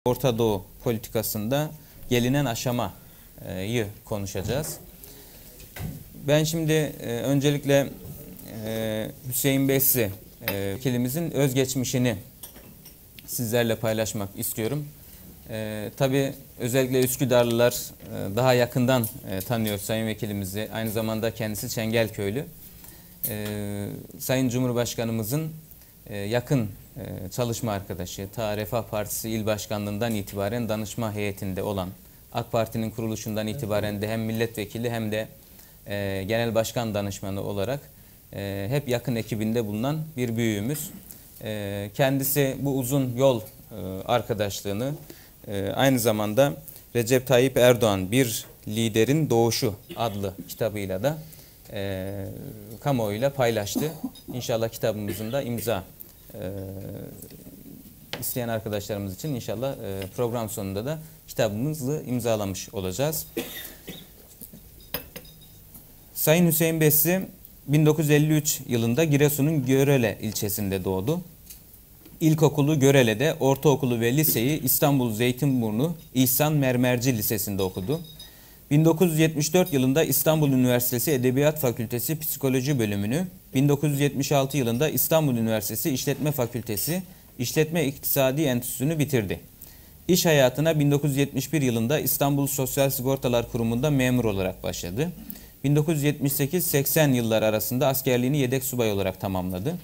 Orta Doğu politikasında gelinen aşamayı konuşacağız. Ben şimdi öncelikle Hüseyin Besri vekilimizin özgeçmişini sizlerle paylaşmak istiyorum. Tabii özellikle Üsküdarlılar daha yakından tanıyor Sayın Vekilimizi. Aynı zamanda kendisi Çengelköylü. Sayın Cumhurbaşkanımızın yakın çalışma arkadaşı, ta Refah Partisi İl Başkanlığından itibaren danışma heyetinde olan, AK Parti'nin kuruluşundan itibaren de hem milletvekili hem de genel başkan danışmanı olarak hep yakın ekibinde bulunan bir büyüğümüz. Kendisi bu uzun yol arkadaşlığını aynı zamanda Recep Tayyip Erdoğan Bir Liderin Doğuşu adlı kitabıyla da kamuoyuyla paylaştı. İnşallah kitabımızın da imza isteyen arkadaşlarımız için inşallah program sonunda da kitabımızı imzalamış olacağız. Sayın Hüseyin Besri 1953 yılında Giresun'un Görele ilçesinde doğdu. İlkokulu Görele'de, ortaokulu ve liseyi İstanbul Zeytinburnu İhsan Mermerci Lisesi'nde okudu. 1974 yılında İstanbul Üniversitesi Edebiyat Fakültesi Psikoloji bölümünü, 1976 yılında İstanbul Üniversitesi İşletme Fakültesi İşletme İktisadi Enstitüsü'nü bitirdi. İş hayatına 1971 yılında İstanbul Sosyal Sigortalar Kurumu'nda memur olarak başladı. 1978-80 yıllar arasında askerliğini yedek subay olarak tamamladı.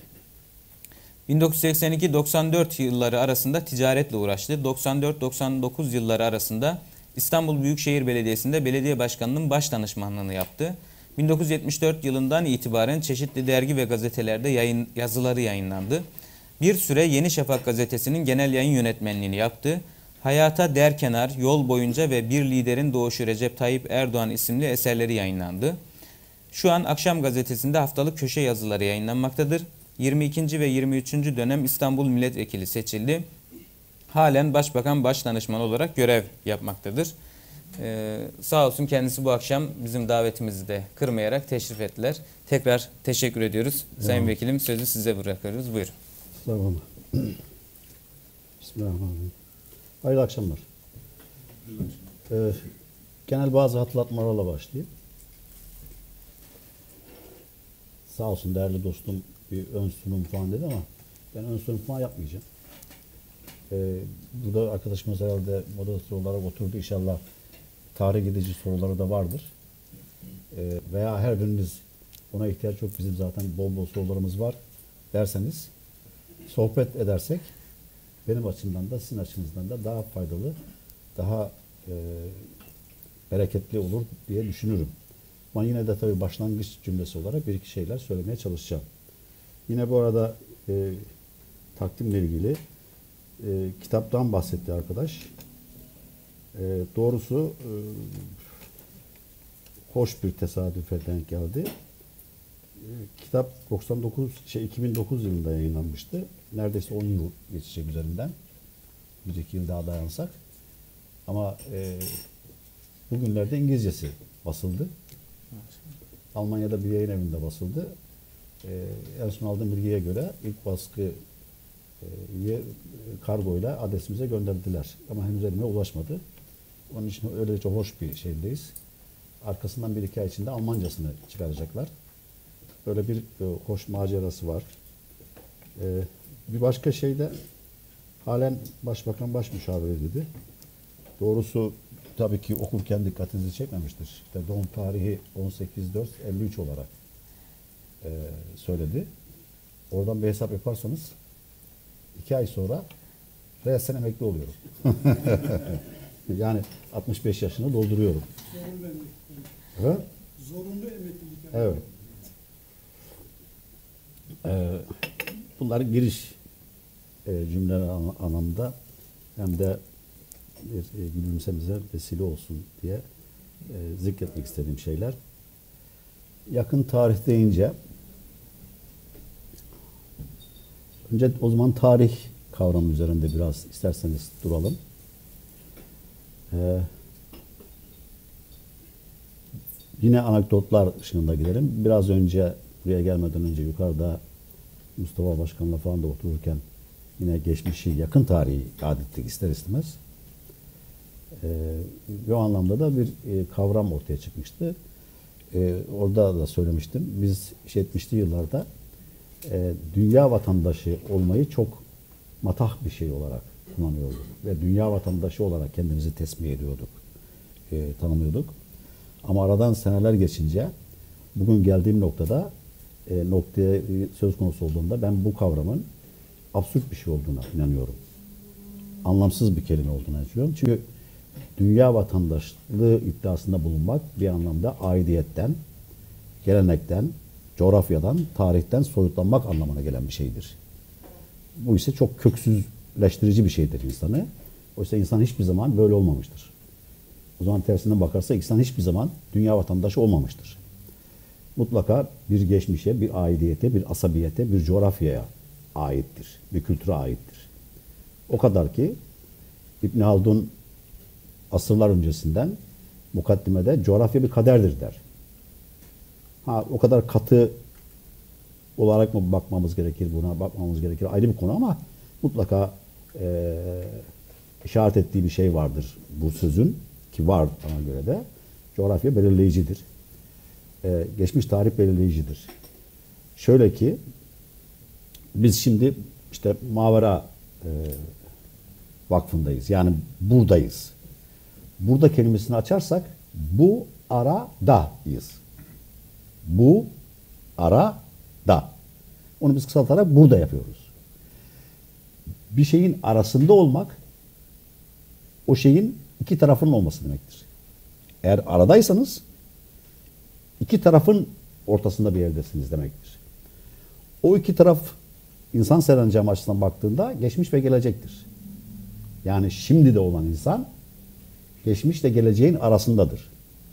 1982-94 yılları arasında ticaretle uğraştı. 94-99 yılları arasında İstanbul Büyükşehir Belediyesi'nde belediye başkanlığının baş danışmanlığını yaptı. 1974 yılından itibaren çeşitli dergi ve gazetelerde yazıları yayınlandı. Bir süre Yeni Şafak gazetesinin genel yayın yönetmenliğini yaptı. Hayata Derkenar, Yol Boyunca ve Bir Liderin Doğuşu Recep Tayyip Erdoğan isimli eserleri yayınlandı. Şu an Akşam Gazetesi'nde haftalık köşe yazıları yayınlanmaktadır. 22. ve 23. dönem İstanbul Milletvekili seçildi. Halen Başbakan Başdanışmanı olarak görev yapmaktadır. Sağ olsun kendisi bu akşam bizim davetimizi de kırmayarak teşrif ettiler. Tekrar teşekkür ediyoruz. Evet. Sayın Vekilim sözü size bırakıyoruz. Buyurun. Sağ olun. Bismillahirrahmanirrahim. Hayırlı akşamlar. Genel bazı hatırlatmalarla başlayayım. Sağ olsun değerli dostum bir ön sunum falan dedi ama ben ön sunum falan yapmayacağım. Burada arkadaşımız herhalde moderatör olarak oturdu. İnşallah tarih edici soruları da vardır. Veya her birimiz ona ihtiyaç yok. Bizim zaten bol bol sorularımız var derseniz sohbet edersek benim açımdan da sizin açınızdan da daha faydalı, daha bereketli olur diye düşünürüm. Ama yine de tabii başlangıç cümlesi olarak bir iki şeyler söylemeye çalışacağım. Yine bu arada takdimle ilgili kitaptan bahsetti arkadaş. Doğrusu hoş bir tesadüfe denk geldi. Kitap 2009 yılında yayınlanmıştı. Neredeyse 10 yıl geçecek üzerinden. Bir iki yıl daha dayansak. Ama bugünlerde İngilizcesi basıldı. Almanya'da bir yayın evinde basıldı. En son aldığım bilgiye göre ilk baskı kargoyla adresimize gönderdiler. Ama henüz elime ulaşmadı. Onun için öylece hoş bir şeydeyiz. Arkasından bir iki ay içinde Almancasını çıkaracaklar. Böyle bir hoş macerası var. Bir başka şey de halen Başbakan Başmüşaviriydi. Doğrusu tabii ki okurken dikkatinizi çekmemiştir. İşte doğum tarihi 18.4.53 olarak söyledi. Oradan bir hesap yaparsanız 2 ay sonra reasen emekli oluyorum. Yani 65 yaşını dolduruyorum. Zorunlu emeklilik. Evet. Zorunlu emeklilik. Evet. Bunlar giriş cümleler anlamda hem de gülümsemize vesile olsun diye zikretmek istediğim şeyler. Yakın tarih deyince önce o zaman tarih kavramı üzerinde biraz isterseniz duralım. Yine anekdotlar ışığında gidelim. Biraz önce buraya gelmeden önce yukarıda Mustafa Başkan'la falan da otururken yine geçmişi, yakın tarihi iade ettik ister istemez. Ve o anlamda da bir kavram ortaya çıkmıştı. Orada da söylemiştim. Biz 70'li yıllarda dünya vatandaşı olmayı çok matah bir şey olarak kullanıyorduk. Ve dünya vatandaşı olarak kendimizi tesmih ediyorduk, tanımlıyorduk. Ama aradan seneler geçince bugün geldiğim noktaya söz konusu olduğunda ben bu kavramın absürt bir şey olduğuna inanıyorum. Anlamsız bir kelime olduğuna inanıyorum. Çünkü dünya vatandaşlığı iddiasında bulunmak bir anlamda aidiyetten, gelenekten, coğrafyadan, tarihten soyutlanmak anlamına gelen bir şeydir. Bu ise çok köksüzleştirici bir şeydir insanı. Oysa insan hiçbir zaman böyle olmamıştır. O zaman tersinden bakarsa insan hiçbir zaman dünya vatandaşı olmamıştır. Mutlaka bir geçmişe, bir aidiyete, bir asabiyete, bir coğrafyaya aittir. Bir kültüre aittir. O kadar ki İbn Haldun asırlar öncesinden mukaddimede coğrafya bir kaderdir der. O kadar katı olarak mı bakmamız gerekir, buna bakmamız gerekir ayrı bir konu ama mutlaka işaret ettiği bir şey vardır bu sözün ki var bana göre de. Coğrafya belirleyicidir. Geçmiş tarih belirleyicidir. Şöyle ki biz şimdi işte Mavera Vakfı'ndayız. Yani buradayız. Burada kelimesini açarsak bu aradayız. Bu arada. Onu biz kısaltarak burada yapıyoruz. Bir şeyin arasında olmak o şeyin iki tarafının olması demektir. Eğer aradaysanız iki tarafın ortasında bir yerdesiniz demektir. O iki taraf insan serencamı açısından baktığında geçmiş ve gelecektir. Yani şimdi de olan insan geçmişle geleceğin arasındadır.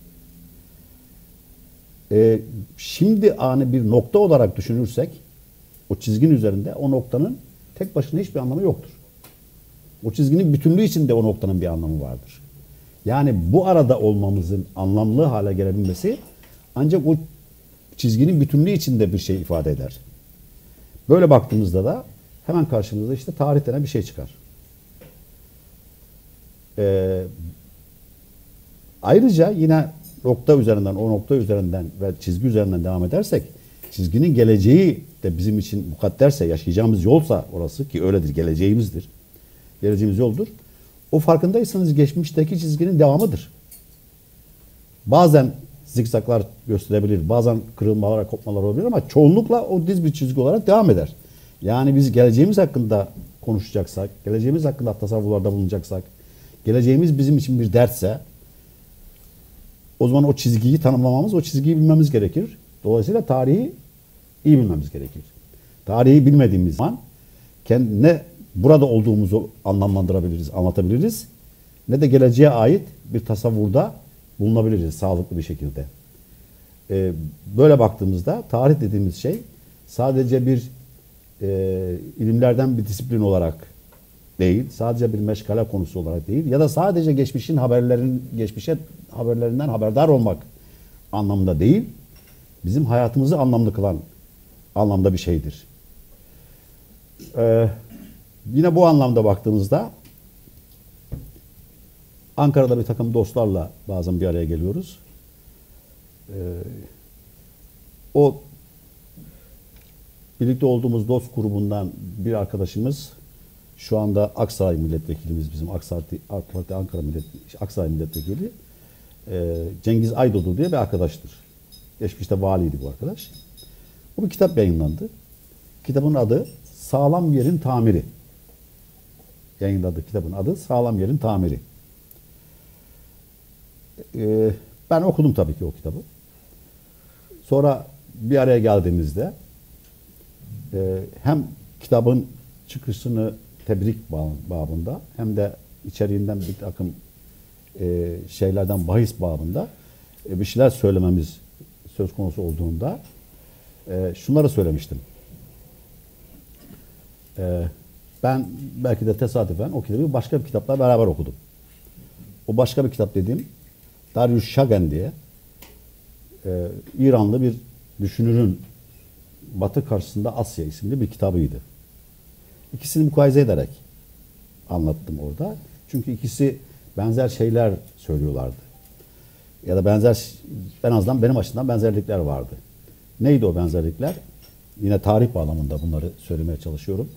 Şimdi anı bir nokta olarak düşünürsek o çizginin üzerinde o noktanın tek başına hiçbir anlamı yoktur. O çizginin bütünlüğü içinde o noktanın bir anlamı vardır. Yani bu arada olmamızın anlamlı hale gelebilmesi ancak o çizginin bütünlüğü içinde bir şey ifade eder. Böyle baktığımızda da hemen karşımızda işte tarih denen bir şey çıkar. Ayrıca yine o nokta üzerinden ve çizgi üzerinden devam edersek çizginin geleceği de bizim için mukadderse, yaşayacağımız yolsa orası ki öyledir, geleceğimizdir. Geleceğimiz yoldur. O farkındaysanız geçmişteki çizginin devamıdır. Bazen zikzaklar gösterebilir, bazen kırılmalar, kopmalar olabilir ama çoğunlukla o düz bir çizgi olarak devam eder. Yani biz geleceğimiz hakkında konuşacaksak, geleceğimiz hakkında tasavvurlarda bulunacaksak, geleceğimiz bizim için bir dertse o zaman o çizgiyi tanımlamamız, o çizgiyi bilmemiz gerekir. Dolayısıyla tarihi iyi bilmemiz gerekir. Tarihi bilmediğimiz zaman ne burada olduğumuzu anlamlandırabiliriz, anlatabiliriz ne de geleceğe ait bir tasavvurda bulunabiliriz sağlıklı bir şekilde. Böyle baktığımızda tarih dediğimiz şey sadece bir ilimlerden bir disiplin olarak değil, sadece bir meşgale konusu olarak değil ya da sadece geçmişe haberlerinden haberdar olmak anlamında değil, bizim hayatımızı anlamlı kılan anlamda bir şeydir. Yine bu anlamda baktığımızda Ankara'da bir takım dostlarla bazen bir araya geliyoruz. O birlikte olduğumuz dost grubundan bir arkadaşımız şu anda Aksaray milletvekilimiz bizim Aksaray milletvekili Cengiz Aydoğdu diye bir arkadaştır. Geçmişte valiydi bu arkadaş. Bu bir kitap yayınlandı. Kitabın adı Sağlam Yerin Tamiri. Yayınladığı kitabın adı Sağlam Yerin Tamiri. Ben okudum tabii ki o kitabı. Sonra bir araya geldiğimizde hem kitabın çıkışını tebrik babında hem de içeriğinden bir takım şeylerden bahis babında bir şeyler söylememiz söz konusu olduğunda şunları söylemiştim. Ben belki de tesadüfen o kitabı başka bir kitapla beraber okudum. O başka bir kitap dediğim Darius Shagen diye İranlı bir düşünürün Batı karşısında Asya isimli bir kitabıydı. İkisini mukayese ederek anlattım orada. Çünkü ikisi benzer şeyler söylüyorlardı. Ya da benzer, en azından benim açımdan benzerlikler vardı. Neydi o benzerlikler? Yine tarih bağlamında bunları söylemeye çalışıyorum.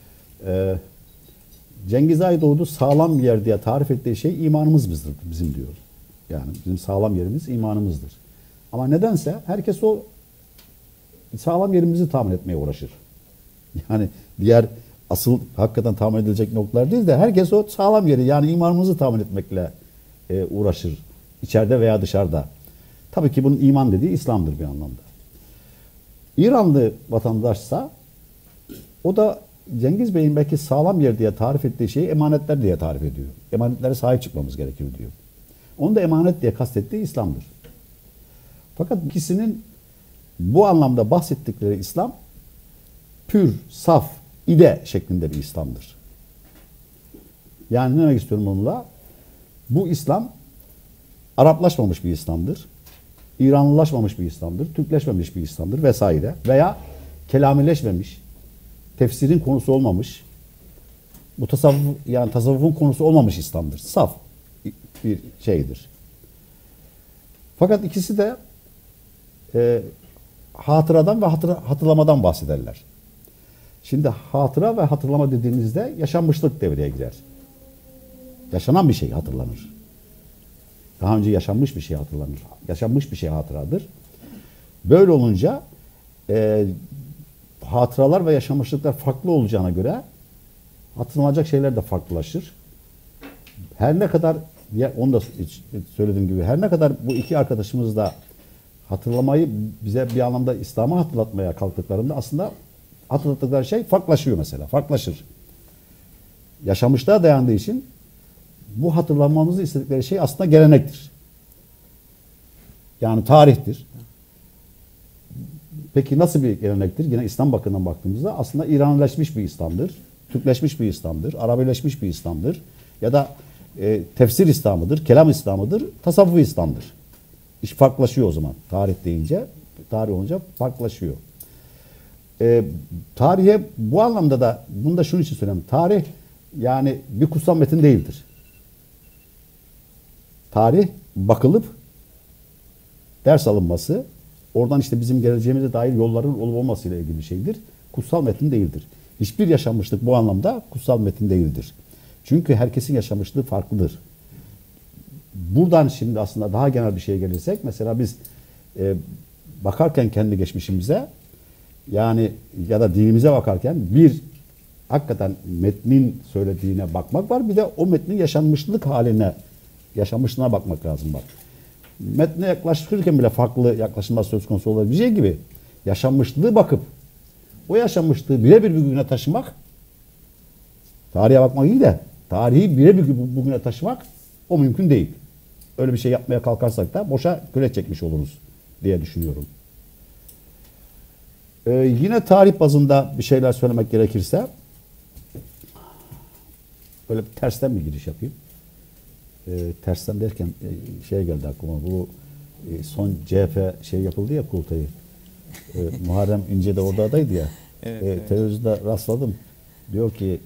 Cengiz Aydoğdu sağlam bir yer diye tarif ettiği şey imanımızdır bizim diyor. Yani bizim sağlam yerimiz imanımızdır. Ama nedense herkes o sağlam yerimizi tahmin etmeye uğraşır. Yani diğer asıl hakikaten tahmin edilecek noktalar değil de herkes o sağlam yeri yani imanımızı tahmin etmekle uğraşır. İçeride veya dışarıda. Tabii ki bunun iman dediği İslam'dır bir anlamda. İranlı vatandaşsa o da Cengiz Bey'in belki sağlam yer diye tarif ettiği şeyi emanetler diye tarif ediyor. Emanetlere sahip çıkmamız gerekir diyor. Onu da emanet diye kastettiği İslam'dır. Fakat ikisinin bu anlamda bahsettikleri İslam pür, saf, ide şeklinde bir İslam'dır. Yani ne demek istiyorum bununla? Bu İslam Araplaşmamış bir İslam'dır. İranlılaşmamış bir İslam'dır. Türkleşmemiş bir İslam'dır vesaire. Veya kelamileşmemiş, tefsirin konusu olmamış, bu tasavvuf yani tasavvufun konusu olmamış İslam'dır. Saf bir şeydir. Fakat ikisi de hatıradan ve hatırlamadan bahsederler. Şimdi hatıra ve hatırlama dediğinizde yaşanmışlık devreye girer. Yaşanan bir şey hatırlanır. Daha önce yaşanmış bir şey hatırlanır. Yaşanmış bir şey hatıradır. Böyle olunca hatıralar ve yaşanmışlıklar farklı olacağına göre hatırlanacak şeyler de farklılaşır. Her ne kadar, onu da söylediğim gibi, her ne kadar bu iki arkadaşımız da hatırlamayı bize bir anlamda İslam'ı hatırlatmaya kalktıklarında aslında hatırlattıkları şey farklılaşıyor mesela. Farklılaşır. Yaşamışlığa dayandığı için bu hatırlamamızı istedikleri şey aslında gelenektir. Yani tarihtir. Peki nasıl bir gelenektir? Yine İslam bakımından baktığımızda aslında İranleşmiş bir İslam'dır. Türkleşmiş bir İslam'dır. Arabileşmiş bir İslam'dır. Ya da tefsir İslam'ıdır, kelam İslam'ıdır, tasavvuf İslam'dır. İş farklılaşıyor o zaman. Tarih deyince, tarih olunca farklılaşıyor. Tarihe bu anlamda da, bunu da şunun için söyleyeyim. Tarih yani bir kutsal metin değildir. Tarih bakılıp ders alınması, oradan işte bizim geleceğimize dair yolların olup olmasıyla ilgili bir şeydir. Kutsal metin değildir. Hiçbir yaşanmışlık bu anlamda kutsal metin değildir. Çünkü herkesin yaşamışlığı farklıdır. Buradan şimdi aslında daha genel bir şeye gelirsek, mesela biz bakarken kendi geçmişimize, yani ya da dinimize bakarken bir hakikaten metnin söylediğine bakmak var. Bir de o metnin yaşanmışlık haline, yaşanmışlığına bakmak lazım bak. Metne yaklaşırken bile farklı yaklaşımlar söz konusu olabileceği gibi yaşanmışlığı bakıp o yaşanmışlığı birebir bugüne taşımak, tarihe bakmak iyi de tarihi birebir bugüne taşımak o mümkün değil. Öyle bir şey yapmaya kalkarsak da boşa kürek çekmiş oluruz diye düşünüyorum. Yine tarih bazında bir şeyler söylemek gerekirse böyle bir tersten bir giriş yapayım. Tersten derken şey geldi aklıma, bu son CHP şey yapıldı ya, kurultayı. Muharrem İnce de oradaydı ya. Evet. Televizyonda rastladım. Diyor ki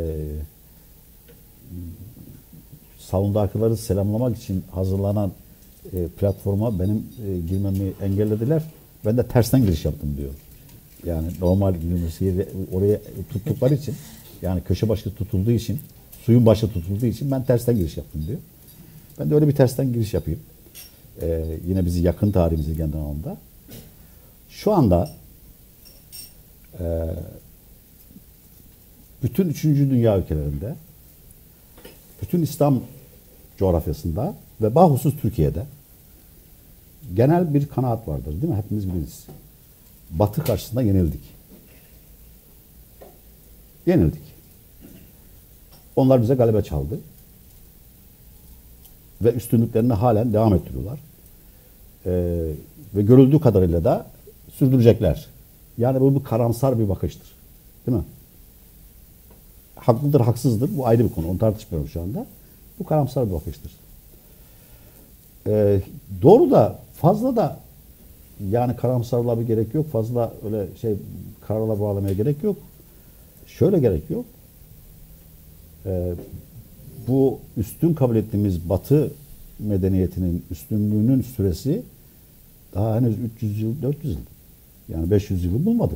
salondakileri selamlamak için hazırlanan platforma benim girmemi engellediler. Ben de tersten giriş yaptım diyor. Yani normal girmesi oraya tuttukları için, yani köşe başı tutulduğu için, suyun başı tutulduğu için ben tersten giriş yaptım diyor. Ben de öyle bir tersten giriş yapayım. Yine bizi yakın tarihimizi kendi anlamda. Şu anda bütün 3. dünya ülkelerinde, bütün İslam coğrafyasında ve bahusus Türkiye'de genel bir kanaat vardır, değil mi? Hepimiz biliriz. Batı karşısında yenildik. Yenildik. Onlar bize galebe çaldı. Ve üstünlüklerini halen devam ettiriyorlar. Ve görüldüğü kadarıyla da sürdürecekler. Yani bu bir karamsar bir bakıştır. Değil mi? Haklıdır, haksızdır. Bu ayrı bir konu. Onu tartışmıyorum şu anda. Bu karamsar bir bakıştır. Doğru da, fazla da yani karamsarlığa bir gerek yok. Fazla öyle kararla bağlamaya gerek yok. Şöyle gerek yok. bu üstün kabul ettiğimiz Batı medeniyetinin üstünlüğünün süresi daha henüz 300 yıl, 400 yıl. Yani 500 yılı bulmadı.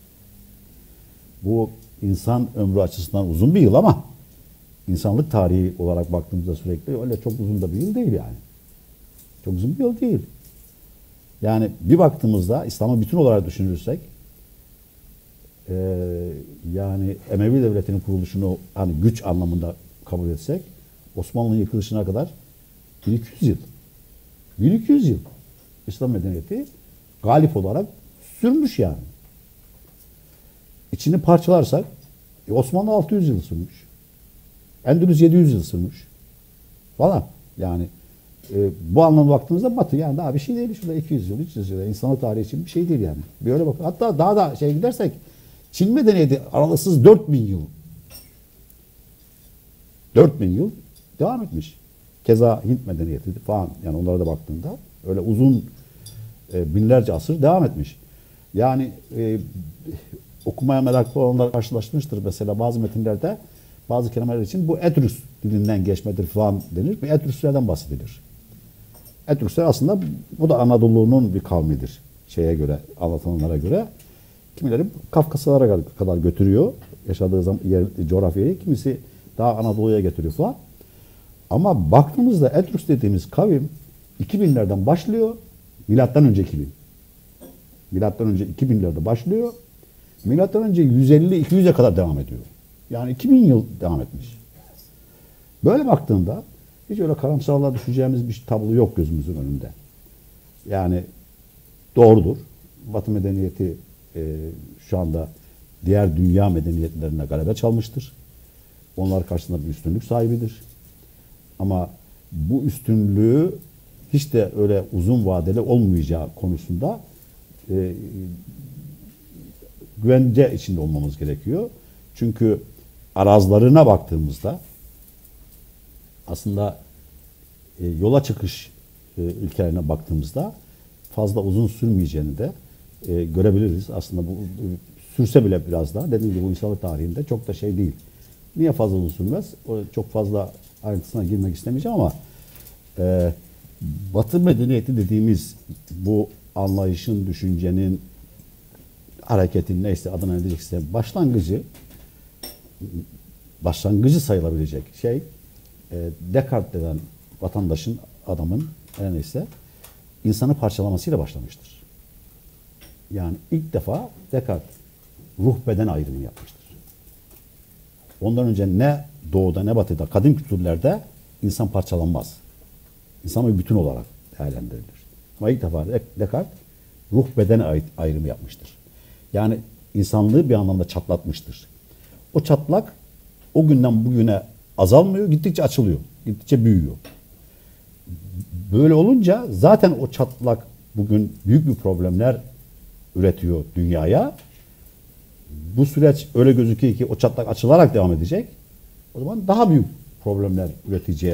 Bu insan ömrü açısından uzun bir yıl ama insanlık tarihi olarak baktığımızda sürekli öyle çok uzun da bir yıl değil yani. Çok uzun bir yıl değil. Yani bir baktığımızda İslam'ı bütün olarak düşünürsek yani Emevi Devleti'nin kuruluşunu hani güç anlamında kabul etsek Osmanlı'nın yıkılışına kadar 1200 yıl. 1200 yıl. İslam medeniyeti galip olarak sürmüş yani. İçini parçalarsak Osmanlı 600 yıl sürmüş. Endülüs 700 yıl sürmüş. Falan. Yani bu anlamda baktığımızda Batı yani daha bir şey değil. Şurada 200 yıl, 300 yıl. İnsanlık tarihi için bir şey değil yani. Bir öyle bakın. Hatta daha da şey gidersek Çin medeniyeti aralıksız 4000 yıl. 4000 yıl devam etmiş. Keza Hint medeniyeti falan yani onlara da baktığında öyle uzun binlerce asır devam etmiş. Yani okumaya meraklı olanlar karşılaşmıştır. Mesela bazı metinlerde bazı kelimeler için bu Etrüs dilinden geçmedir falan denir. Bir Etrüslerden bahsedilir. Etrüsler aslında bu da Anadolu'nun bir kavmidir. Şeye göre, anlatılanlara göre. Kimileri Kafkaslara kadar götürüyor. Yaşadığı zaman coğrafyayı. Kimisi daha Anadolu'ya getiriyor falan. Ama baktığımızda Etrüs dediğimiz kavim 2000'lerden başlıyor. Milattan önce 2000. Milattan önce 2000'lerde başlıyor. Milattan önce 150-200'e kadar devam ediyor. Yani 2000 yıl devam etmiş. Böyle baktığında hiç öyle karamsarlığa düşeceğimiz bir tablo yok gözümüzün önünde. Yani doğrudur. Batı medeniyeti şu anda diğer dünya medeniyetlerine galebe çalmıştır. Onlar karşısında bir üstünlük sahibidir. Ama bu üstünlüğü hiç de öyle uzun vadeli olmayacağı konusunda güvence içinde olmamız gerekiyor. Çünkü arazlarına baktığımızda aslında yola çıkış ülkelerine baktığımızda fazla uzun sürmeyeceğini de görebiliriz. Aslında bu sürse bile biraz daha dediğim gibi bu insanlık tarihinde çok da şey değil. Niye fazla uzun sürmez? Çok fazla ayrıntısına girmek istemeyeceğim ama Batı medeniyeti dediğimiz bu anlayışın, düşüncenin, hareketin neyse adına ne diyecekse başlangıcı sayılabilecek şey Descartes denen vatandaşın, adamın her neyse insanı parçalamasıyla başlamıştır. Yani ilk defa Descartes ruh beden ayrımı yapmıştır. Ondan önce ne doğuda ne batıda kadim kültürlerde insan parçalanmaz. İnsan bir bütün olarak değerlendirilir. Ama ilk defa Descartes ruh beden ayrımı yapmıştır. Yani insanlığı bir anlamda çatlatmıştır. O çatlak o günden bugüne azalmıyor, gittikçe açılıyor, gittikçe büyüyor. Böyle olunca zaten o çatlak bugün büyük bir problemler üretiyor dünyaya. Bu süreç öyle gözüküyor ki o çatlak açılarak devam edecek. O zaman daha büyük problemler üreteceği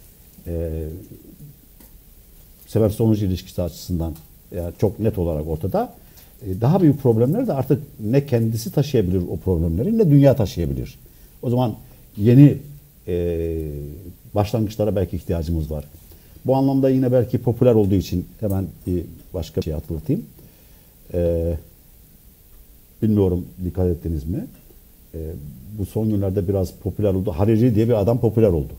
sebep-sonuç ilişkisi açısından yani çok net olarak ortada. Daha büyük problemler de artık ne kendisi taşıyabilir o problemleri ne dünya taşıyabilir. O zaman yeni başlangıçlara belki ihtiyacımız var. Bu anlamda yine belki popüler olduğu için hemen bir başka bir şey hatırlatayım. Bilmiyorum dikkat ettiniz mi? Bu son günlerde biraz popüler oldu. Hariri diye bir adam popüler oldu.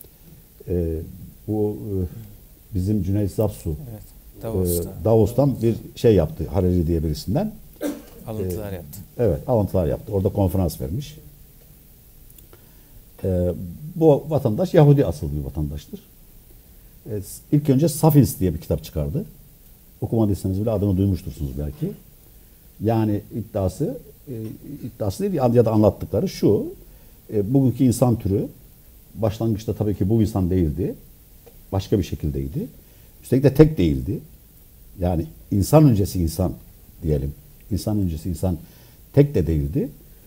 Bu bizim Cüneyt Zapsu. Evet. Davos'ta. Davos'tan bir şey yaptı. Hariri diye birisinden. Alıntılar yaptı. Evet, alıntılar yaptı. Orada konferans vermiş. Bu vatandaş Yahudi asıllı bir vatandaştır. İlk önce Safins diye bir kitap çıkardı. Okumadıysanız bile adını duymuştursunuz belki. Yani iddiası değil ya da anlattıkları şu. Bugünkü insan türü başlangıçta tabii ki bu insan değildi. Başka bir şekildeydi. Üstelik de tek değildi. Yani insan öncesi insan diyelim. İnsan öncesi insan tek de değildi.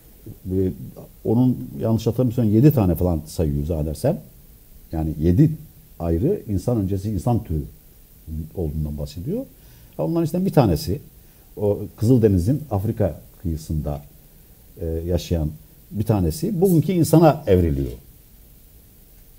Onun yanlış hatırlamıyorsam 7 tane falan sayıyor zannedersem. Yani 7 ayrı insan öncesi insan türü olduğundan bahsediyor. Onların işte bir tanesi o Kızıldeniz'in Afrika kıyısında yaşayan bir tanesi bugünkü insana evriliyor.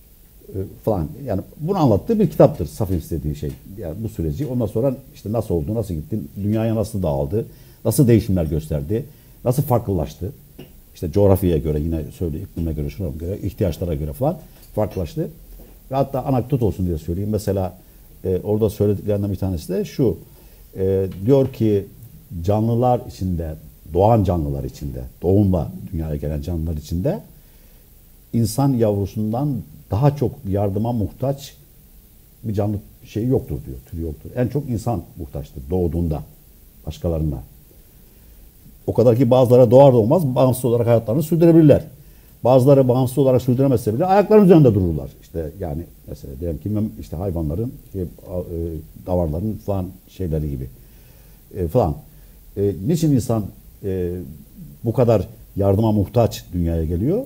falan. Yani bunu anlattığı bir kitaptır Safin istediği şey. Yani bu süreci ondan sonra işte nasıl oldu, nasıl gitti, dünyaya nasıl dağıldı, nasıl değişimler gösterdi, nasıl farklılaştı. İşte coğrafyaya göre yine söyle iklime göre, şuna göre, ihtiyaçlara göre falan farklılaştı. Ve hatta anekdot olsun diye söyleyeyim. Mesela orada söylediklerinden bir tanesi de şu. Diyor ki canlılar içinde, doğan canlılar içinde, doğumla dünyaya gelen canlılar içinde insan yavrusundan daha çok yardıma muhtaç bir canlı şeyi yoktur diyor, türü yoktur. En çok insan muhtaçtır doğduğunda başkalarına. O kadar ki bazıları doğar doğmaz bağımsız olarak hayatlarını sürdürebilirler. Bazıları bağımsız olarak sürdüremezse bile ayaklarının üzerinde dururlar. İşte yani mesela diyelim ki işte hayvanların, davarların falan şeyleri gibi falan. Niçin insan bu kadar yardıma muhtaç dünyaya geliyor?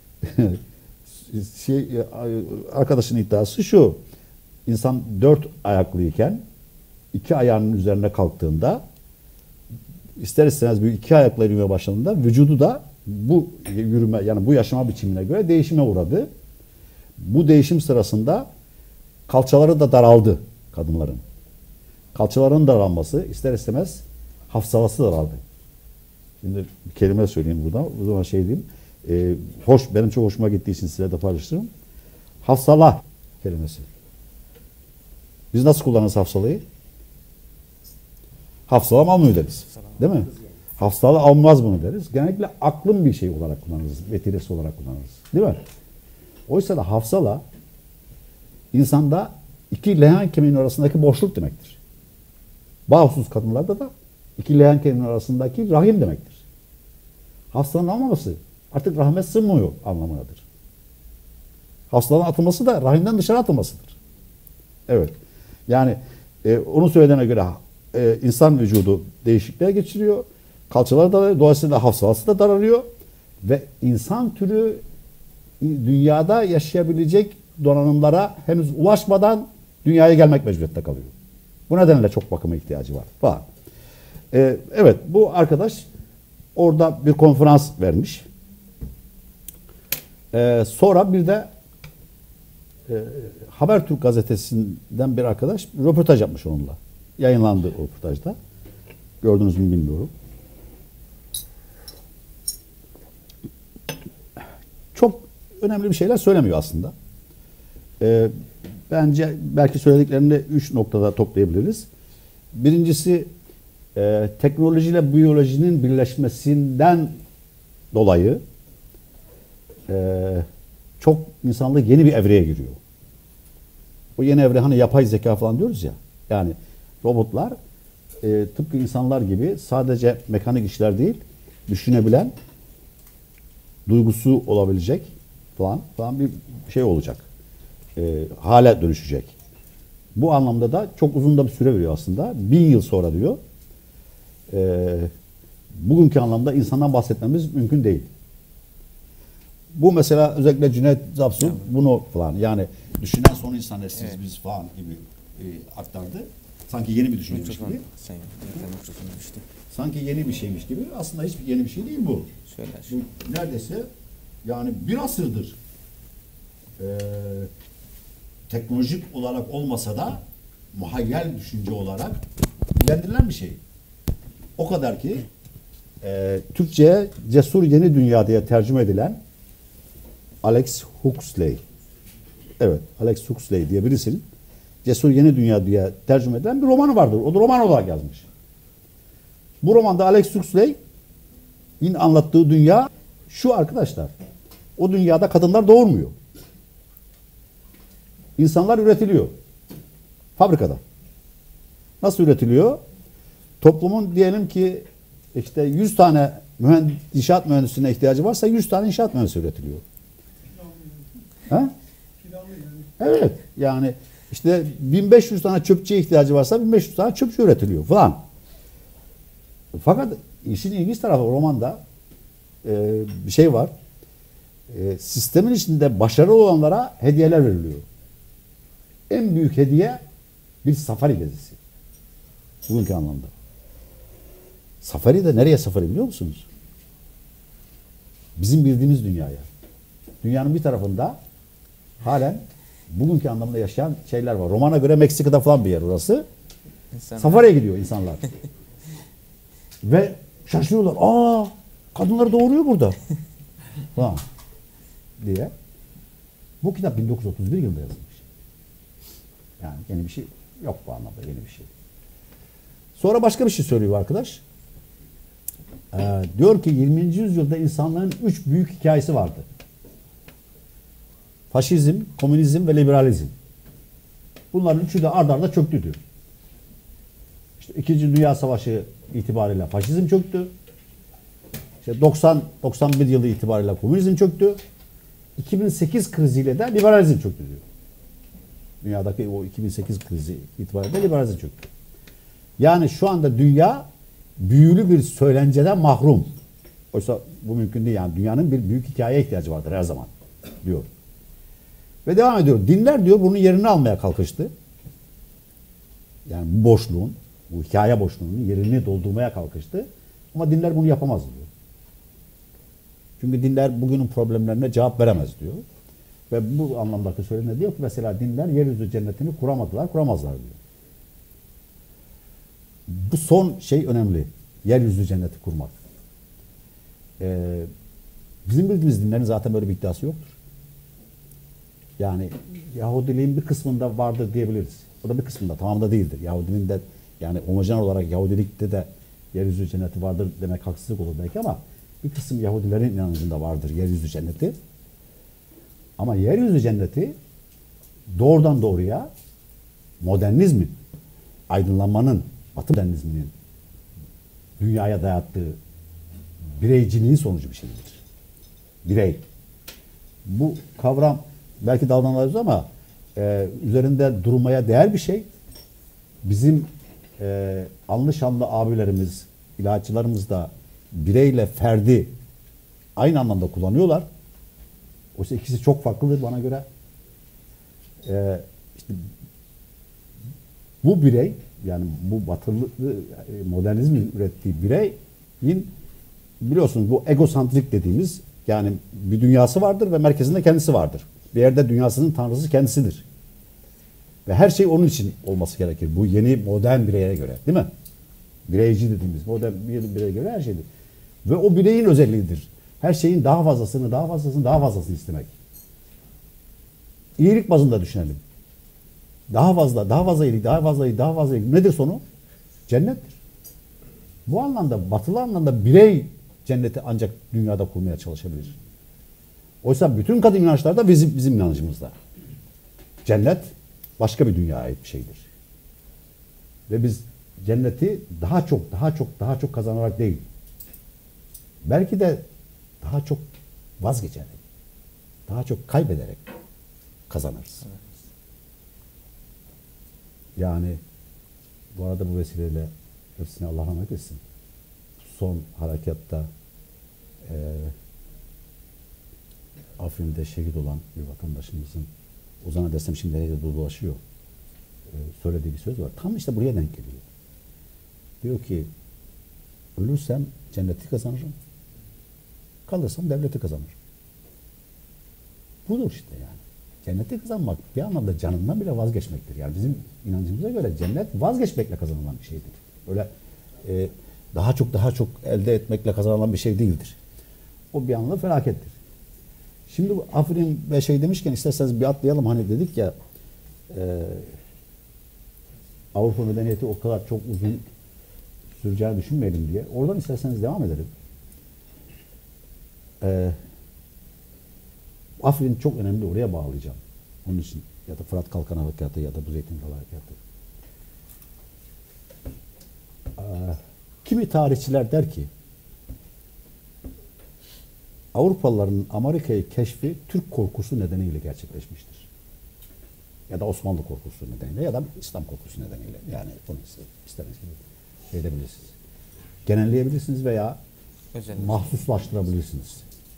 Arkadaşın iddiası şu. İnsan 4 ayaklıyken 2 ayağının üzerine kalktığında ister istemez bu 2 ayakla yürümeye başladığında vücudu da bu yürüme yani bu yaşama biçimine göre değişime uğradı. Bu değişim sırasında kalçaları da daraldı kadınların. Kalçalarının daralması ister istemez hafsalası daraldı. Şimdi bir kelime söyleyeyim burada. O zaman şey diyeyim. Benim çok hoşuma gittiği için size de paylaştırırım. Hafsala kelimesi. Biz nasıl kullanırız hafsalayı? Hafsalam almıyor deriz. Değil mi? Hafsalı almaz bunu deriz. Genellikle aklın bir şey olarak kullanırız. Vetiresi olarak kullanırız. Değil mi? Oysa da hafsala insanda iki leğen kemiğinin arasındaki boşluk demektir. Bağımsız kadınlarda da iki leğen kemiğinin arasındaki rahim demektir. Hafsalanın almaması artık rahme sığmıyor anlamındadır. Hafsalanın atılması da rahimden dışarı atılmasıdır. Evet. Yani onun söylediğine göre insan vücudu değişikliğe geçiriyor. Kalçaları da dolayısıyla hafsalası da daralıyor. Ve insan türü dünyada yaşayabilecek donanımlara henüz ulaşmadan dünyaya gelmek mecburiyette kalıyor. Bu nedenle çok bakıma ihtiyacı var falan. Evet, bu arkadaş orada bir konferans vermiş. Sonra bir de Habertürk gazetesinden bir arkadaş röportaj yapmış onunla. Yayınlandı o röportajda. Gördünüz mü bilmiyorum. Çok önemli bir şeyler söylemiyor aslında. Bence belki söylediklerini 3 noktada toplayabiliriz. Birincisi teknolojiyle biyolojinin birleşmesinden dolayı çok insanlık yeni bir evreye giriyor. O yeni evre hani yapay zeka falan diyoruz ya. Yani robotlar tıpkı insanlar gibi sadece mekanik işler değil, düşünebilen, duygusu olabilecek falan bir şey olacak. Hale dönüşecek. Bu anlamda da çok uzun da bir süre veriyor aslında. 1000 yıl sonra diyor. Bugünkü anlamda insandan bahsetmemiz mümkün değil. Bu mesela özellikle Cüneyt Zapsu bunu falan yani düşünen son insan nesiniz biz falan gibi aktardı. Sanki yeni bir düşünceymiş gibi. Sanki yeni bir şeymiş gibi. Aslında hiçbir yeni bir şey değil bu. Bu neredeyse yani bir asırdır teknolojik olarak olmasa da muhayyel düşünce olarak dillendirilen bir şey. O kadar ki Türkçe'ye Cesur Yeni Dünya diye tercüme edilen Alex Huxley. Evet, Alex Huxley diye birisinin Cesur Yeni Dünya diye tercüme edilen bir romanı vardır. O da roman olarak yazmış. Bu romanda Alex Huxley'in anlattığı dünya şu arkadaşlar. O dünyada kadınlar doğurmuyor. İnsanlar üretiliyor. Fabrikada. Nasıl üretiliyor? Toplumun diyelim ki işte 100 tane inşaat mühendisine ihtiyacı varsa 100 tane inşaat mühendisi üretiliyor. Ha? Evet. Yani işte 1500 tane çöpçüye ihtiyacı varsa 1500 tane çöpçü üretiliyor falan. Fakat işin ilginç tarafı romanda bir şey var. Sistemin içinde başarılı olanlara hediyeler veriliyor. En büyük hediye bir safari gezisi. Bugünkü anlamda. Safari de nereye safari biliyor musunuz? Bizim bildiğimiz dünyaya. Dünyanın bir tarafında halen bugünkü anlamda yaşayan şeyler var. Romana göre Meksika'da falan bir yer orası. İnsanlar- Safari'ye gidiyor insanlar. Ve şaşırıyorlar. Aa, kadınları doğuruyor burada. Ha, diye. Bu kitap 1931 yılında yazılmış. Yani yeni bir şey yok bu anlamda, yeni bir şey. Sonra başka bir şey söylüyor arkadaş. Diyor ki 20. yüzyılda insanların 3 büyük hikayesi vardı. Faşizm, komünizm ve liberalizm. Bunların üçü de ard arda çöktü diyor. İşte 2. Dünya Savaşı itibariyle faşizm çöktü. İşte 90-91 yılı itibariyle komünizm çöktü. 2008 kriziyle de liberalizm çöktü diyor. Dünyadaki o 2008 krizi itibariyle liberalizm çöktü. Yani şu anda dünya büyülü bir söylenceden mahrum. Oysa bu mümkün değil. Yani dünyanın bir büyük hikayeye ihtiyacı vardır her zaman diyor. Ve devam ediyor. Dinler diyor bunun yerini almaya kalkıştı. Yani bu boşluğun, bu hikaye boşluğunun yerini doldurmaya kalkıştı. Ama dinler bunu yapamaz diyor. Çünkü dinler bugünün problemlerine cevap veremez diyor. Ve bu anlamdaki söylediğinde diyor ki mesela dinler yeryüzü cennetini kuramadılar, kuramazlar diyor. Bu son şey önemli. Yeryüzü cenneti kurmak. Bizim bildiğimiz dinlerin zaten böyle bir iddiası yoktur. Yani Yahudiliğin bir kısmında vardır diyebiliriz. O da bir kısmında, tamamda değildir. Yahudiliğin de yani homojen olarak Yahudilikte de yeryüzü cenneti vardır demek haksızlık olur belki ama bir kısım Yahudilerin inancında vardır yeryüzü cenneti. Ama yeryüzü cenneti doğrudan doğruya modernizmin, aydınlanmanın, Batı modernizminin dünyaya dayattığı bireyciliğin sonucu bir şeydir. Birey. Bu kavram belki daldan alıyoruz ama üzerinde durmaya değer bir şey. Bizim anlı şanlı abilerimiz, ilahiyatçılarımız da bireyle ferdi aynı anlamda kullanıyorlar. Oysa ikisi çok farklıdır bana göre. İşte bu birey yani bu batılı modernizmin ürettiği bireyin biliyorsunuz bu egosantrik dediğimiz yani bir dünyası vardır ve merkezinde kendisi vardır. Bir yerde dünyasının tanrısı kendisidir. Ve her şey onun için olması gerekir. Bu yeni modern bireye göre değil mi? Bireyci dediğimiz modern bir bireye göre her şeydir. Ve o bireyin özelliğidir. Her şeyin daha fazlasını, daha fazlasını, daha fazlasını istemek. İyilik bazında düşünelim. Daha fazla, daha fazla iyilik, daha fazla iyilik, daha fazla iyilik. Nedir sonu? Cennettir. Bu anlamda, batılı anlamda birey cenneti ancak dünyada kurmaya çalışabilir. Oysa bütün kadın inançlar da bizim inancımızda. Cennet başka bir dünyaya ait bir şeydir. Ve biz cenneti daha çok kazanarak değil, belki de daha çok vazgeçerek, daha çok kaybederek kazanırız. Evet. Yani bu arada bu vesileyle hepsine Allah rahmet etsin. Son harekatta Afrin'de şehit olan bir vatandaşımızın Ozan'a desem şimdi nerede dolaşıyor söylediği bir söz var. Tam işte buraya denk geliyor. Diyor ki ölürsem cenneti kazanırım. Kalırsam devleti kazanırım. Budur işte yani. Cenneti kazanmak bir anlamda canından bile vazgeçmektir. Yani bizim inancımıza göre cennet vazgeçmekle kazanılan bir şeydir. Öyle daha çok elde etmekle kazanılan bir şey değildir. O bir anlamda felakettir. Şimdi bu Afrin ve şey demişken isterseniz bir atlayalım. Hani dedik ya Avrupa medeniyeti o kadar çok uzun süreceğini düşünmeyelim diye. Oradan isterseniz devam edelim. Afrin çok önemli, oraya bağlayacağım. Onun için ya da Fırat Kalkan Harekatı ya da bu Zeytin Dalı Harekatı. Kimi tarihçiler der ki Avrupalıların Amerika'yı keşfi Türk korkusu nedeniyle gerçekleşmiştir. Ya da Osmanlı korkusu nedeniyle ya da İslam korkusu nedeniyle. Yani bunu istemez gibi şey edebilirsiniz. Genelleyebilirsiniz veya mahsuslaştırabilirsiniz.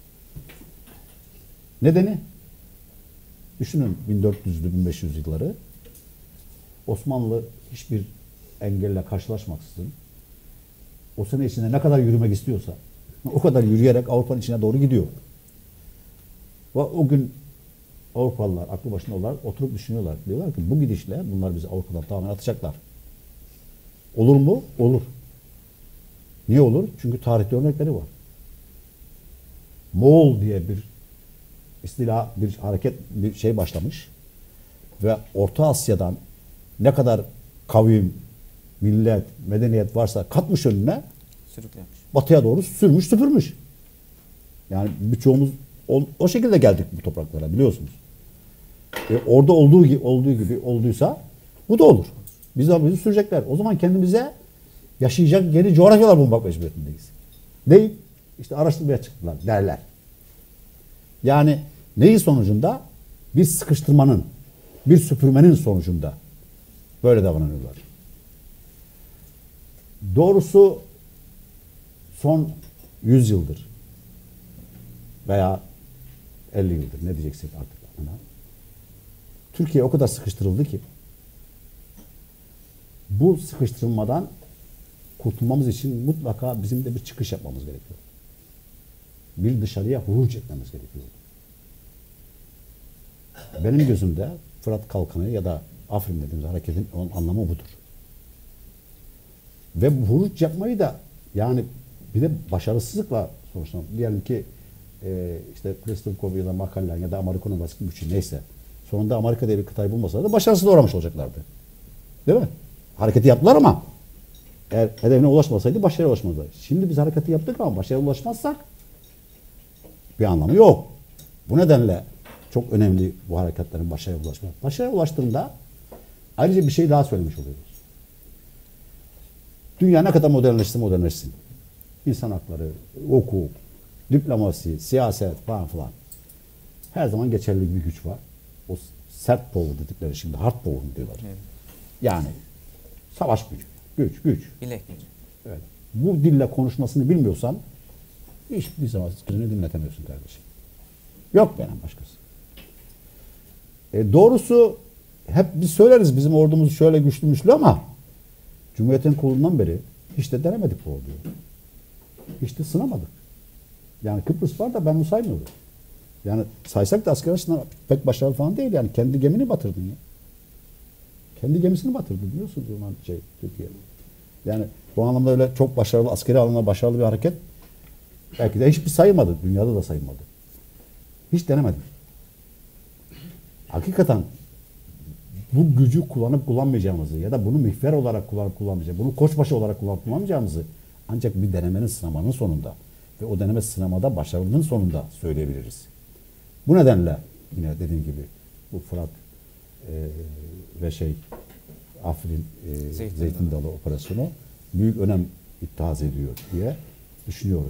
Nedeni? Düşünün 1400'lü 1500 yılları Osmanlı hiçbir engelle karşılaşmaksızın o sene içinde ne kadar yürümek istiyorsa o kadar yürüyerek Avrupa'nın içine doğru gidiyor. Ve o gün Avrupalılar, aklı başında olarak oturup düşünüyorlar. Diyorlar ki bu gidişle bunlar bizi Avrupa'dan tamamen atacaklar. Olur mu? Olur. Niye olur? Çünkü tarihte örnekleri var. Moğol diye bir istila, bir hareket, bir şey başlamış. Ve Orta Asya'dan ne kadar kavim, millet, medeniyet varsa katmış önüne, Sürüklenmiş. batıya doğru sürmüş, süpürmüş. Yani birçoğumuz o şekilde geldik bu topraklara, biliyorsunuz. Orada olduğu gibi olduysa bu da olur. Bizi sürecekler. O zaman kendimize yaşayacak yeni coğrafyalar bulmak mecburiyetindeyiz. Değil. İşte araştırmaya çıktılar derler. Yani neyin sonucunda? Bir sıkıştırmanın, bir süpürmenin sonucunda böyle davranıyorlar. Doğrusu son 100 yıldır veya 50 yıldır ne diyeceksek artık ona, Türkiye o kadar sıkıştırıldı ki bu sıkıştırılmadan kurtulmamız için mutlaka bizim de bir çıkış yapmamız gerekiyor. Bir dışarıya huruc etmemiz gerekiyor. Benim gözümde Fırat Kalkanı ya da Afrin dediğimiz hareketin anlamı budur. Ve bu huruc yapmayı da yani bir de başarısızlıkla sonuçlanır. Diyelim ki işte Christopher Covey ya da Makallan ya da Amerikan baskı gücü neyse. Sonunda Amerika diye bir kıtayı bulmasa da başarısız uğramış olacaklardı. Değil mi? Hareketi yaptılar ama eğer hedefine ulaşmasaydı başarıya ulaşmazdı. Şimdi biz hareketi yaptık ama başarıya ulaşmazsak bir anlamı yok. Bu nedenle çok önemli bu hareketlerin başarıya ulaşması. Başarıya ulaştığında ayrıca bir şey daha söylemiş oluyoruz. Dünya ne kadar modernleşsin. İnsan hakları, hukuk, diplomasi, siyaset falan filan. Her zaman geçerli bir güç var. O sert power dedikleri şimdi hard power diyorlar. Evet. Yani savaş güç. Bilek gücü. Evet. Bu dille konuşmasını bilmiyorsan hiçbir zaman sözünü dinletemiyorsun kardeşim. Yok benim başkası. Doğrusu hep biz söyleriz bizim ordumuz şöyle güçlü ama Cumhuriyet'in kurulundan beri hiç de denemedik bu orduyu. Hiç de sınamadık. Yani Kıbrıs var da ben bunu saymıyorum. Yani saysak da asker açısından pek başarılı falan değil. Yani kendi gemini batırdın ya. Kendi gemisini batırdı biliyorsunuz o zaman Türkiye. Yani bu anlamda öyle çok başarılı, askeri anlamda başarılı bir hareket belki de hiçbir sayılmadı. Dünyada da sayılmadı. Hiç denemedim. Hakikaten bu gücü kullanıp kullanmayacağımızı ya da bunu mihver olarak kullanıp kullanmayacağımızı, bunu koçbaşı olarak kullanıp kullanmayacağımızı ancak bir denemenin, sınamanın sonunda ve o deneme sınamada başarının sonunda söyleyebiliriz. Bu nedenle yine dediğim gibi bu Fırat ve Afrin Zeytin Dalı operasyonu büyük önem ittihaz ediyor diye düşünüyorum.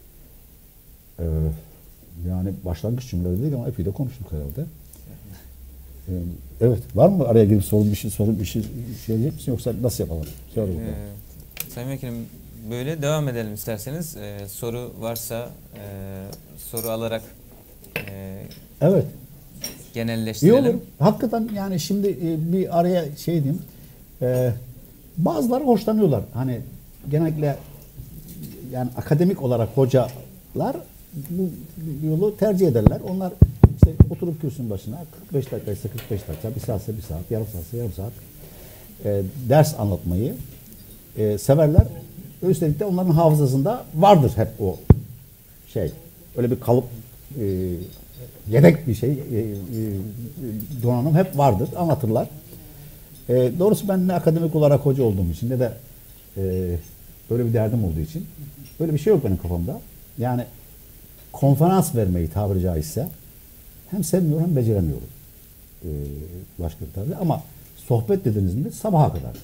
Yani başlangıç cümleleri değil ama epey de konuştuk herhalde. Evet. Var mı araya girip bir şey diyecek misin yoksa nasıl yapalım? Sayın Vekilim böyle devam edelim isterseniz. Soru varsa soru alarak evet. genelleştirelim. İyi olur. Hakikaten yani şimdi bir araya diyeyim. Bazıları hoşlanıyorlar. Hani genellikle yani akademik olarak hocalar bu yolu tercih ederler. Onlar işte oturup kürsünün başına 45 dakikaysa 45 dakika, bir saatse bir saat, yarım saatse yarım saat ders anlatmayı severler. Üstelik de onların hafızasında vardır hep o öyle bir kalıp yedek bir donanım hep vardır. Anlatırlar. Doğrusu ben ne akademik olarak hoca olduğum için ne de böyle bir derdim olduğu için böyle bir şey yok benim kafamda. Yani konferans vermeyi tabiri caizse hem sevmiyorum hem beceremiyorum. Başka bir tarzda. Ama sohbet dediğinizde sabaha kadar.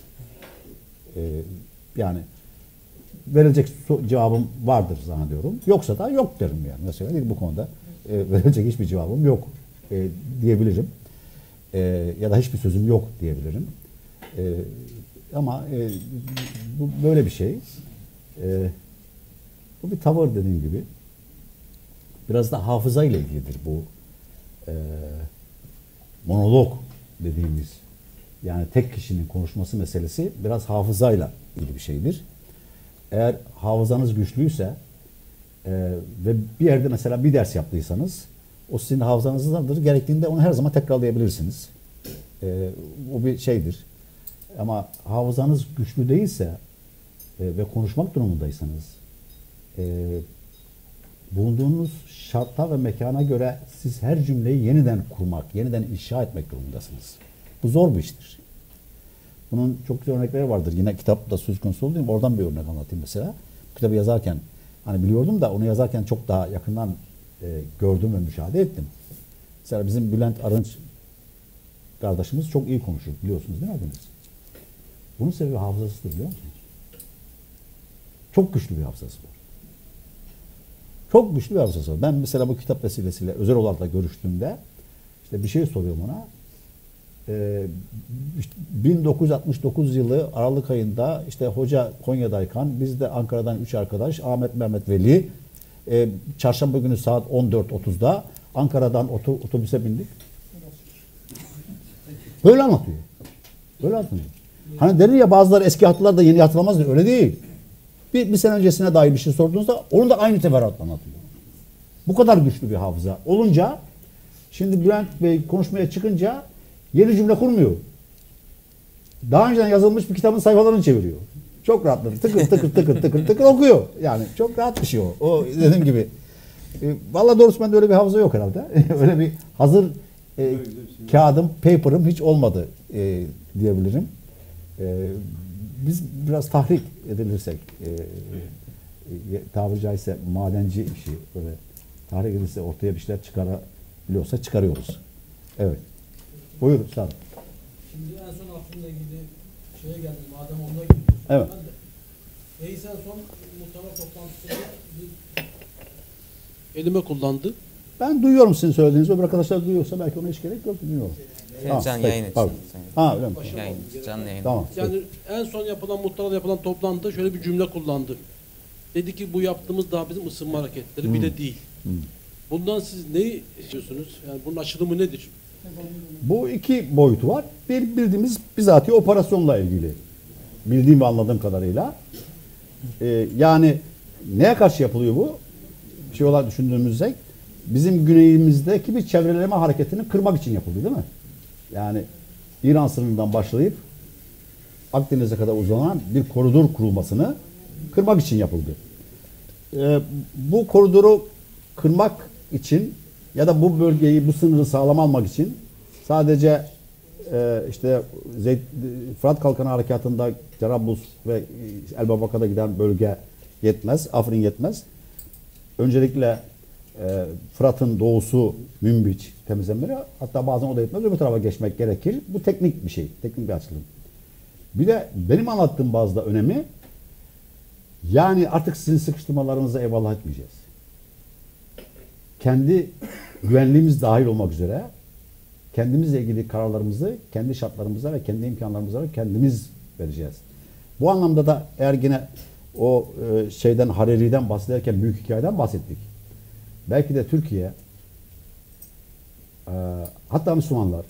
Yani verilecek cevabım vardır zannediyorum. Yoksa da yok derim yani. Mesela değil, bu konuda verilecek hiçbir cevabım yok diyebilirim. Ya da hiçbir sözüm yok diyebilirim. Ama bu böyle bir şey. Bu bir tavır dediğim gibi. Biraz da hafıza ile ilgilidir bu monolog dediğimiz. Yani tek kişinin konuşması meselesi biraz hafızayla ilgili bir şeydir. Eğer hafızanız güçlüyse ve bir yerde mesela bir ders yaptıysanız O sizin hafızanızdadır. Gerektiğinde onu her zaman tekrarlayabilirsiniz. O bir şeydir. Ama hafızanız güçlü değilse ve konuşmak durumundaysanız bulunduğunuz şartlar ve mekana göre siz her cümleyi yeniden kurmak, yeniden inşa etmek durumundasınız. Bu zor bir iştir. Bunun çok güzel örnekleri vardır. Yine kitapta söz konusu olduğum oradan bir örnek anlatayım mesela. Bu kitabı yazarken hani biliyordum da onu yazarken çok daha yakından gördüm ve müşahede ettim. Mesela bizim Bülent Arınç kardeşimiz çok iyi konuşur. Biliyorsunuz değil mi hepiniz? Bunun sebebi hafızasıdır biliyor musunuz? Çok güçlü bir hafızası var. Çok güçlü bir hafızası var. Ben mesela bu kitap vesilesiyle özel olarak da görüştüğümde işte bir şey soruyorum ona. 1969 yılı Aralık ayında işte hoca Konya'dayken biz de Ankara'dan 3 arkadaş Ahmet Mehmet Veli çarşamba günü saat 14.30'da Ankara'dan otobüse bindik. Böyle anlatıyor. Böyle anlatıyor. Hani denir ya bazıları eski hatırlar da yeni hatırlamaz diyor. Öyle değil. Bir sene öncesine dair bir şey sorduğunuzda onu da aynı teferruatla anlatıyor. Bu kadar güçlü bir hafıza olunca şimdi Bülent Bey konuşmaya çıkınca yeni cümle kurmuyor. Daha önceden yazılmış bir kitabın sayfalarını çeviriyor. Çok rahatladı. Tıkır tıkır tıkır tıkır tıkır okuyor. Yani çok rahat bir şey o. O dediğim gibi. Vallahi doğrusu bende öyle bir hafıza yok herhalde. Öyle bir hazır kağıdım, paper'ım hiç olmadı diyebilirim. Biz biraz tahrik edilirsek tabiri caizse madenci işi böyle tahrik edilirse ortaya bir şeyler çıkarabiliyorsa çıkarıyoruz. Evet. Buyur Üstad. Şimdi en son aklımla ilgili şeye geldim. Madem onunla gidiyorsun. Evet. Ben de. Reis en son muhtemel toplantısında bir kelime kullandı. Ben duyuyorum sizin söylediğinizi. Öbür arkadaşlar duyuyorsa belki ona hiç gerek yok. Bilmiyorum. Can yayın için. Ha öyle mi? Yayın, canlı yayın. Tamam. Yani en son muhtemel yapılan toplantıda şöyle bir cümle kullandı. Dedi ki bu yaptığımız daha bizim ısınma hareketleri bile değil. Bundan siz ne istiyorsunuz? Yani bunun açılımı nedir? Bu iki boyutu var. Bir bildiğimiz bizatihi operasyonla ilgili. Bildiğim ve anladığım kadarıyla. Yani neye karşı yapılıyor bu? Bir şey olarak düşündüğümüzde bizim güneyimizdeki bir çevreleme hareketini kırmak için yapıldı değil mi? Yani İran sınırından başlayıp Akdeniz'e kadar uzanan bir koridor kurulmasını kırmak için yapıldı. Bu koridoru kırmak için ya da bu bölgeyi, bu sınırı sağlam almak için sadece işte Fırat Kalkanı Harekatı'nda Cerablus ve Elbabaka'da giden bölge yetmez, Afrin yetmez. Öncelikle Fırat'ın doğusu Münbiç temizlenmeli. Hatta bazen o da yetmez. Öbür tarafa geçmek gerekir. Bu teknik bir şey. Teknik bir açılım. Bir de benim anlattığım bazda önemi yani artık sizin sıkıştırmalarınıza eyvallah etmeyeceğiz. Kendi güvenliğimiz dahil olmak üzere kendimizle ilgili kararlarımızı kendi şartlarımıza ve kendi imkanlarımıza kendimiz vereceğiz. Bu anlamda da eğer yine o Hariri'den bahsederken büyük hikayeden bahsettik. Belki de Türkiye hatta Müslümanlar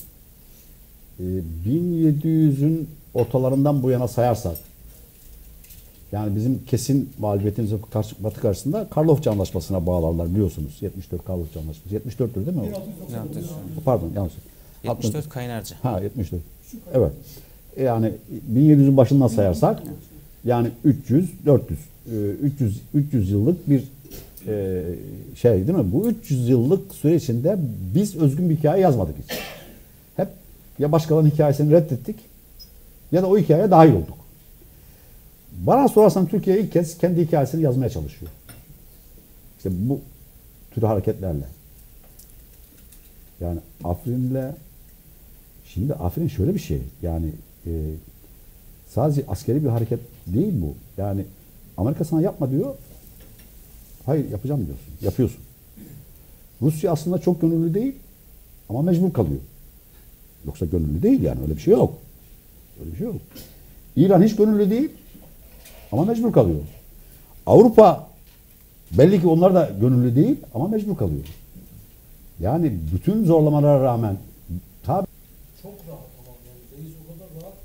1700'ün ortalarından bu yana sayarsak yani bizim kesin mağlubiyetimiz Batı karşısında Karlofça Anlaşması'na bağlarlar biliyorsunuz. 74 Karlofça Anlaşması. 74'tür değil mi? Pardon yanlış. 74 Kaynarca. Ha 74. Evet. Yani 1700'ün başından sayarsak yani 300 yıllık bir değil mi? Bu 300 yıllık süre içinde biz özgün bir hikaye yazmadık hiç. Hep ya başkalarının hikayesini reddettik ya da o hikayeye dahil olduk. Bana sorarsan Türkiye ilk kez kendi hikayesini yazmaya çalışıyor. İşte bu tür hareketlerle. Yani Afrin'le şimdi Afrin şöyle bir şey. Yani sadece askeri bir hareket değil bu. Yani Amerika sana yapma diyor. Hayır yapacağım diyorsun. Yapıyorsun. Rusya aslında çok gönüllü değil ama mecbur kalıyor. Yoksa gönüllü değil yani öyle bir şey yok. Öyle bir şey yok. İran hiç gönüllü değil ama mecbur kalıyor. Avrupa belli ki onlar da gönüllü değil ama mecbur kalıyor. Yani bütün zorlamalara rağmen tabii Çok rahat ama yani reis o kadar rahat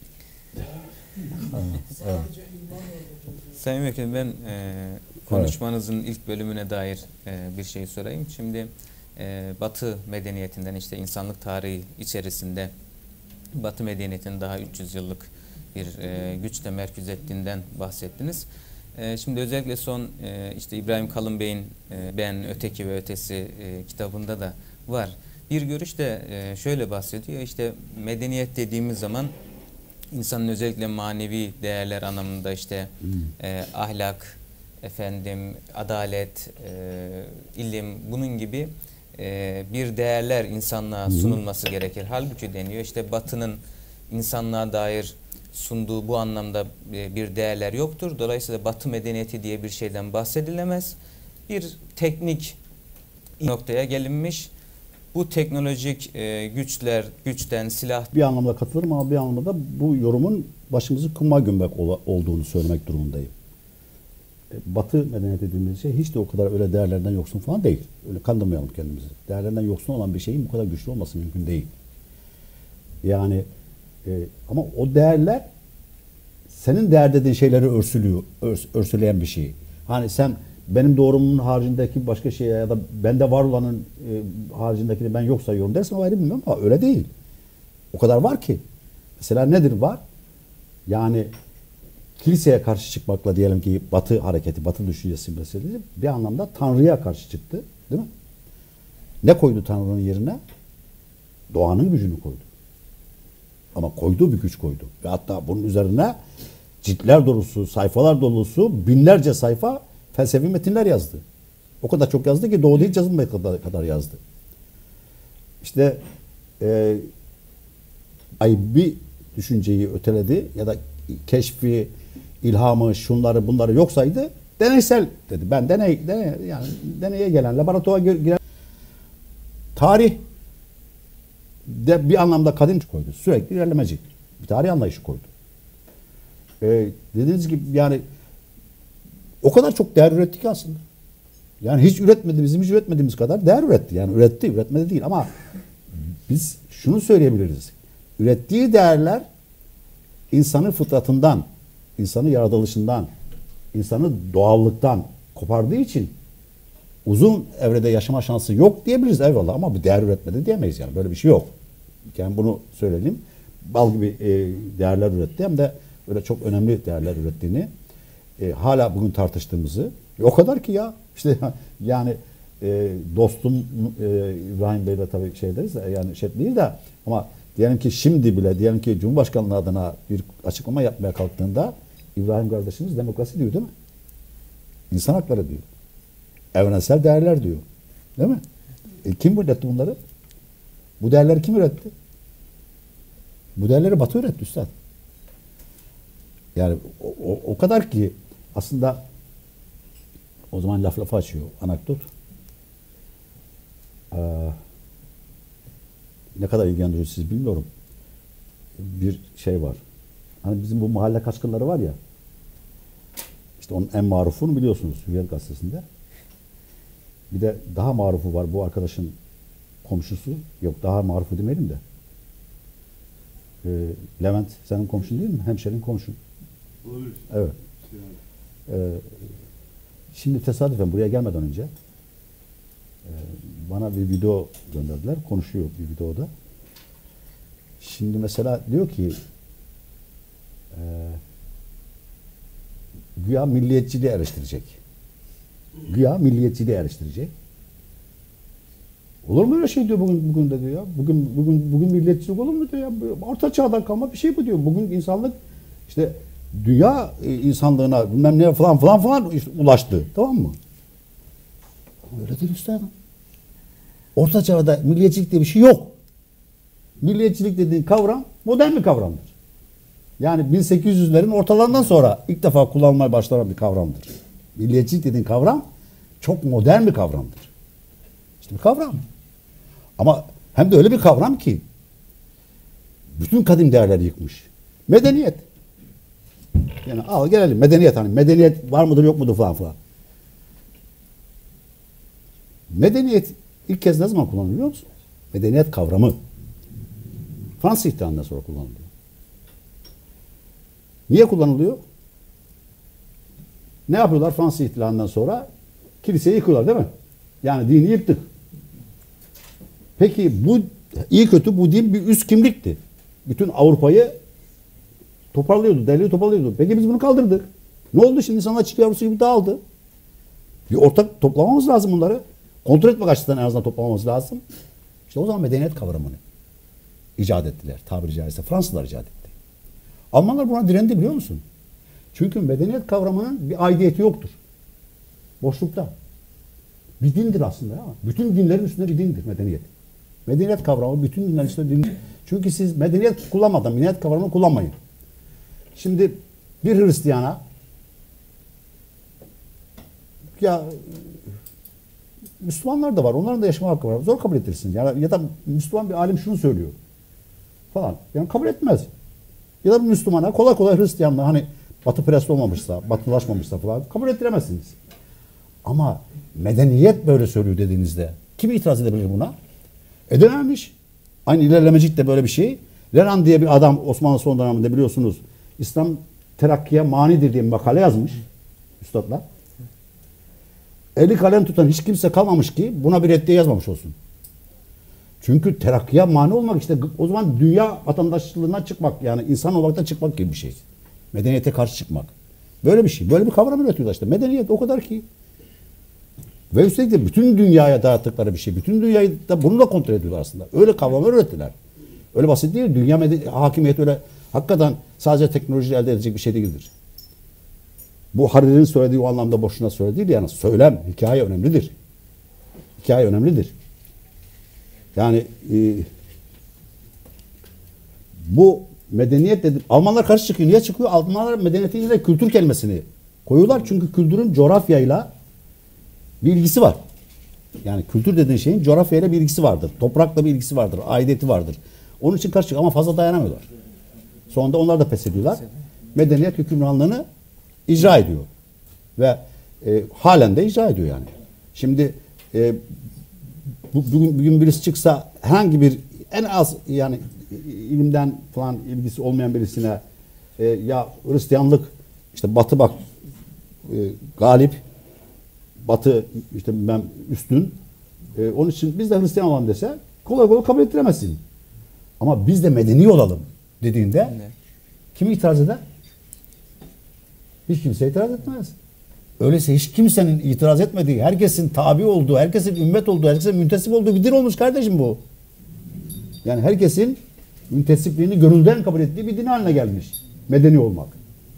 ki. Sadece iman orada. Sayın Vekilim ben konuşmanızın ilk bölümüne dair bir şey sorayım. Şimdi Batı medeniyetinden, işte insanlık tarihi içerisinde Batı medeniyetinin daha 300 yıllık bir güç temerküz ettiğinden bahsettiniz. Şimdi özellikle son işte İbrahim Kalın Bey'in Ben, Öteki ve Ötesi kitabında da var. Bir görüş de şöyle bahsediyor. İşte medeniyet dediğimiz zaman insanın özellikle manevi değerler anlamında işte ahlak, adalet, ilim, bunun gibi bir değerler insanlığa sunulması gerekir. Halbuki deniyor işte Batı'nın insanlığa dair sunduğu bu anlamda bir değerler yoktur. Dolayısıyla Batı medeniyeti diye bir şeyden bahsedilemez. Bir teknik noktaya gelinmiş. Bu teknolojik güçten, silah... Bir anlamda katılırım ama bir anlamda bu yorumun başımızı kuma gömmek olduğunu söylemek durumundayım. Batı medeniyeti dediğimiz şey hiç de o kadar öyle değerlerden yoksun falan değil. Öyle kandırmayalım kendimizi. Değerlerden yoksun olan bir şeyin bu kadar güçlü olması mümkün değil. Yani ama o değerler senin değer dediğin şeyleri örsüleyen bir şey. Hani sen benim doğrumun haricindeki başka şeye ya da bende var olanın haricindekini ben yok sayıyorum dersen o ayrı bilmiyorum ama öyle değil. O kadar var ki. Mesela nedir var? Yani kiliseye karşı çıkmakla diyelim ki Batı hareketi, Batı düşüncesi meselesi bir anlamda Tanrı'ya karşı çıktı. Değil mi? Ne koydu Tanrı'nın yerine? Doğanın gücünü koydu. Ama koyduğu bir güç koydu. Ve hatta bunun üzerine ciltler dolusu, sayfalar dolusu, binlerce sayfa felsefi metinler yazdı. O kadar çok yazdı ki doğuda hiç yazılmaya kadar yazdı. İşte bir düşünceyi öteledi ya da keşfi, ilhamı, şunları bunları yok saydı. Deneysel dedi. Ben yani deneye gelen, laboratuvara giren tarih de bir anlamda kadim koydu. Sürekli ilerlemeci. Bir tarih anlayışı koydu. Dediğiniz gibi yani o kadar çok değer üretti ki aslında. Yani hiç üretmedi, bizim hiç üretmediğimiz kadar değer üretti. Yani üretti, üretmedi değil ama biz şunu söyleyebiliriz. Ürettiği değerler insanın fıtratından, insanın yaratılışından, insanı doğallıktan kopardığı için uzun evrede yaşama şansı yok diyebiliriz eyvallah ama bir değer üretmedi diyemeyiz yani. Böyle bir şey yok. Yani bunu söyleyelim. Bal gibi değerler üretti hem de öyle çok önemli değerler ürettiğini hala bugün tartıştığımızı o kadar ki ya işte yani dostum İbrahim Bey'le tabii şey deriz yani şey değil de ama diyelim ki şimdi bile diyelim ki Cumhurbaşkanlığı adına bir açıklama yapmaya kalktığında İbrahim kardeşimiz demokrasi diyor değil mi? İnsan hakları diyor. Evrensel değerler diyor. Değil mi? Kim üretti bunları? Bu değerleri kim üretti? Bu değerleri Batı üretti üstad. Yani o kadar ki aslında o zaman laf açıyor. Anekdot. Ne kadar ilgilendiriyor siz bilmiyorum. Bir şey var. Hani bizim bu mahalle kaçkınları var ya. İşte onun en marufunu biliyorsunuz Hürriyet Gazetesi'nde. Bir de daha marufu var bu arkadaşın komşusu. Yok daha marufu demeyelim de. Levent senin komşun değil mi? Hemşerin komşun. Olabilir. Evet. Şimdi tesadüfen buraya gelmeden önce bana bir video gönderdiler. Konuşuyor bir videoda. Şimdi mesela diyor ki güya milliyetçiliği eleştirecek. Güya milliyetçiliği eleştirecek. Olur mu öyle şey diyor bugün de diyor ya. Bugün milliyetçilik olur mu diyor ya. Orta çağdan kalma bir şey bu diyor. Bugün insanlık işte dünya insanlığına bilmem ne falan işte ulaştı. Tamam mı? Ama öyle değil üstadım. Orta çağda milliyetçilik diye bir şey yok. Milliyetçilik dediğin kavram modern bir kavramdır. Yani 1800'lerin ortalarından sonra ilk defa kullanılmaya başlanan bir kavramdır. Milliyetçilik dediğin kavram çok modern bir kavramdır. İşte bir kavram. Ama hem de öyle bir kavram ki bütün kadim değerleri yıkmış. Medeniyet. Yani al gelelim medeniyet hani medeniyet var mıdır yok mudur falan. Medeniyet ilk kez ne zaman kullanılıyor biliyor musun? Medeniyet kavramı Fransız ihtilalinden sonra kullanılıyor. Niye kullanılıyor? Ne yapıyorlar Fransız ihtilalinden sonra? Kiliseyi yıkıyorlar değil mi? Yani dini yıktık. Peki bu iyi kötü bu din bir üst kimlikti. Bütün Avrupa'yı toparlıyordu, derliği toparlıyordu. Peki biz bunu kaldırdık. Ne oldu şimdi? İnsanlar çift yavrusu gibi dağıldı. Bir ortak toplamamız lazım bunları. Kontrol etmek açısından en azından toplamamız lazım. İşte o zaman medeniyet kavramını icat ettiler. Tabiri caizse Fransızlar icat etti. Almanlar buna direndi biliyor musun? Çünkü medeniyet kavramının bir aidiyeti yoktur. Boşlukta. Bir dindir aslında ama. Bütün dinlerin üstünde bir dindir medeniyet. Medeniyet kavramı bütün dinlerin üstünde dindir. Çünkü siz medeniyet kullanmadan medeniyet kavramını kullanmayın. Şimdi bir Hristiyana ya Müslümanlar da var. Onların da yaşama hakkı var. Zor kabul ettirsin. Ya da Müslüman bir alim şunu söylüyor falan. Yani kabul etmez. Ya da bir Müslümana kolay kolay Hristiyanlığı hani batıperest olmamışsa, batılaşmamışsa falan kabul ettiremezsiniz. Ama medeniyet böyle söylüyor dediğinizde kim itiraz edebilir buna? Edememiş. Aynı ilerlemecik de böyle bir şey. Renan diye bir adam Osmanlı son döneminde biliyorsunuz İslam terakkiye manidir diye bir makale yazmış. Üstadlar. Eli kalem tutan hiç kimse kalmamış ki buna bir reddiye yazmamış olsun. Çünkü terakkiye mani olmak işte o zaman dünya vatandaşlığından çıkmak yani insan olmaktan çıkmak gibi bir şey. Medeniyete karşı çıkmak. Böyle bir şey. Böyle bir kavram üretiyorlar işte. Medeniyet o kadar ki. Ve üstelik de bütün dünyaya dağıttıkları bir şey. Bütün dünyayı da bunu da kontrol ediyorlar aslında. Öyle kavramlar ürettiler. Öyle basit değil. Dünya hakimiyeti öyle hakikaten sadece teknoloji elde edecek bir şey değildir. Bu Hariri'nin söylediği o anlamda boşuna söyledi değil yani söylem, hikaye önemlidir. Hikaye önemlidir. Yani bu medeniyet dedim. Almanlar karşı çıkıyor. Niye çıkıyor? Almanlar medeniyetin içine kültür kelimesini koyuyorlar. Çünkü kültürün coğrafyayla bir ilgisi var. Yani kültür dediğin şeyin coğrafyayla bir ilgisi vardır. Toprakla bir ilgisi vardır. Aidiyeti vardır. Onun için karşı çıkıyor ama fazla dayanamıyorlar. Sonunda onlar da pes ediyorlar. Medeniyet hükümranlığını icra ediyor. Ve halen de icra ediyor yani. Şimdi bugün birisi çıksa herhangi bir en az yani ilimden falan ilgisi olmayan birisine ya Hristiyanlık işte Batı bak galip Batı işte ben üstün onun için biz de Hristiyan olalım dese kolay kolay kabul ettiremezsin. Ama biz de medeni olalım dediğinde kim itiraz eder? Hiç kimse itiraz etmez. Öyleyse hiç kimsenin itiraz etmediği, herkesin tabi olduğu, herkesin ümmet olduğu, herkesin müntesip olduğu bir din olmuş kardeşim bu. Yani herkesin müntesipliğini gönülden kabul ettiği bir din haline gelmiş. Medeni olmak.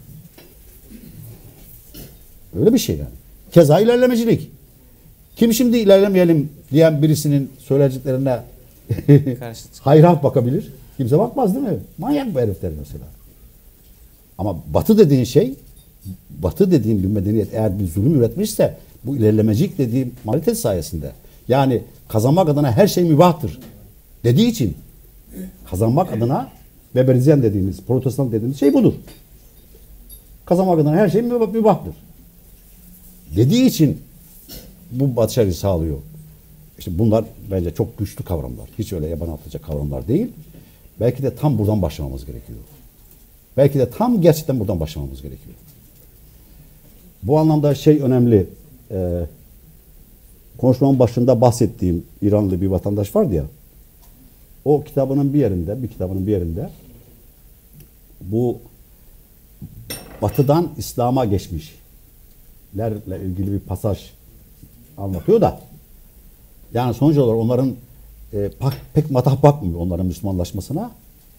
Öyle bir şey yani. Keza ilerlemecilik. Kim şimdi ilerlemeyelim diyen birisinin söylediklerine hayran bakabilir? Kimse bakmaz değil mi? Manyak bu herifler mesela. Ama Batı dediğin şey, Batı dediğim bir medeniyet eğer bir zulüm üretmişse bu ilerlemecilik dediğim mantalite sayesinde. Yani kazanmak adına her şey mübahtır dediği için kazanmak adına Weberizyen dediğimiz, Protestan dediğimiz şey budur. Kazanmak adına her şey mübahtır dediği için bu başarıyı sağlıyor. İşte bunlar bence çok güçlü kavramlar. Hiç öyle yabana atılacak kavramlar değil. Belki de tam buradan başlamamız gerekiyor. Belki de tam gerçekten buradan başlamamız gerekiyor. Bu anlamda şey önemli. Konuşmamın başında bahsettiğim İranlı bir vatandaş vardı ya. O kitabının bir yerinde bu Batı'dan İslam'a geçmişlerle ilgili bir pasaj anlatıyor da yani sonuç olarak onların pek matah bakmıyor onların Müslümanlaşmasına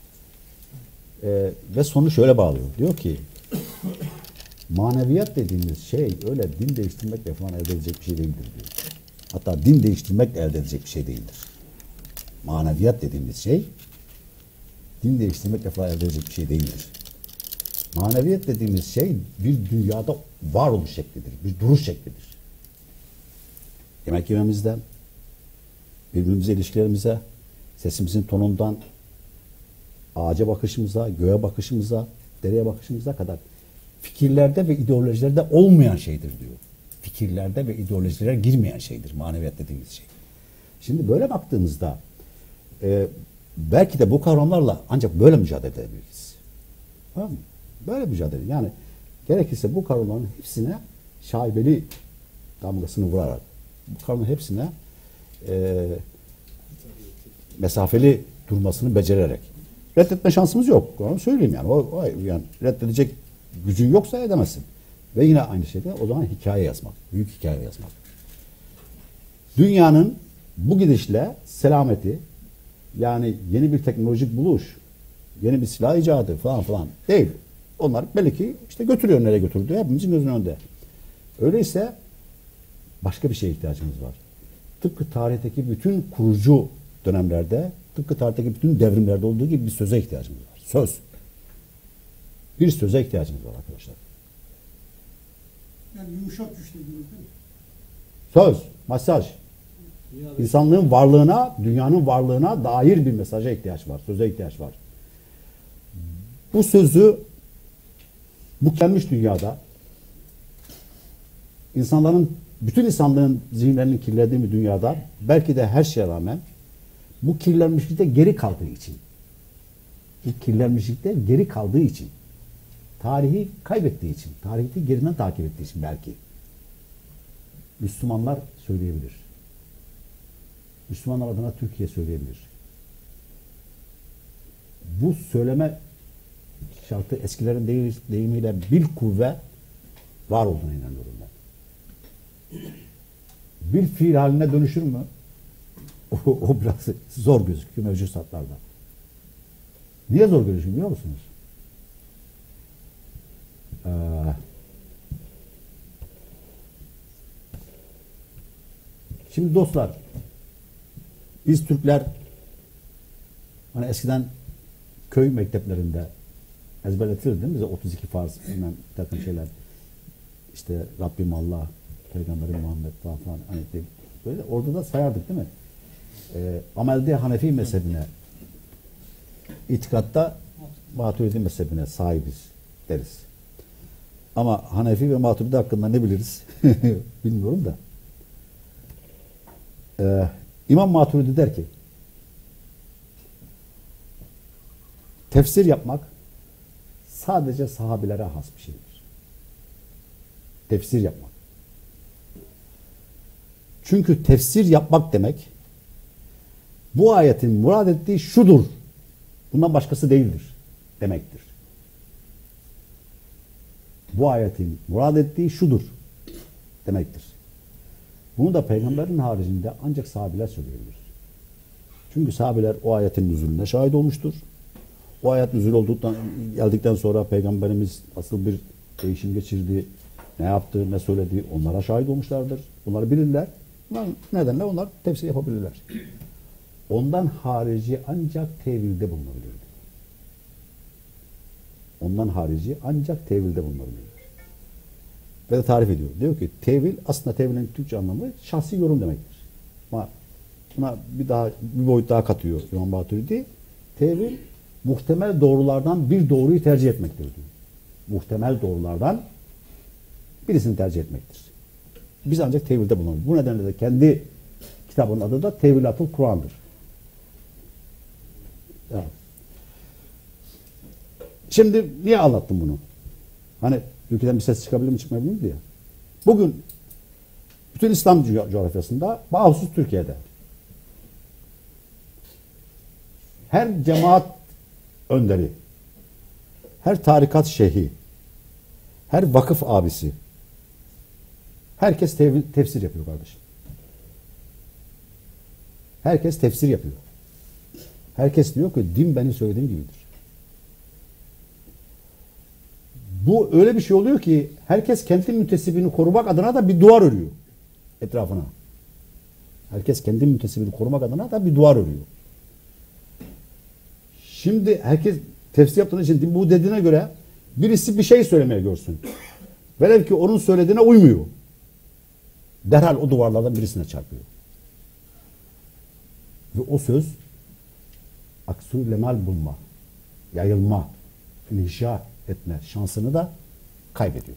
ve sonu şöyle bağlıyor. Diyor ki maneviyat dediğimiz şey öyle din değiştirmekle falan elde edecek bir şey değildir diyor. Hatta din değiştirmekle elde edecek bir şey değildir. Maneviyat dediğimiz şey din değiştirmekle falan elde edecek bir şey değildir. Maneviyat dediğimiz şey bir dünyada varoluş şeklidir. Bir duruş şeklidir. Yemek yememizden, birbirimize ilişkilerimize, sesimizin tonundan, ağaca bakışımıza, göğe bakışımıza, dereye bakışımıza kadar fikirlerde ve ideolojilerde olmayan şeydir diyor. Fikirlerde ve ideolojilere girmeyen şeydir maneviyat dediğimiz şey. Şimdi böyle baktığımızda belki de bu kavramlarla ancak böyle mücadele edebiliriz. Tamam mı? Böyle mücadele. Yani gerekirse bu kavramların hepsine şaibeli damgasını vurarak bu kavramların hepsine mesafeli durmasını becererek. Reddetme şansımız yok. Onu söyleyeyim yani. Yani reddedecek gücün yoksa edemezsin. Ve yine aynı şeyde o zaman hikaye yazmak. Büyük hikaye yazmak. Dünyanın bu gidişle selameti, yani yeni bir teknolojik buluş, yeni bir silah icadı falan değil. Onlar belli ki işte götürüyor, nereye götürdü hepimizin gözünün önünde. Öyleyse başka bir şeye ihtiyacımız var. Tıpkı tarihteki bütün kurucu dönemlerde, tıpkı tarihteki bütün devrimlerde olduğu gibi bir söze ihtiyacımız var. Söz. Bir söze ihtiyacımız var arkadaşlar. Yani yumuşak güç dediğiniz değil mi? Söz, mesaj. İnsanlığın varlığına, dünyanın varlığına dair bir mesaja ihtiyaç var. Söze ihtiyaç var. Bu sözü bu kirlenmiş dünyada bütün insanlığın zihinlerinin kirlediği bir dünyada belki de her şeye rağmen bu kirlenmişlikte geri kaldığı için tarihi kaybettiği için, tarihi geriden takip ettiği için belki Müslümanlar söyleyebilir. Müslümanlar adına Türkiye söyleyebilir. Bu söyleme şartı eskilerin deyimiyle bil kuvve var olduğuna inanıyorum ben. Bir fiil haline dönüşür mü? O biraz zor gözüküyor mevcut şartlarda. Niye zor gözüküyor biliyor musunuz? Şimdi dostlar, biz Türkler hani eskiden köy mekteplerinde ezberletilirdi değil mi? Bize 32 farz, bilmem bir takım şeyler. İşte Rabbim Allah, Peygamberim Muhammed falan hani böyle orada da sayardık değil mi? Amelde Hanefi mezhebine, itikatta Maturidi mezhebine sahibiz deriz. Ama Hanefi ve Maturidi hakkında ne biliriz? Bilmiyorum da. İmam Maturidi der ki tefsir yapmak sadece sahabilere has bir şeydir. Tefsir yapmak. Çünkü tefsir yapmak demek bu ayetin murad ettiği şudur. Bundan başkası değildir demektir. Bu ayetin murad ettiği şudur demektir. Bunu da peygamberin haricinde ancak sahabeler söyleyebilir. Çünkü sahabeler o ayetin nüzulüne şahit olmuştur. O ayet nüzul geldikten sonra peygamberimiz asıl bir değişim geçirdi, ne yaptı, ne söyledi onlara şahit olmuşlardır. Bunları bilirler. Bunlar nedenle onlar tefsir yapabilirler. Ondan harici ancak tevilde bulunabilirdi. Ondan harici ancak tevilde bulunabilirdi. Ve de tarif ediyor. Diyor ki tevil aslında tevilin Türkçe anlamı şahsi yorum demektir. Ama buna bir boyut daha katıyor İmam Maturidi. Tevil muhtemel doğrulardan bir doğruyu tercih etmektir diyor. Muhtemel doğrulardan birisini tercih etmektir. Biz ancak tevilde bulunuruz. Bu nedenle de kendi kitabının adı da Tevilatul Kur'an'dır. Evet. Şimdi niye anlattım bunu? Hani ülkeden bir ses çıkabilir mi çıkmayabilir mi diye. Bugün bütün İslam coğrafyasında, bahusuz Türkiye'de her cemaat önderi, her tarikat şeyhi, her vakıf abisi, herkes tefsir yapıyor kardeşim. Herkes tefsir yapıyor. Herkes diyor ki din benim söylediğim gibidir. Bu öyle bir şey oluyor ki herkes kendi müntesibini korumak adına da bir duvar örüyor etrafına. Herkes kendi müntesibini korumak adına da bir duvar örüyor. Şimdi herkes tefsir yaptığın için bu dediğine göre birisi bir şey söylemeye görsün. Velev ki onun söylediğine uymuyor. Derhal o duvarlardan birisine çarpıyor. Ve o söz aksü lemal bulma, yayılma, inşa etme şansını da kaybediyor.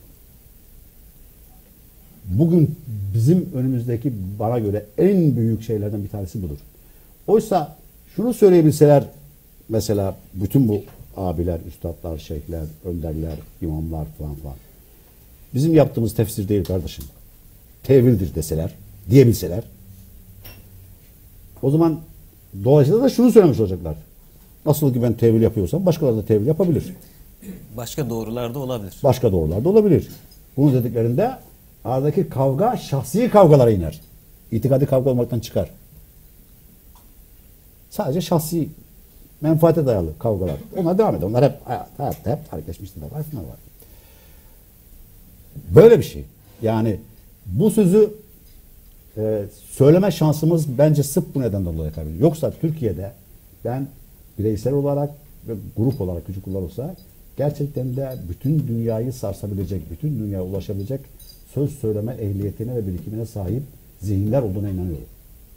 Bugün bizim önümüzdeki bana göre en büyük şeylerden bir tanesi budur. Oysa şunu söyleyebilseler mesela bütün bu abiler, üstadlar, şeyhler, önderler, imamlar falan. Bizim yaptığımız tefsir değil kardeşim. Tevildir deseler, diyebilseler o zaman Dolayısıyla da şunu söylemiş olacaklar. Nasıl ki ben tevil yapıyorsam başkaları da tevil yapabilir. Başka doğrular da olabilir. Başka doğrular da olabilir. Bunu dediklerinde aradaki kavga şahsi kavgalara iner. İtikadi kavga olmaktan çıkar. Sadece şahsi menfaate dayalı kavgalar. Onlar devam ediyor. Onlar hep hayatta hep tarihleşmişler. Bunlar var. Böyle bir şey. Yani bu sözü söyleme şansımız bence sırf bu nedenden dolayı tabii. Yoksa Türkiye'de ben bireysel olarak ve grup olarak küçük kullar olsa gerçekten de bütün dünyayı sarsabilecek, bütün dünyaya ulaşabilecek söz söyleme ehliyetine ve birikimine sahip zihinler olduğuna inanıyorum.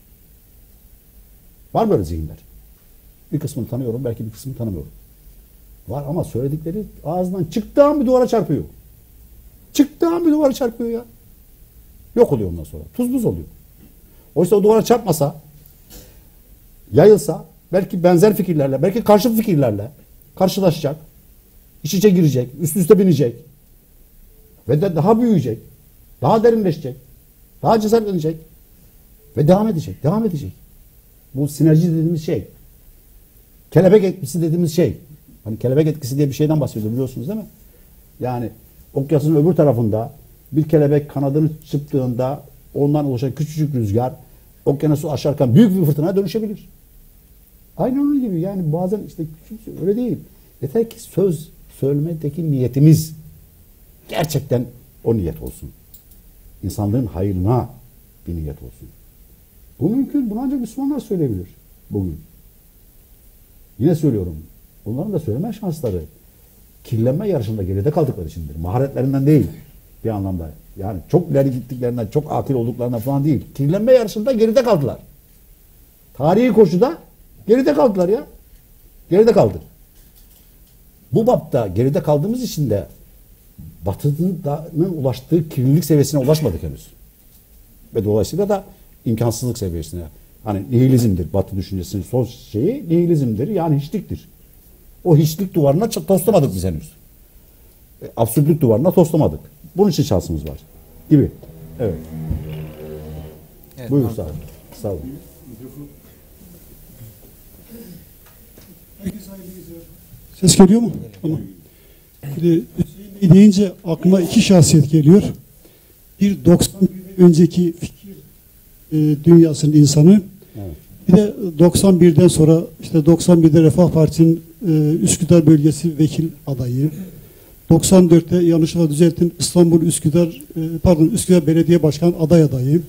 Var böyle zihinler. Bir kısmını tanıyorum, belki bir kısmını tanımıyorum. Var ama söyledikleri ağzından çıktığı an bir duvara çarpıyor. Çıktığı an bir duvara çarpıyor ya. Yok oluyor ondan sonra. Tuz buz oluyor. Oysa o duvara çarpmasa, yayılsa, belki benzer fikirlerle, belki karşı fikirlerle karşılaşacak, iç içe girecek, üst üste binecek ve de daha büyüyecek, daha derinleşecek, daha cesaretlenecek ve devam edecek, devam edecek. Bu sinerji dediğimiz şey, kelebek etkisi dediğimiz şey, hani kelebek etkisi diye bir şeyden bahsediyor biliyorsunuz değil mi? Yani okyanusun öbür tarafında bir kelebek kanadını çırptığında ondan oluşan küçücük rüzgar okyanusu aşarken büyük bir fırtınaya dönüşebilir. Aynen onun gibi yani bazen işte öyle değil. Yeter ki söz söylemedeki niyetimiz gerçekten o niyet olsun. İnsanlığın hayrına bir niyet olsun. Bu mümkün. Bunu ancak Müslümanlar söyleyebilir bugün. Yine söylüyorum. Bunların da söyleme şansları kirlenme yarışında geride kaldıkları içindir. Maharetlerinden değil bir anlamda. Yani çok ileri gittiklerinden, çok akil olduklarından falan değil. Kirlenme yarışında geride kaldılar. Tarihi koşuda geride kaldılar ya. Geride kaldı. Bu bapta geride kaldığımız için de Batı'nın ulaştığı kirlilik seviyesine ulaşmadık henüz. Ve dolayısıyla da imkansızlık seviyesine. Hani nihilizmdir Batı düşüncesinin son şeyi nihilizmdir yani hiçliktir. O hiçlik duvarına toslamadık biz henüz. Absürtlük duvarına toslamadık. Bunun için şansımız var. Gibi. Evet. Buyur sağ olun. Sağ olun. Ses geliyor mu? Tamam. Şimdi deyince aklıma iki şahsiyet geliyor. Bir 91 önceki fikir dünyasının insanı. Evet. Bir de 91'den sonra işte 91'de Refah Partisi'nin Üsküdar bölgesi vekil adayı. 94'te yanlışlıkla düzeltin İstanbul Üsküdar Belediye Başkan adayı.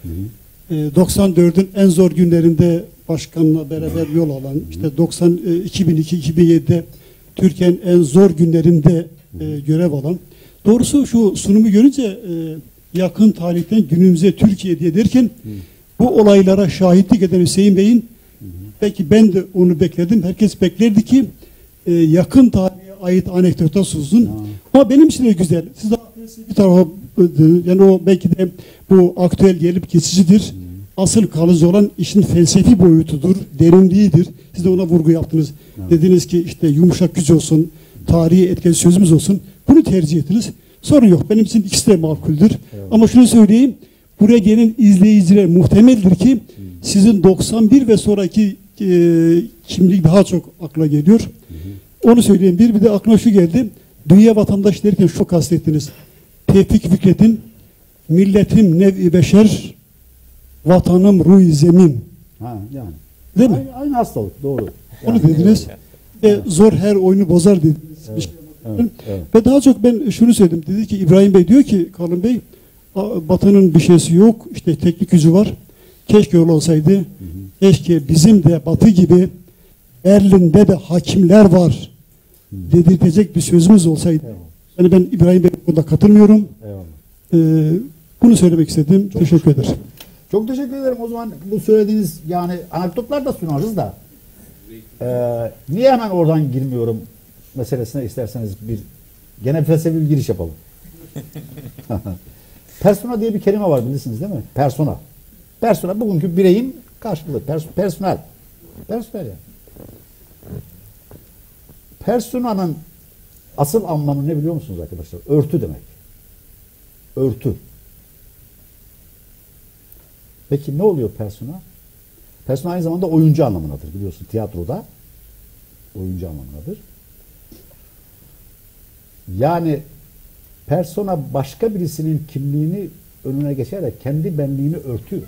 94'ün en zor günlerinde başkanla beraber yol alan, işte 2002-2007'de Türkiye'nin en zor günlerinde görev alan. Doğrusu şu sunumu görünce yakın tarihten günümüze Türkiye diye derken bu olaylara şahitlik eden Hüseyin Bey'in belki ben de onu bekledim. Herkes beklerdi ki yakın tarihe ait anekdota sunsun. Ama benim için de güzel. Siz daha bir tarafa yani o belki de bu aktüel gelip geçicidir. Asıl kalıcı olan işin felsefi boyutudur, derinliğidir. Siz de ona vurgu yaptınız. Dediniz ki işte yumuşak güç olsun, tarihi etkili sözümüz olsun. Bunu tercih ettiniz. Sorun yok. Benim için ikisi de makuldür. Ama şunu söyleyeyim. Buraya gelen izleyiciler muhtemeldir ki sizin 91 ve sonraki kimlik daha çok akla geliyor. Onu söyleyeyim. Bir de aklıma şu geldi. Dünya vatandaş derken şu kastettiniz. Tevfik Fikret'in milletim nev-i beşer, vatanım ruh-i zemin. Ha, yani. Değil mi? Aynı hastalık. Doğru. Onu dediniz. Ve zor her oyunu bozar dediniz. Evet, evet, evet. Ve daha çok ben şunu söyledim. Dedi ki İbrahim Bey diyor ki Kalın Bey Batı'nın bir şeysi yok. İşte teknik gücü var. Keşke öyle olsaydı. Keşke bizim de Batı gibi Berlin'de de hakimler var dedirtecek bir sözümüz olsaydı. Yani ben İbrahim Bey'e burada katılmıyorum. Bunu söylemek istedim. Teşekkür ederim. Çok teşekkür ederim. O zaman bu söylediğiniz yani anekdotlar da sunarız da niye hemen oradan girmiyorum meselesine isterseniz gene felsefi bir giriş yapalım. Persona diye bir kelime var bilirsiniz değil mi? Persona. Persona bugünkü bireyin karşılığı. Personel. Personel yani. Personanın asıl anlamı ne biliyor musunuz arkadaşlar? Örtü demek. Örtü. Peki ne oluyor persona? Persona aynı zamanda oyuncu anlamındadır. Biliyorsun tiyatroda oyuncu anlamındadır. Yani persona başka birisinin kimliğini önüne geçerek kendi benliğini örtüyor.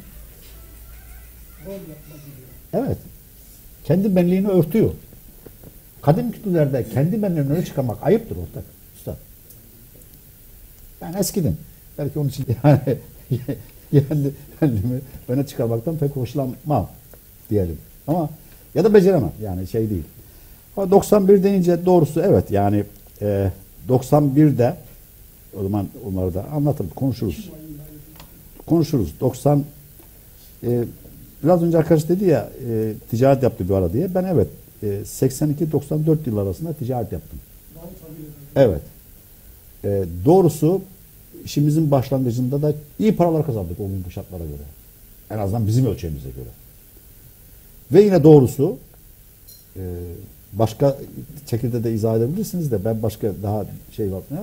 Evet. Kendi benliğini örtüyor. Kadim kültürlerde kendi benliğini öne çıkarmak ayıptır ortak. Usta. Ben eskidim. Belki onun için yani kendimi öne çıkarmaktan pek hoşlanmam diyelim. Ama ya da beceremem. Yani şey değil. Ama 91 deyince doğrusu evet yani 91'de o zaman onları da anlatırım. Konuşuruz. 90 biraz önce arkadaş dedi ya ticaret yaptı bir ara diye. Ben evet 82-94 yıl arasında ticaret yaptım. Evet. Doğrusu işimizin başlangıcında da iyi paralar kazandık o gün bu şartlara göre. En azından bizim ölçeğimize göre. Ve yine doğrusu başka şekilde de izah edebilirsiniz de ben başka daha şey var.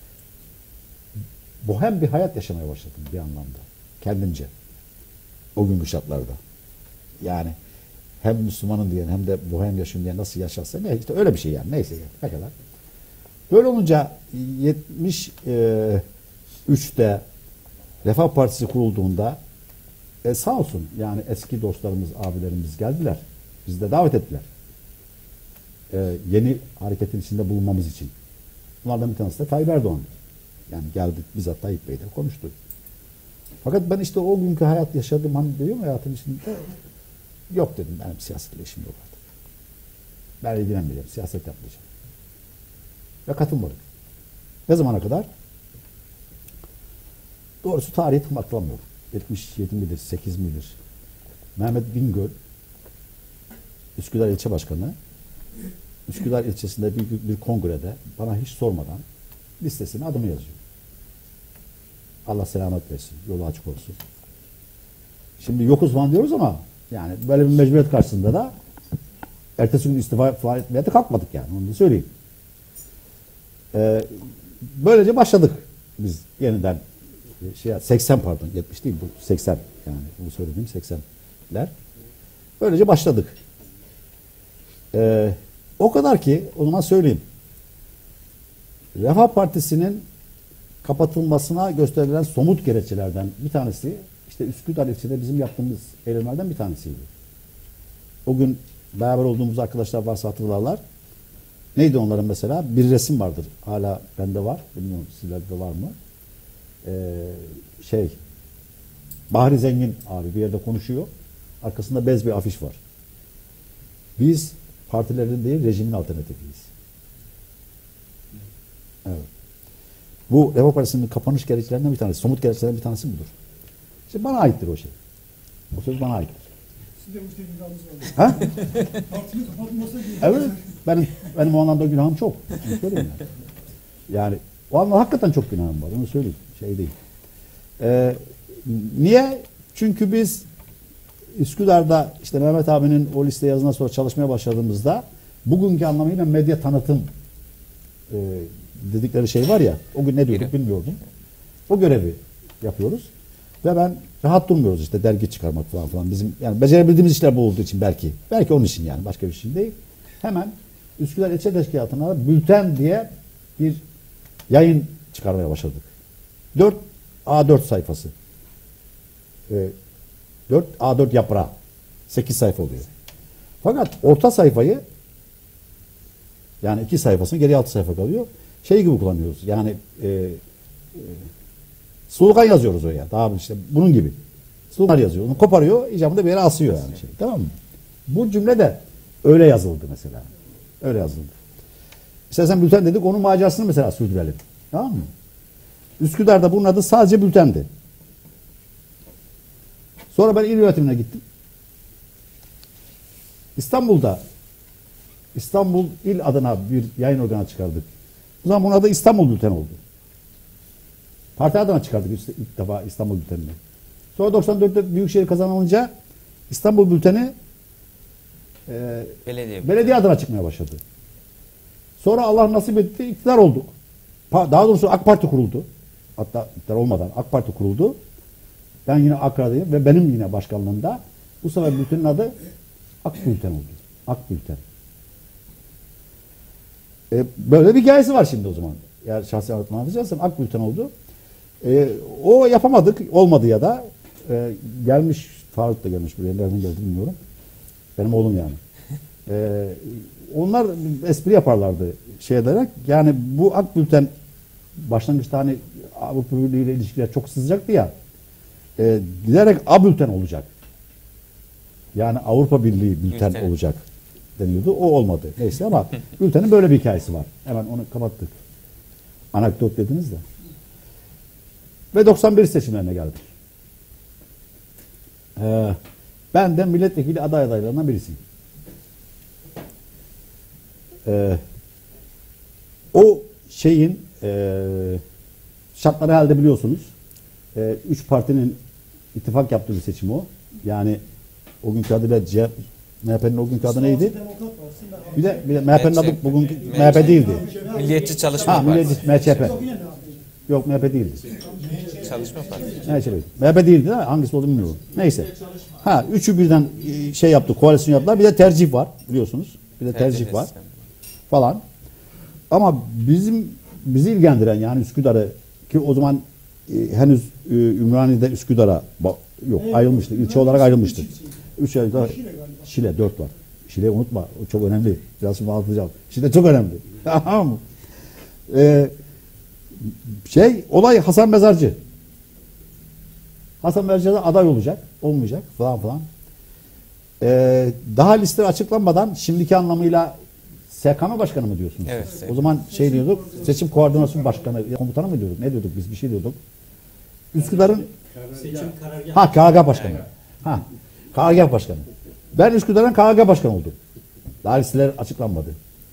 Bohem bir hayat yaşamaya başladım bir anlamda. Kendimce. O gün bu şartlarda. Yani hem Müslümanın diyen hem de bohem yaşım diye nasıl yaşarsa ne işte öyle bir şey yani. Neyse yani. Ne kadar. Böyle olunca 73'te Refah Partisi kurulduğunda sağ olsun yani eski dostlarımız, abilerimiz geldiler. Bizi de davet ettiler. Yeni hareketin içinde bulunmamız için. Bunlardan bir tanesi de Tayyip Erdoğan. Yani geldik bizzat Tayyip Bey'le konuştuk. Fakat ben işte o günkü hayat yaşadım hani diyorum hayatın içinde yok dedim benim siyasetle işim yok artık. Ben ilgilenmeyeceğim, siyaset yapmayacağım. Ve katılmadık. Ne zamana kadar? Doğrusu tarihi tam hatırlamıyorum. 77 midir, 8 midir? Mehmet Bingöl, Üsküdar İlçe Başkanı, Üsküdar ilçesinde bir kongrede bana hiç sormadan listesine adımı yazıyor. Allah selamet versin, yolu açık olsun. Şimdi yokuz falan diyoruz ama yani böyle bir mecburiyet karşısında da ertesi gün istifa falan etmeye de kalkmadık yani onu da söyleyeyim. Böylece başladık biz yeniden 80 pardon 70 değil bu 80 yani bu söylediğim 80'ler. Böylece başladık. O kadar ki o zaman söyleyeyim. Refah Partisi'nin kapatılmasına gösterilen somut gerekçelerden bir tanesi işte Üsküdar ilçede bizim yaptığımız eylemlerden bir tanesiydi. O gün beraber olduğumuz arkadaşlar varsa hatırlarlar. Neydi onların mesela? Bir resim vardır. Hala bende var. Bilmiyorum sizlerde var mı? Bahri Zengin abi bir yerde konuşuyor. Arkasında bez bir afiş var. Biz partilerin değil rejimin alternatifiyiz. Evet. Bu Refah Partisi'nin kapanış gerekçelerinden bir tanesi. Somut gerekçelerinden bir tanesi budur. İşte bana aittir o şey. O söz bana aittir. Sizde bu işte günahınız var. Ha? Partinin kapatılması gibi. Evet. Benim o anlamda günahım çok. Onu söyleyeyim yani. Yani o anlamda hakikaten çok günahım var. Onu söyleyeyim. Şey değil. Niye? Çünkü biz Üsküdar'da işte Mehmet abinin o liste yazından sonra çalışmaya başladığımızda bugünkü anlamıyla medya tanıtım dedikleri şey var ya o gün ne diyorduk bilmiyordum. O görevi yapıyoruz. Ve ben rahat durmuyoruz işte dergi çıkarmak falan bizim yani becerebildiğimiz işler bu olduğu için belki onun için yani başka bir şey değil. Hemen Üsküdar İlçe Teşkilatı'na bülten diye bir yayın çıkarmaya başladık. 4 A4 sayfası. 4 A4 yaprağı. 8 sayfa oluyor. Fakat orta sayfayı yani 2 sayfasını geri 6 sayfa kalıyor. Şey gibi kullanıyoruz. Yani slogan yazıyoruz o ya. Daha işte bunun gibi. Slogan yazıyor. Onu koparıyor. icabında bir yere asıyor yani. Şey. Tamam mı? Bu cümle de öyle yazıldı mesela. Öyle yazıldı. İstersen bülten dedik. Onun macerasını mesela sürdürelim. Tamam mı? Üsküdar'da bunun adı sadece bültendi. Sonra ben il yönetimine gittim. İstanbul'da İstanbul il adına bir yayın organı çıkardık. O zaman bunun adı İstanbul Bülteni oldu. Parti adına çıkardık ilk defa İstanbul Bülteni'ni. Sonra 94'te Büyükşehir kazanılınca İstanbul Bülteni belediye adına çıkmaya başladı. Sonra Allah nasip etti, iktidar olduk. Daha doğrusu AK Parti kuruldu. Hatta iktidar olmadan AK Parti kuruldu. Ben yine Akra'dayım ve benim yine başkanlığımda Bu sefer bültenin adı Ak Bülten oldu. Ak Bülten. Böyle bir hikayesi var şimdi o zaman. Eğer şahsi anlatımı anlatacaksam Ak Bülten oldu. O yapamadık. Olmadı ya da gelmiş, Faruk da gelmiş buraya. Nereden geldi bilmiyorum. Benim oğlum yani. Onlar espri yaparlardı şey ederek. Yani bu Ak Bülten başlangıçta hani Avrupa Birliği ile ilişkiler çok sızacaktı ya. Giderek A Bülten olacak. Yani Avrupa Birliği bülten olacak deniyordu. O olmadı. Neyse ama bültenin böyle bir hikayesi var. Hemen onu kapattık. Anekdot dediniz de. Ve 91 seçimlerine geldik. Ben de milletvekili adaylarından birisiyim. O şeyin şartları herhalde biliyorsunuz. 3 partinin ittifak yaptığı bir seçim o. Yani o günkü adıyla MHP'nin o günkü adı neydi? Bir de MHP'nin adı bugünkü MHP değildi. Milliyetçi Çalışma Partisi. MHP. Yok MHP değildi. Çalışma Partisi. MHP değildi değil mi? Hangisi olduğunu bilmiyorum. Neyse. Üçü birden şey yaptı, koalisyon yaptılar. Bir de tercih var biliyorsunuz. Bir de tercih var. Falan. Ama bizi ilgilendiren yani Üsküdar'ı ki o zaman henüz Ümraniye'de Üsküdar'a yok ayrılmıştı. İlçe olarak ayrılmıştı. 3 ayda Şile 4 var. Şile'yi unutma. O çok önemli. Biraz sonra anlatacağım. Şile çok önemli. Tamam mı? Olay Hasan Mezarcı. Hasan Mezarcı aday olacak. Olmayacak falan falan. Daha liste açıklanmadan şimdiki anlamıyla SKM başkanı mı diyorsunuz? Evet. O zaman şey diyorduk. Seçim koordinasyon başkanı, komutanı mı diyorduk? Ne diyorduk biz? Bir şey diyorduk. Üsküdar'ın karargah başkanı. Karargah başkanı. Ben Üsküdar'ın karargah başkanı oldum. Daha listeler açıklanmadı.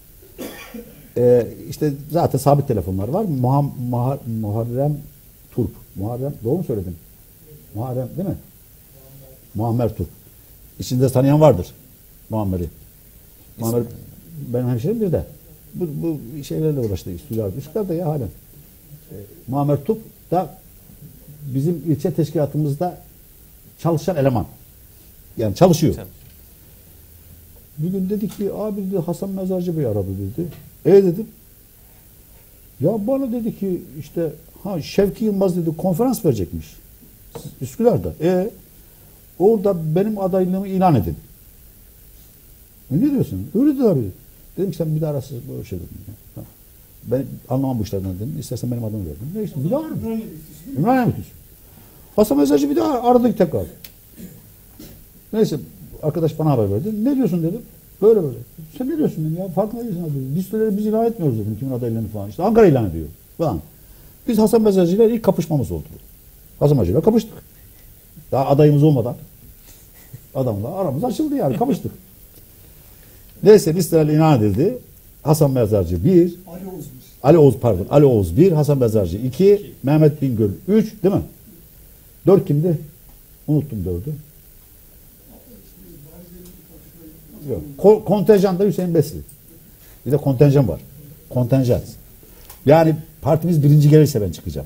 İşte zaten sabit telefonlar var. Muharrem Turp. Muharrem, doğru mu söyledim? Muharrem değil mi? Muammer Turp. İçinde tanıyan vardır. Muammer'i. Muammer benim hemşerim bir de. Bu şeylerle uğraştı. Üsküdar'da ya halen. Muammer Turp da bizim ilçe teşkilatımızda çalışan eleman. Yani çalışıyor. Tabii. Bir gün dedi ki abi dedi Hasan Mezarcı Bey aradı dedi. Dedim. Ya bana dedi ki işte Şevki Yılmaz dedi konferans verecekmiş. Üsküdar'da. Orada benim adaylığımı ilan edin. Ne diyorsun? Öyle dedi abi. Dedim ki sen bir daha arasız böyle şey dedim. Ben anlamam bu işlerden dedim. İstersen benim adımı verdim. Ne işte bir daha aradım. Ümraniye Müftüsü. Hasan Mezarcı bir daha aradık tekrar. Neyse arkadaş bana haber verdi. Ne diyorsun dedim. Böyle. Sen ne diyorsun dedim ya. Farkında değilsin abi. Listeleri biz ilan etmiyoruz dedim. Kimin adaylarını falan. İşte Ankara ilan ediyor. Falan. Biz Hasan Mezarcı ile ilk kapışmamız oldu. Hasan Mezarcı ile kapıştık. Daha adayımız olmadan. Adamla aramız açıldı yani. Kapıştık. Neyse listeler ilan edildi. Hasan Mezarcı 1. Ali Oğuz 1. Hasan Mezarcı 2. Mehmet Bingöl 3. Değil mi? 4 kimdi? Unuttum 4'ü. Yok. Kontenjanda Hüseyin Besli. Bir de kontenjan var. Kontenjan. Yani partimiz birinci gelirse ben çıkacağım.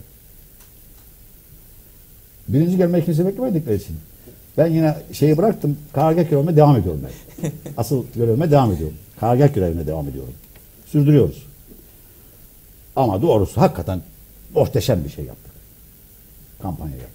Birinci gelmeyi kimse beklemedikleri için. Ben yine şeyi bıraktım. Karargah görevime devam ediyorum ben. Asıl görevime devam ediyorum. Karargah görevine devam ediyorum. Sürdürüyoruz. Ama doğrusu hakikaten muhteşem bir şey yaptık. Kampanya yaptık.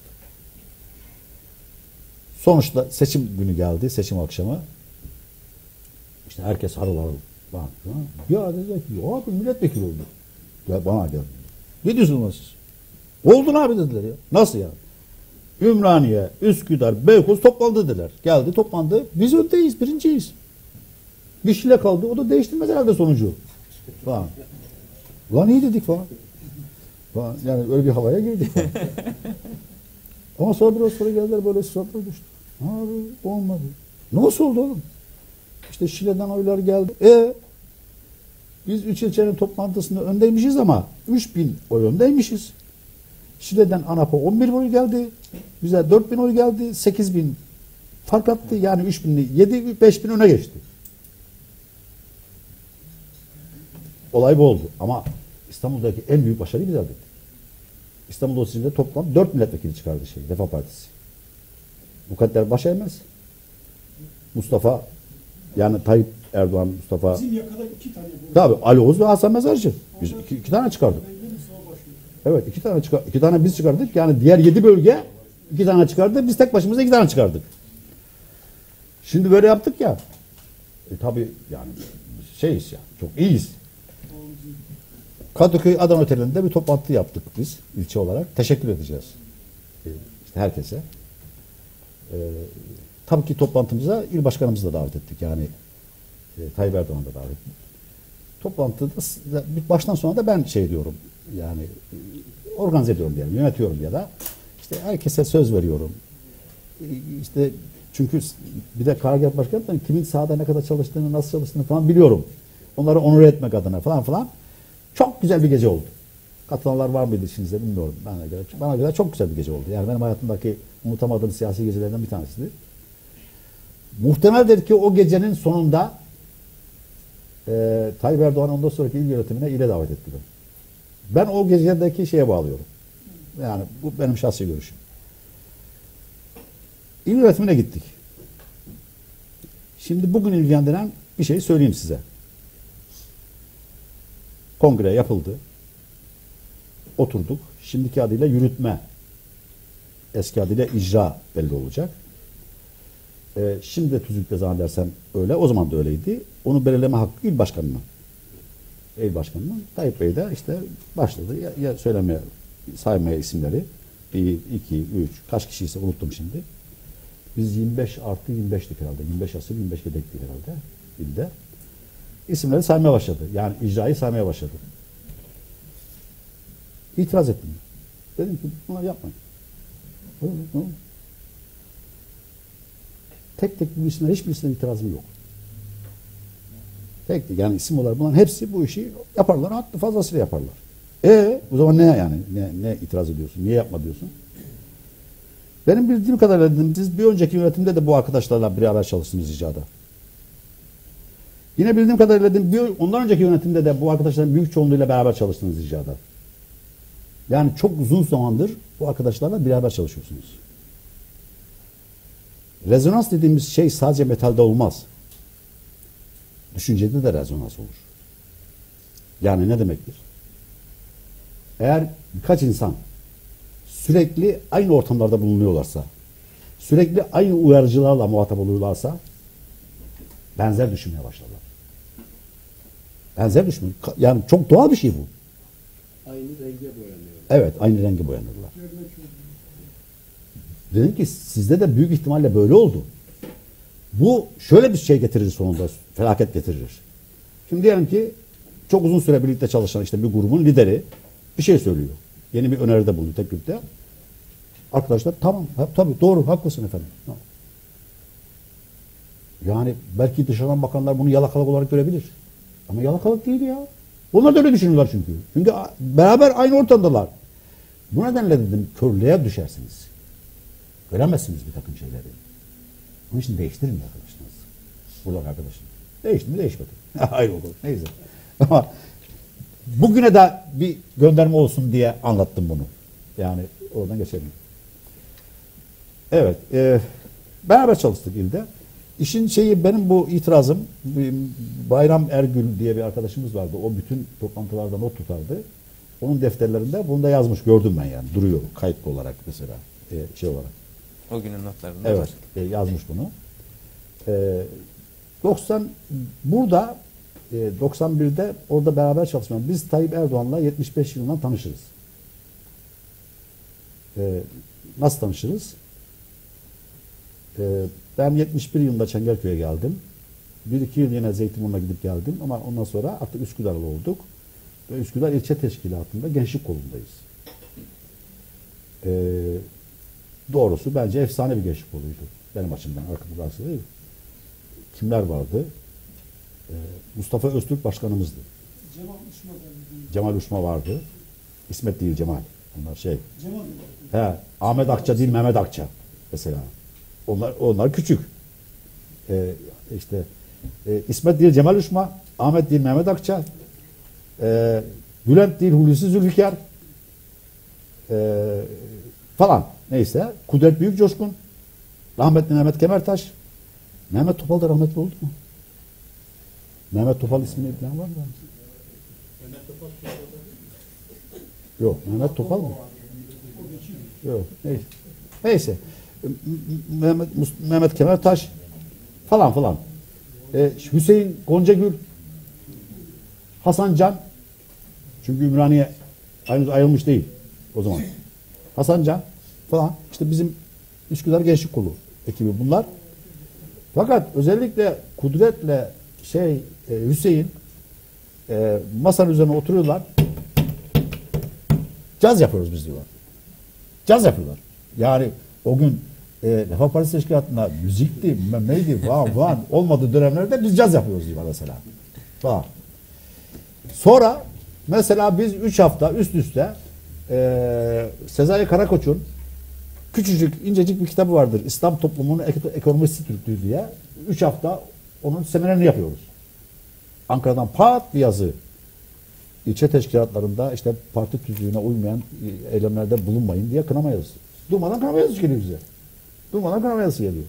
Sonuçta seçim günü geldi. Seçim akşamı. İşte herkes harıl harıl. Ya dediler ki abi milletvekili oldu. Ya bana geldi. Ne diyorsunuz siz? Oldun abi dediler ya. Nasıl ya? Ümraniye, Üsküdar, Beykoz toplandı dediler. Geldi toplandı. Biz öndeyiz, birinciyiz. Bir Şile kaldı. O da değiştirmez herhalde sonucu. Falan. Ulan iyi dedik falan. Yani öyle bir havaya girdik falan. Ama sonra biraz sonra geldiler böyle suratlar düştü. Abi olmadı. Nasıl oldu oğlum? İşte Şile'den oylar geldi. Biz 3 ilçenin toplantısında öndeymişiz ama 3000 oy öndeymişiz. Şile'den ANAP'a 11 oy geldi. Bize 4000 oy geldi. 8000 fark attı. Yani 3000'i 7, 5000 öne geçti. Olay bu oldu. Ama İstanbul'daki en büyük başarıyı biz elde ettik. İstanbul seçiminde toplam 4 milletvekili çıkardı Refah Partisi. Mukadder baş eğmez. Mustafa, yani Tayyip Erdoğan, Mustafa. Bizim yakada 2 tane bu. Tabii Ali Oğuz ve Hasan Mezarcı. Biz iki tane çıkardık. Evet, 2 tane biz çıkardık. Yani diğer 7 bölge 2 tane çıkardı. Biz tek başımıza 2 tane çıkardık. Şimdi böyle yaptık ya. Tabii yani şeyiz ya. Çok iyiyiz. Kadıköy Adana Oteli'nde bir toplantı yaptık biz ilçe olarak. Teşekkür edeceğiz. İşte herkese. Tabii ki toplantımıza il başkanımızı da davet ettik. Yani Tayyip Erdoğan'ı da davet ettik. Toplantıda baştan sona da ben şey diyorum. Yani organize ediyorum diyelim, yönetiyorum ya da işte herkese söz veriyorum. İşte çünkü bir de Karargah Başkanı da kimin sahada ne kadar çalıştığını, nasıl çalıştığını falan biliyorum. Onları onur etmek adına falan falan. Çok güzel bir gece oldu. Katılanlar var mıydı içinizde bilmiyorum. Bana göre çok güzel bir gece oldu. Yani benim hayatımdaki unutamadığım siyasi gecelerden bir tanesiydi. Muhtemeldir ki o gecenin sonunda Tayyip Erdoğan ondan sonraki il yönetimine ile davet ettiler. Ben o gecedeki şeye bağlıyorum. Yani bu benim şahsi görüşüm. İl yönetimine gittik. Şimdi bugün ilgilendiren bir şey söyleyeyim size. Kongre yapıldı. Oturduk. Şimdiki adıyla yürütme. Eski adıyla icra belli olacak. Şimdi de tüzükte zannedersem öyle. O zaman da öyleydi. Onu belirleme hakkı il başkanının. İl başkanının. Tayyip Bey de işte başladı. Ya söylemeye, saymaya isimleri. 1, 2, 3 kaç kişiyse unuttum şimdi. Biz 25 artı 25'lik herhalde. 25 asıl 25 yedeklik herhalde. İlde. İsimleri saymaya başladı. Yani icrayı saymaya başladı. İtiraz ettim. Dedim ki bunları yapmayın. Tek tek bu isimler hiçbirisine itirazım yok. Tek tek yani isim olarak bunların hepsi bu işi yaparlar. Hatta fazlasıyla yaparlar. O zaman ne yani? Ne itiraz ediyorsun? Niye yapma diyorsun? Benim bildiğim kadarıyla biz bir önceki yönetimde de bu arkadaşlarla beraber çalıştınız icada. Yine bildiğim kadarıyla ondan önceki yönetimde de bu arkadaşların büyük çoğunluğuyla beraber çalıştınız icada. Yani çok uzun zamandır bu arkadaşlarla beraber çalışıyorsunuz. Rezonans dediğimiz şey sadece metalde olmaz. Düşüncede de rezonans olur. Yani ne demektir? Eğer birkaç insan sürekli aynı ortamlarda bulunuyorlarsa, sürekli aynı uyarıcılarla muhatap oluyorlarsa benzer düşünmeye başlarlar. Benzer düşünme. Yani çok doğal bir şey bu. Aynı renge boyanıyor. Evet, aynı rengi boyanırlar. Dedim ki sizde de büyük ihtimalle böyle oldu. Bu şöyle bir şey getirir sonunda, felaket getirir. Şimdi diyelim ki çok uzun süre birlikte çalışan işte bir grubun lideri bir şey söylüyor. Yeni bir öneride bulunuyor teklifte. Arkadaşlar tamam, tabii doğru, haklısın efendim. Yani belki dışarıdan bakanlar bunu yalakalık olarak görebilir. Ama yalakalık değil ya. Onlar da öyle düşünüyorlar çünkü. Çünkü beraber aynı ortamdalar. Bu nedenle dedim körlüğe düşersiniz. Göremezsiniz bir takım şeyleri. Onun için değiştirin arkadaşlarınız. Buradaki arkadaşım. Değişti mi değişmedi. Hayır olur. Neyse. Ama bugüne de bir gönderme olsun diye anlattım bunu. Yani oradan geçelim. Evet. Beraber çalıştık ilde. İşin şeyi benim bu itirazım Bayram Ergül diye bir arkadaşımız vardı. O bütün toplantılarda not tutardı. Onun defterlerinde bunu da yazmış gördüm ben yani. Duruyor kayıtlı olarak mesela şey olarak. O günün notlarında evet, var. Yazmış bunu. 91'de orada beraber çalışmam. Biz Tayyip Erdoğan'la 75 yılından tanışırız. Nasıl tanışırız? Ben 71 yılında Çengelköy'e geldim. 1-2 yıl yine Zeytinburnu'na gidip geldim ama ondan sonra artık Üsküdar'lı olduk. Ve Üsküdar İlçe Teşkilatı'nda gençlik kolundayız. Doğrusu bence efsane bir gençlik koluydu. Benim açımdan arkadaşlar değil. Kimler vardı? Mustafa Öztürk başkanımızdı. Cemal Uşma vardı. İsmet değil Cemal. Onlar şey. Ahmet Akça değil Mehmet Akça mesela. Onlar küçük. İsmet değil Cemal Uşma, Ahmet değil Mehmet Akça, Bülent değil Hulusi Zülfikar falan. Neyse. Kudret Büyükcoşkun, rahmetli Mehmet Kemertaş, Mehmet Topal da rahmetli oldu mu? Mehmet Topal ismini bilen var mı? Yok. Mehmet Topal mı? Yok. Neyse. Neyse. Mehmet Kemal Taş falan falan. Hüseyin Goncagül, Hasan Can, çünkü Ümraniye ayrılmış değil o zaman. Hasan Can falan. İşte bizim Üsküdar Gençlik Kolu ekibi bunlar. Fakat özellikle Kudret'le Hüseyin masanın üzerine oturuyorlar. Caz yapıyoruz biz diyorlar. Caz yapıyorlar. Yani o gün Refah Partisi Teşkilatı'nda müzikti, neydi, falan olmadığı dönemlerde biz caz yapıyoruz diyorlar mesela. Falan. Sonra mesela biz 3 hafta üst üste Sezai Karakoç'un küçücük, incecik bir kitabı vardır. İslam toplumunun ekonomisi Türklüğü diye. 3 hafta onun seminerini yapıyoruz. Ankara'dan pat bir yazı. İlçe teşkilatlarında işte parti tüzüğüne uymayan eylemlerde bulunmayın diye kınama yazısı. Durmadan kınama yazısı geliyor bize. Durmadan kınama yazısı geliyor.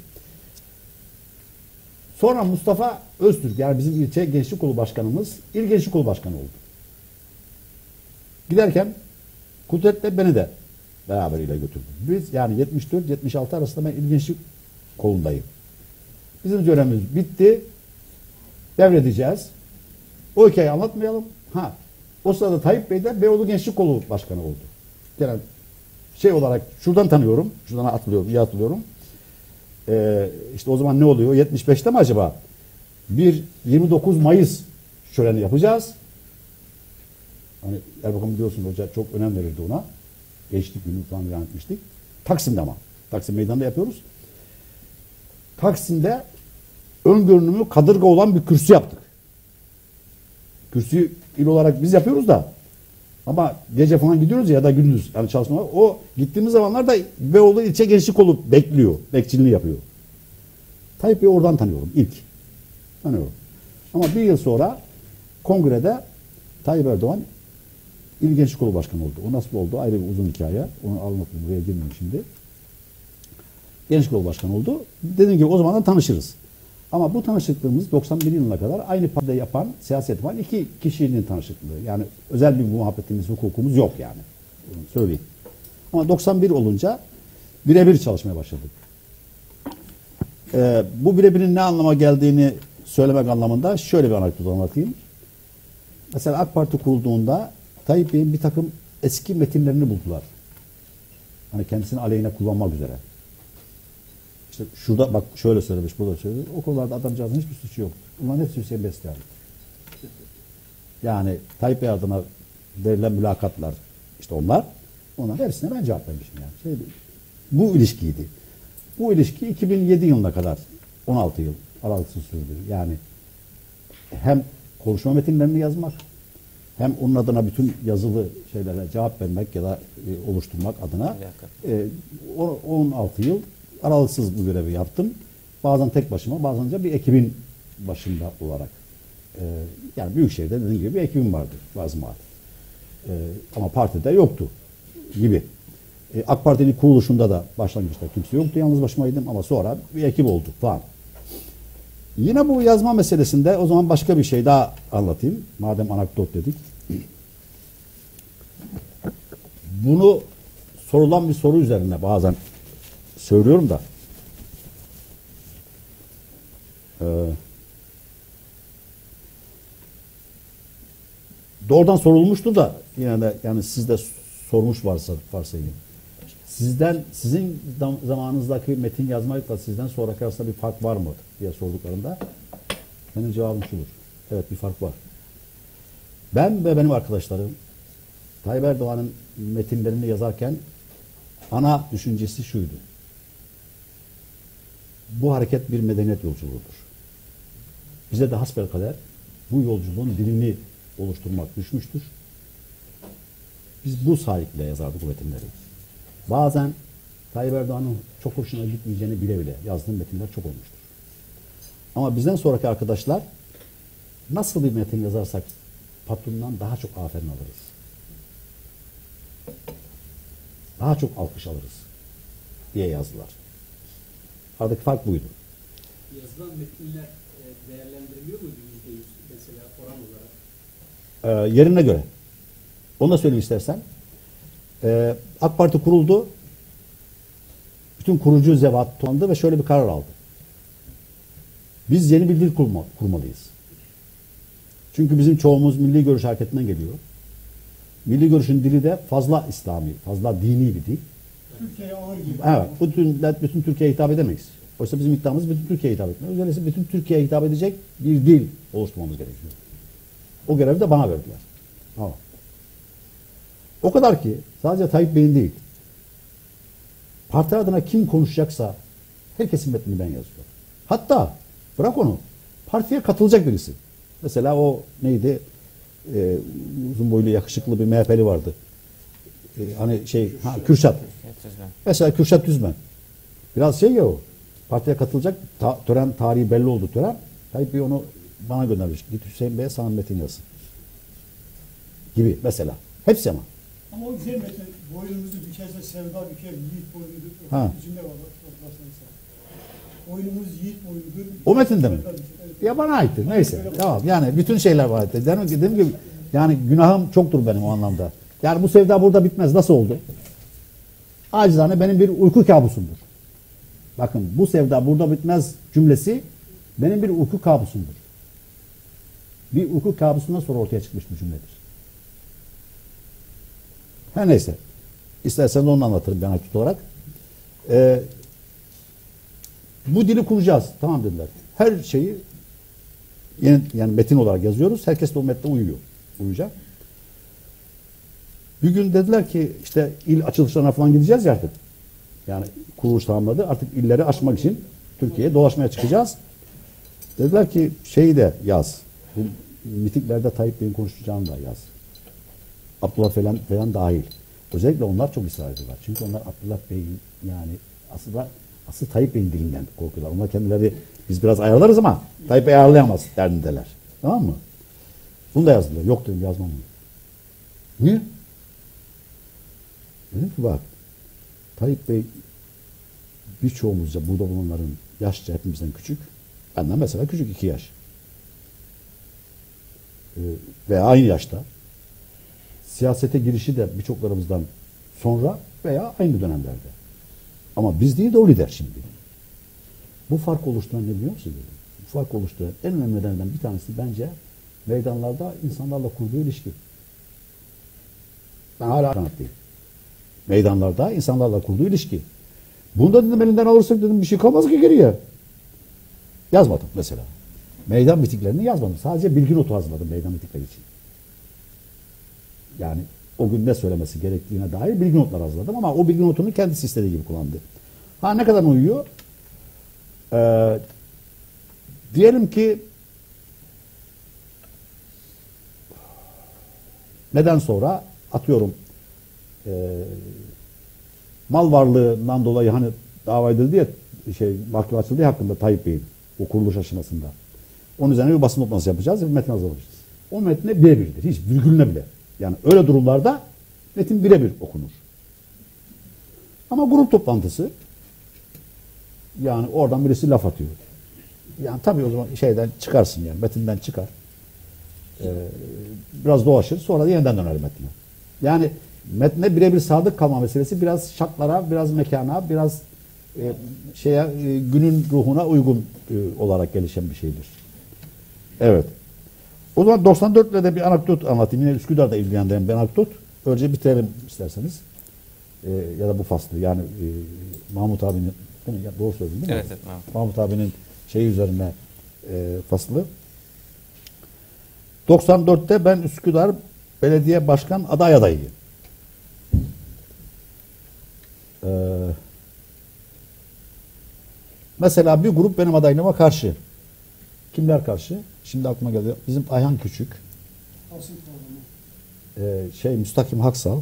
Sonra Mustafa Öztürk, yani bizim ilçe gençlik kolu başkanımız, il gençlik kolu başkanı oldu. Giderken Kudret'le beni de beraberiyle götürdü. Biz yani 74-76 arasında ben il gençlik kolundayım. Bizim dönemimiz bitti. Devredeceğiz. O hikayeyi anlatmayalım. O sırada Tayyip Bey de Beyoğlu Gençlik Kolu Başkanı oldu. Yani olarak şuradan tanıyorum. Şuradan atlıyorum, iyi atlıyorum. İşte o zaman ne oluyor? 75'te mi acaba? 29 Mayıs şöleni yapacağız. Hani Erbakan biliyorsun, hoca çok önem verirdi ona. Gençlik günü falan ilan etmiştik. Taksim'de ama. Taksim Meydanı'nda yapıyoruz. Taksim'de ön görünümü kadırga olan bir kürsü yaptık. Kürsüyü il olarak biz yapıyoruz da ama gece falan gidiyoruz ya da gündüz, yani çalışma. O gittiğimiz zamanlarda Beyoğlu ilçe gençlik kolu bekliyor. Bekçiliğini yapıyor. Tayyip Bey'i oradan tanıyorum ilk. Tanıyorum. Ama bir yıl sonra kongrede Tayyip Erdoğan il gençlik kolu başkanı oldu. O nasıl oldu? Ayrı bir uzun hikaye. Onu anlatmayayım. Buraya girmeyeyim şimdi. Gençlik kolu başkanı oldu. Dediğim gibi o zamandan tanışırız. Ama bu tanışıklığımız 91 yılına kadar aynı partide yapan, siyaset yapan iki kişinin tanışıklığı. Yani özel bir muhabbetimiz, hukukumuz yok yani. Bunu söyleyeyim. Ama 91 olunca birebir çalışmaya başladık. Bu birebirin ne anlama geldiğini söylemek anlamında şöyle bir anekdot anlatayım. Mesela AK Parti kurulduğunda Tayyip Bey'in bir takım eski metinlerini buldular. Hani kendisini aleyhine kullanmak üzere. İşte şurada bak şöyle söylemiş, burada söylemiş. O konularda adamcağızın hiçbir suçu yok. Bunların hepsi Hüseyin Besli abi. Yani Tayyip Bey adına verilen mülakatlar, işte onların hepsine ben cevap vermişim yani. Bu ilişkiydi. Bu ilişki 2007 yılına kadar 16 yıl aralıksız sürdü. Yani hem konuşma metinlerini yazmak, hem onun adına bütün yazılı şeylere cevap vermek ya da oluşturmak adına 16 yıl aralıksız bu görevi yaptım. Bazen tek başıma, bazen de bir ekibin başında olarak. Yani Büyükşehir'de dediğim gibi bir ekibim vardı bazı mağdur. Ama partide yoktu gibi. AK Parti'nin kuruluşunda da başlangıçta kimse yoktu. Yalnız başımaydım ama sonra bir ekip olduk falan. Yine bu yazma meselesinde o zaman başka bir şey daha anlatayım. Madem anekdot dedik. Bunu sorulan bir soru üzerine bazen söylüyorum da doğrudan sorulmuştur da yine de yani siz de sormuş varsayın. Sizin zamanınızdaki metin yazmakla sizden sonraki arasında bir fark var mı diye sorduklarında benim cevabım şudur. Evet, bir fark var. Ben ve benim arkadaşlarım Tayyip Erdoğan'ın metinlerini yazarken ana düşüncesi şuydu. Bu hareket bir medeniyet yolculuğudur. Bize de hasbelkader bu yolculuğun dilini oluşturmak düşmüştür. Biz bu sahiple yazardık bu metinleri. Bazen Tayyip Erdoğan'ın çok hoşuna gitmeyeceğini bile bile yazdığım metinler çok olmuştur. Ama bizden sonraki arkadaşlar nasıl bir metin yazarsak patronundan daha çok aferin alırız. Daha çok alkış alırız diye yazdılar. Aradaki fark buydu. Yazılan metinler değerlendiriliyor muydu %100 mesela oran olarak? Yerine göre. Onu da söyleyeyim istersen. AK Parti kuruldu. Bütün kurucu zevat toplandı ve şöyle bir karar aldı. Biz yeni bir dil kurmalıyız. Çünkü bizim çoğumuz Milli Görüş Hareketi'nden geliyor. Milli Görüş'ün dili de fazla İslami, fazla dini bir dil. Türkiye'ye ağır gibi. Evet, bütün Türkiye'ye hitap edemeyiz. Oysa bizim iddiamız bütün Türkiye'ye hitap etmek. Öyleyse bütün Türkiye'ye hitap edecek bir dil oluşturmamız gerekiyor. O görevi de bana verdiler. Tamam. O kadar ki sadece Tayyip Bey'in değil. Parti adına kim konuşacaksa herkesin metnini ben yazıyorum. Hatta bırak onu. Partiye katılacak birisi. Mesela o neydi? Uzun boylu yakışıklı bir MHP'li vardı. Kürşat. Mesela Kürşat Düzmen. Biraz ya o. Partiye katılacak. Tören tarihi belli oldu tören. Tayyip Bey onu bana göndermiş. Git Hüseyin Bey'e sana metin yazsın. Gibi mesela. Hepsi ama. Ama o güzel metin, boynumuzu bükerse sevda büker, yiğit boynudur. Ha. Bir cümle var. Boynumuz yiğit boynudur. O metinde mi? Evet. Ya bana aittir. Neyse. Tamam. Yani bütün şeyler bana aittir. Dediğim gibi yani günahım çoktur benim o anlamda. Yani bu sevda burada bitmez. Nasıl oldu? Acizane benim bir uyku kabusumdur. Bakın bu sevda burada bitmez cümlesi benim bir uyku kabusumdur. Bir uyku kabusundan sonra ortaya çıkmış bir cümledir. Her neyse. İsterseniz onu anlatırım ben aktif olarak. Bu dili kuracağız. Tamam dediler. Her şeyi yani metin olarak yazıyoruz. Herkes de o metne uyuyacak. Bir gün dediler ki işte il açılışlarına falan gideceğiz ya artık. Yani kuruluş tamamladı. Artık illeri aşmak için Türkiye'ye dolaşmaya çıkacağız. Dediler ki şeyi de yaz. Bu mitiklerde Tayyip Bey'in konuşacağını da yaz. Abdullah falan dahil. Özellikle onlar çok ısrar ediyorlar. Çünkü onlar Abdullah Bey'in yani asıl Tayyip Bey'in dilinden korkuyorlar. Onlar kendileri biz biraz ayarlarız ama Tayyip Bey ayarlayamaz derdindeler. Tamam mı? Bunu da yazdılar. Yok dedim yazmam bunu. Niye? Dedim ki bak Tayyip Bey birçoğumuzca burada bulunanların yaşça hepimizden küçük. Benden mesela küçük 2 yaş. Veya aynı yaşta. Siyasete girişi de birçoklarımızdan sonra veya aynı dönemlerde. Ama biz değil de o lider şimdi. Bu fark oluşturan ne biliyor musunuz? Bu fark oluşturan en önemli nedenlerden bir tanesi bence meydanlarda insanlarla kurduğu ilişki. Ben hala kanatlıyım. Meydanlarda insanlarla kurduğu ilişki. Bunu da dedim elinden alırsak dedim bir şey kalmaz ki geriye. Yazmadım mesela. Meydan mitiklerini yazmadım. Sadece bilgi notu hazırladım meydan mitikleri için. Yani o gün ne söylemesi gerektiğine dair bilgi notları hazırladım ama o bilgi notunu kendisi istediği gibi kullandı. Ha ne kadar uyuyor? Diyelim ki neden sonra atıyorum mal varlığından dolayı hani dava edildi ya mahkeme açıldı ya hakkında Tayyip Bey'in o kuruluş aşamasında. Onun üzerine bir basın toplantısı yapacağız ve bir metin hazırlayacağız. O metne birebirdir. Hiç virgülüne bile. Yani öyle durumlarda metin birebir okunur. Ama grup toplantısı yani oradan birisi laf atıyor. Yani tabii o zaman şeyden çıkarsın yani metinden çıkar. Biraz dolaşır sonra da yeniden döner metne. Yani metne birebir sadık kalma meselesi biraz şartlara, biraz mekana, biraz günün ruhuna uygun olarak gelişen bir şeydir. Evet. O zaman 94'le de bir anekdot anlatayım. Yine Üsküdar'da ilgilendiren bir anekdot. Önce bitirelim isterseniz. Ya da bu faslı. Yani Mahmut abinin ya doğru söyledim değil mi? Evet, Mahmut abinin şeyi üzerine faslı. 94'te ben Üsküdar Belediye Başkan aday adayıyım. Mesela bir grup benim adaylığıma karşı. Kimler karşı? Şimdi aklıma geldi. Bizim Ayhan Küçük. Müstakim Haksal.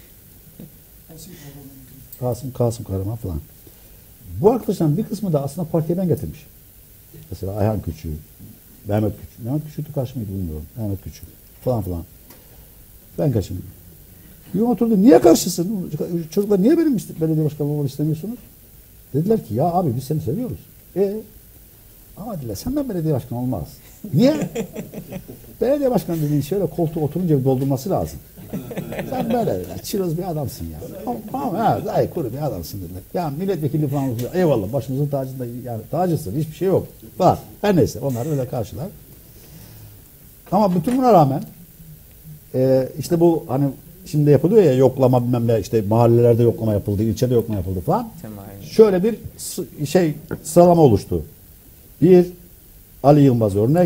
Kasım Kahraman falan. Bu arkadaşların bir kısmı da aslında partiye ben getirmiş. Mesela Ayhan Küçük, Mehmet Küçük. Mehmet Küçük'tü karşı mıydı bilmiyorum. Mehmet Küçük falan filan. Ben kaçım. Bir oturdu. Niye karşısın? Çocuklar niye benim belediye başkanı olmak istemiyorsunuz? Dediler ki ya abi biz seni seviyoruz. Ama dediler senden belediye başkanı olmaz. Niye? Belediye başkanı dediğin şöyle koltuğa oturunca bir doldurması lazım. Sen böyle çırız bir adamsın ya. Tamam ha, zayıf kuru bir adamsın dediler. Ya milletvekili falan olsun. Eyvallah başımızın tacında yani tacısın hiçbir şey yok. Var. Her neyse onlar öyle karşılar. Ama bütün buna rağmen işte bu hani şimdi yapılıyor ya yoklama bilmem ne işte mahallelerde yoklama yapıldı, ilçede yoklama yapıldı falan. Şöyle bir sıralama oluştu. 1 Ali Yılmaz örnek,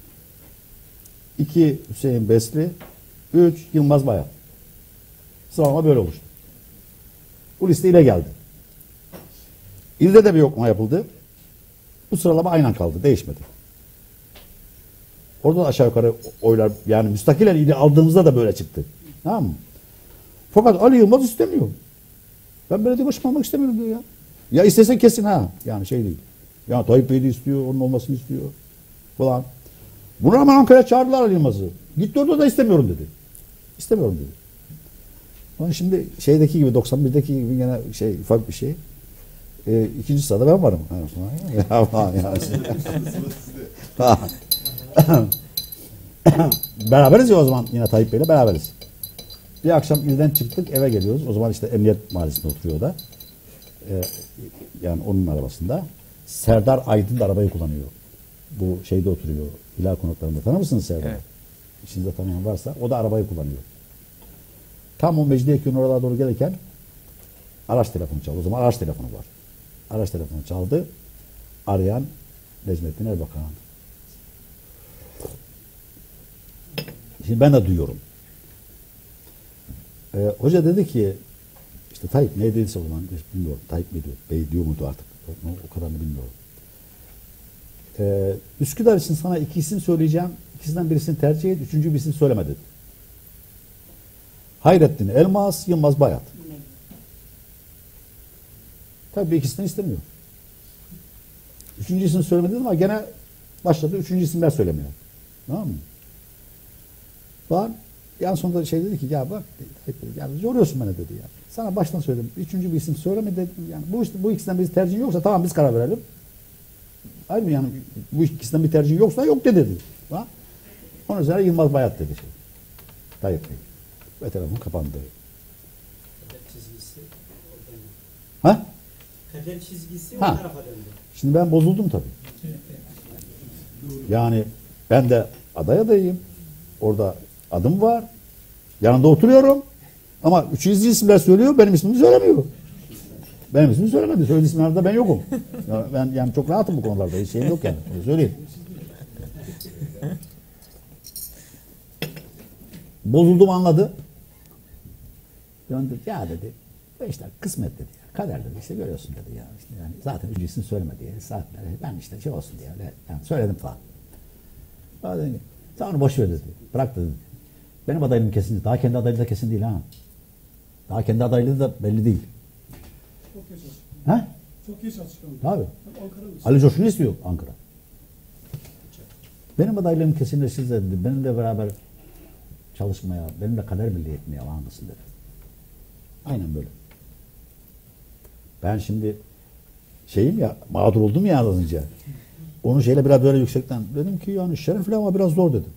2 Hüseyin Besli, 3 Yılmaz Bayat. Sıralama böyle oluştu. Bu liste ile geldi. İlde de bir yoklama yapıldı. Bu sıralama aynen kaldı, değişmedi. Orada da aşağı yukarı oylar yani müstakilen ili aldığımızda da böyle çıktı. Tamam mı? Fakat Ali Yılmaz istemiyor. Ben belediye başkanı olmak istemiyorum diyor ya. Ya istesen kesin ha. Yani şey değil. Ya Tayyip Bey de istiyor, onun olmasını istiyor falan. Buna rağmen Ankara'ya çağırdılar Ali Yılmaz'ı. Gitti orada da istemiyorum dedi. İstemiyorum dedi. Ama şimdi şeydeki gibi 91'deki gibi yine şey ufak bir şey. İkinci sırada ben varım. Beraberiz ya o zaman yine Tayyip Bey'le beraberiz. Bir akşam ilden çıktık eve geliyoruz. O zaman işte Emniyet Mahallesi'nde oturuyor o da. Yani onun arabasında. Serdar Aydın da arabayı kullanıyor. Bu şeyde oturuyor. Hilal Konakları'nda. Tanır mısınız Serdar? Evet. İçinizde tanıyan varsa o da arabayı kullanıyor. Tam o Mecidiyeköy'ün oralara doğru gelirken araç telefonu çaldı. O zaman araç telefonu var. Araç telefonu çaldı. Arayan Necmettin Erbakan. Şimdi ben de duyuyorum. Hoca dedi ki işte Tayyip ne dediyse o zaman bilmiyorum. Tayyip mi diyor? Bey diyor muydu artık? O kadarını bilmiyorum. Üsküdar için sana 2 isim söyleyeceğim. İkisinden birisini tercih et. 3. bir isim söyleme dedi. Hayrettin Elmas, Yılmaz Bayat. Tabii ikisinden istemiyor. 3. isim söylemedi ama gene başladı 3. isimler söylemeye. Tamam mı? Falan. Yani sonunda şey dedi ki ya bak yani yoruyorsun beni dedi ya. Sana baştan söyledim. 3. bir isim söyleme dedim. Yani bu ikisinden bir tercihin yoksa tamam biz karar verelim. Hayır mı yani bu ikisinden bir tercihin yoksa yok de dedi. Ha? Onun üzerine Yılmaz Bayat dedi şey. Tayyip Bey. Ve telefon kapandı. Kader çizgisi Ha? Kader çizgisi o Ha. tarafa döndü. Şimdi ben bozuldum tabii. Yani ben de aday adayım. Orada adım var. Yanında oturuyorum. Ama 3. isimler söylüyor. Benim ismimi söylemiyor. Benim ismimi söylemedi. Söylediği isimlerde ben yokum. Ben yani çok rahatım bu konularda. Hiç şeyim yok yani. Öyle söyleyeyim. Bozuldum anladı. Döndü. Ya dedi. İşte kısmet dedi. Ya. Kader dedi. İşte görüyorsun dedi. Ya. İşte yani zaten 3. isim söylemedi. Yani saatler. Ben işte şey olsun diye öyle yani söyledim falan. Sonra dedi ki sen onu boş ver dedi. Bırak dedi. Benim adaylığım kesin. Daha kendi adaylığı da kesin değil ha. Daha kendi adaylığı da belli değil. Çok geç açıklandı. Ha? Çok geç açıklandı. Tabii. Ankara mısın? Ali Coşkun'u istiyor Ankara. Benim adaylığım kesinleşti dedi. Benimle beraber çalışmaya, benimle kader birliği etmeye var mısın dedi. Aynen böyle. Ben şimdi şeyim ya, mağdur oldum ya az önce. Onun şeyle biraz böyle yüksekten. Dedim ki yani şerefli ama biraz zor dedim.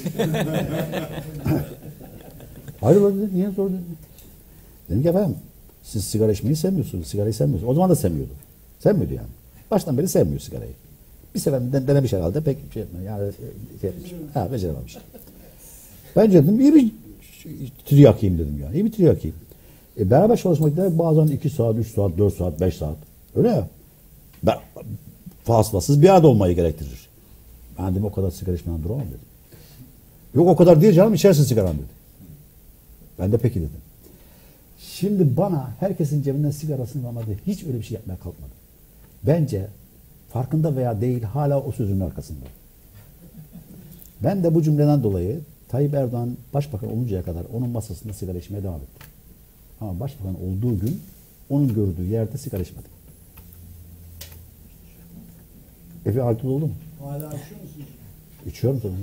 Hayır dedi, niye zor dedim. Dedim ki efendim, siz sigara içmeyi sevmiyorsunuz, sigarayı sevmiyorsunuz. O zaman da sevmiyordu. Sevmiyordu yani. Baştan beri sevmiyor sigarayı. Bir sefer denemiş herhalde, pek şey etmiyor. Yani şey etmiş. Ha, becerememiş. Ben dedim, iyi bir tiryakiyim dedim yani. İyi bir tiryakiyim. Beraber çalışmak demek bazen 2 saat, 3 saat, 4 saat, 5 saat. Öyle ya. Faslasız bir arada olmayı gerektirir. Ben dedim o kadar sigara içmeden duramam dedim. Yok o kadar değil canım içersin sigaran dedi. Ben de peki dedim. Şimdi bana herkesin cebinden sigarasını almadı. Hiç öyle bir şey yapmaya kalkmadı. Bence farkında veya değil hala o sözün arkasında. Ben de bu cümleden dolayı Tayyip Erdoğan başbakan oluncaya kadar onun masasında sigara içmeye devam ettim. Ama başbakan olduğu gün onun gördüğü yerde sigara içmedim. Efe haklı oldu mu? Hala açıyor musunuz? İçiyorum tabii.